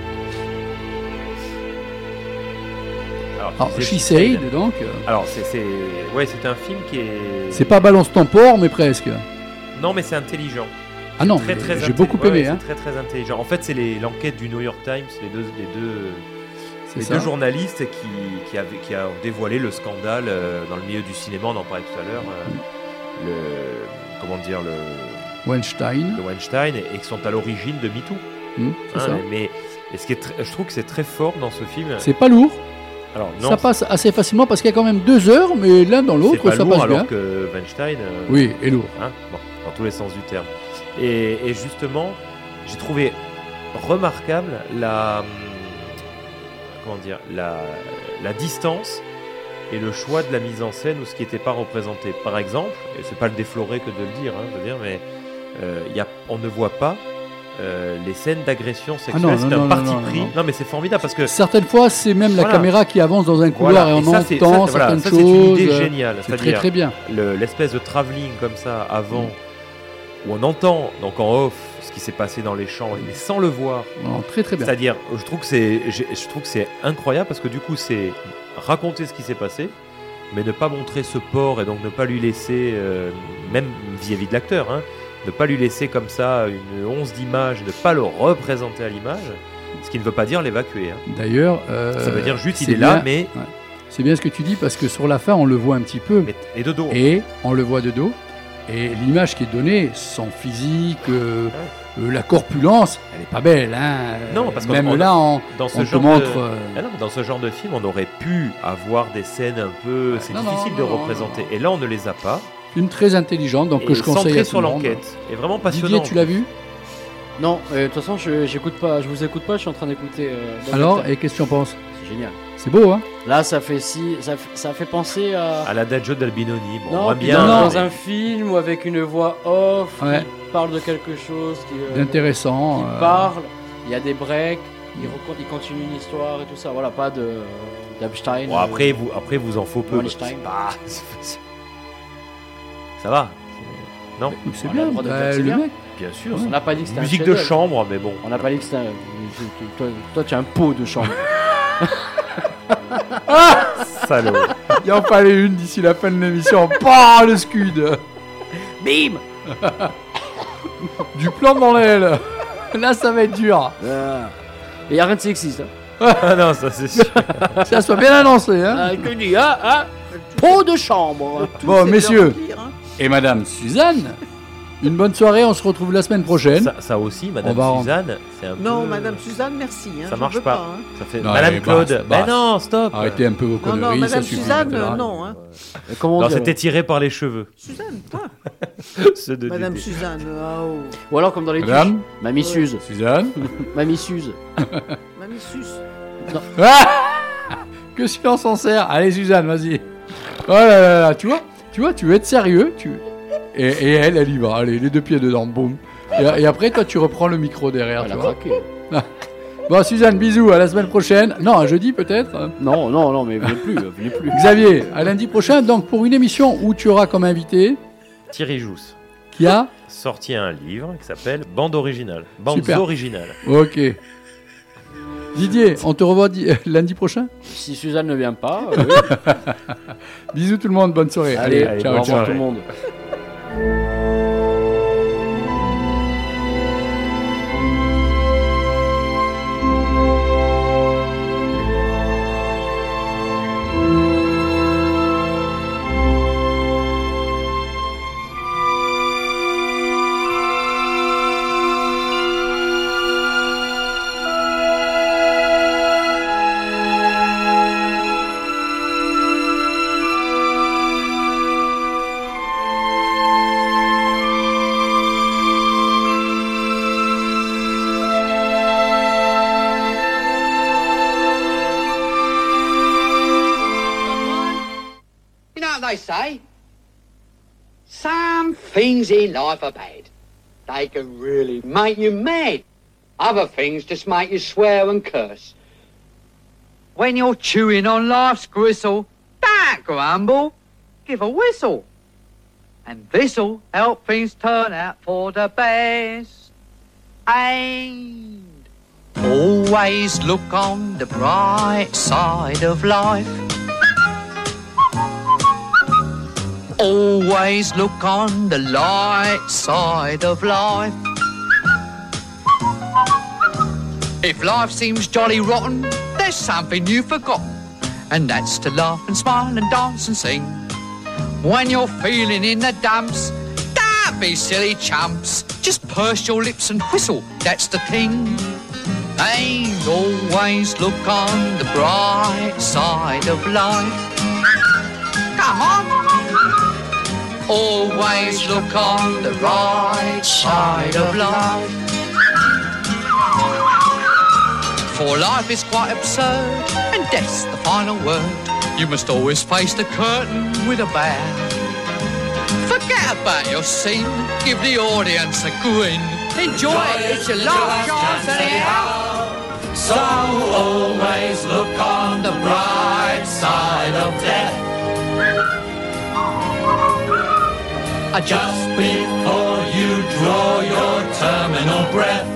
Alors, tu disais She Said, donc, euh, Alors, c'est, c'est... Ouais, c'est un film qui est... c'est pas balance ton porc, mais presque. Non, mais c'est intelligent. Ah non, Très, mais très j'ai intelli- beaucoup ouais, aimé, ouais, hein. C'est très très intelligent. En fait, c'est les- l'enquête du New York Times, les deux, les deux, C'est les ça. deux journalistes qui, qui, avaient, qui ont dévoilé le scandale euh, dans le milieu du cinéma. On en parlait tout à l'heure. euh, le comment dire le Weinstein. le Weinstein et, et qui sont à l'origine de MeToo. Hum, c'est ça. Mais et ce qui est très- je trouve que c'est très fort dans ce film. C'est pas lourd. Alors non, Ça passe assez facilement parce qu'il y a quand même deux heures, mais l'un dans c'est l'autre, pas ça lourd passe alors bien. que Weinstein. euh, Oui, est lourd. hein, bon, dans tous les sens du terme. Et, et justement, j'ai trouvé remarquable la hum, comment dire la, la distance et le choix de la mise en scène ou ce qui n'était pas représenté. Par exemple, et c'est pas le déflorer que de le dire, hein, je veux dire, mais euh, il y a, on ne voit pas euh, les scènes d'agression sexuelle. non, c'est non, un non, parti non, non, pris. non. Non, mais c'est formidable parce que Certaines fois, c'est même la Voilà. caméra qui avance dans un couloir voilà, et on ça, c'est- entend ça, voilà, certaines ça, choses. c'est une idée euh, géniale. C'est très C'est-à-dire très bien. le- l'espèce de travelling comme ça avant, où on entend donc en off ce qui s'est passé dans les champs, mais sans le voir. Non, très très bien. C'est-à-dire, je trouve que c'est, j'ai- je trouve que c'est incroyable parce que du coup, c'est raconter ce qui s'est passé, mais ne pas montrer ce porc et donc ne pas lui laisser, euh, même vis-à-vis de l'acteur, hein, ne pas lui laisser comme ça une once d'image, ne pas le représenter à l'image, ce qui ne veut pas dire l'évacuer. hein. D'ailleurs, euh, Ça veut dire juste il c'est est là, bien- mais, ouais. C'est bien ce que tu dis parce que sur la fin, on le voit un petit peu. mais et de dos. Et on le voit de dos. Et l'image qui est donnée, son physique, euh, euh, la corpulence, elle est pas belle. Hein. Non, parce que même là, on, dans ce on te genre montre. de... euh, Ah non, dans ce genre de film, on aurait pu avoir des scènes un peu. C'est non, non, difficile non, de non, représenter. non. Et là, on ne les a pas. Film très intelligent, donc et que je conseille centré à tout sur le monde. l'enquête. Et vraiment passionnant. Didier, tu l'as vu? Non, euh, de toute façon, je j'écoute pas, je vous écoute pas, je suis en train d'écouter. euh, dans le Alors, thème. et qu'est-ce que tu en penses? C'est génial. C'est beau, hein? Là, ça fait si, ça, fait- ça fait penser à. À l'Adagio d'Albinoni. Bon, non, moins puis bien. dans, non. dans un film ou avec une voix off Ouais. qui parle de quelque chose qui, euh, D'intéressant. qui euh, parle. Il y a des breaks. Il, raconte, il continue une histoire et tout ça. Voilà, pas de d'Epstein. Bon, après, vous, après, vous en faut peu. Weinstein. Bah, c'est pas- c'est- Ça va. c'est- Non, C'est On a bien. le droit de bah, dire que c'est le bien. mec. bien sûr. On n'a pas dit que c'était un Musique de chef-d'œuvre. chambre, mais bon. On n'a pas dit que c'était un. Toi, toi, tu as un pot de chambre. Salaud. Il en fallait une d'ici la fin de l'émission. Pas le scud. Bim. Du plomb dans l'aile. Là, ça va être dur. Il n'y a rien de sexiste. Hein. Ah non, ça c'est sûr. Ça soit bien annoncé. Hein. Ah, que dis, hein, hein pot de chambre. Bon, C'est messieurs leur pire, hein. et Madame Suzanne, une bonne soirée. On se retrouve la semaine prochaine. Ça, ça aussi, Madame On va en- Suzanne, c'est un Non, peu... Madame Suzanne, merci. Hein, Ça j'en marche veux pas. hein. Ça fait... Non, Madame allez, Claude. basta, Ben basta. non, stop. Arrêtez un peu vos Non, conneries. non, ça Madame suffit Suzanne, maintenant. euh, non. Hein. Comment Non, dire c'était tiré par les cheveux. Suzanne, toi. Ceux de Madame Dédé. Suzanne, ah, oh. Ou alors comme dans les Madame douches. Mamie Suze. Suzanne. Mamie Suze. Mamie Sus. Ah que silence on sert. Allez Suzanne, vas-y. Oh là là là, tu vois, tu vois, tu veux être sérieux, tu et, et elle, elle y va. Allez, les deux pieds dedans, boum. Et, et après, toi, tu reprends le micro derrière. Elle Tu a vois. craqué. Bon, Suzanne, bisous. À la semaine prochaine. Non, à jeudi peut-être. Non, non, non, mais venez plus, venez plus. Xavier, à lundi prochain. Donc pour une émission où tu auras comme invité Thierry Jousse qui a. sorti un livre qui s'appelle Bande originale. Bandes Super. originales. Ok. Didier, on te revoit di- lundi prochain. Si Suzanne ne vient pas, euh, oui. Bisous tout le monde, bonne soirée. Allez, Allez, ciao, au revoir ciao. tout le monde. You know what they say? Some things in life are bad. They can really make you mad. Other things just make you swear and curse. When you're chewing on life's gristle, don't grumble, give a whistle. And this'll help things turn out for the best. And always look on the bright side of life. Always look on the light side of life. If life seems jolly rotten, there's something you've forgotten, and that's to laugh and smile and dance and sing. When you're feeling in the dumps, don't be silly chumps. Just purse your lips and whistle, that's the thing. And always look on the bright side of life. Come on! Always look on the right side of life. For life is quite absurd, and death's the final word. You must always face the curtain with a bow. Forget about your scene, give the audience a grin. Enjoy it, it's your last chance anyhow. So always look on the bright side of death. Just before you draw your terminal breath.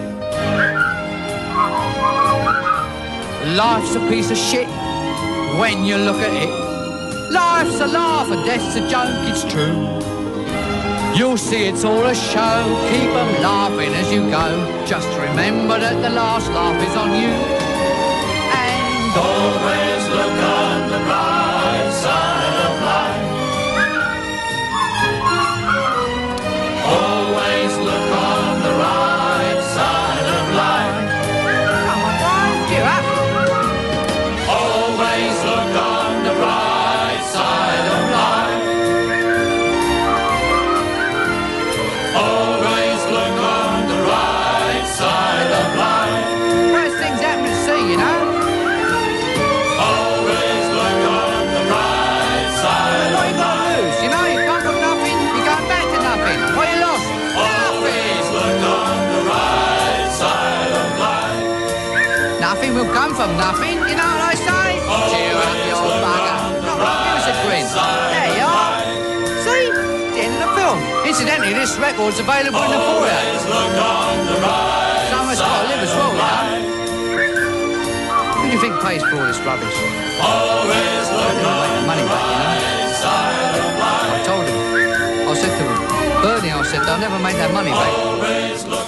Life's a piece of shit when you look at it. Life's a laugh and death's a joke, it's true. You'll see it's all a show, keep 'em laughing as you go. Just remember that the last laugh is on you. And always look on the bright side of life. Always look on the right side of life. Come on, Brian, cheer up. Always look on the right side of life. Always look on the right side of life. First things happen to see, you know. Always from nothing, you know what I say? Cheer up, you old bugger. Not like you, said Gwen. There you are. See? The end of the film. Incidentally, this record's available in the foyer. Someone's got to live as well, you know. Who do you think pays for all this rubbish? Always look on money back, you know. I told him. I said to him, Bernie, I said, they'll never make that money back.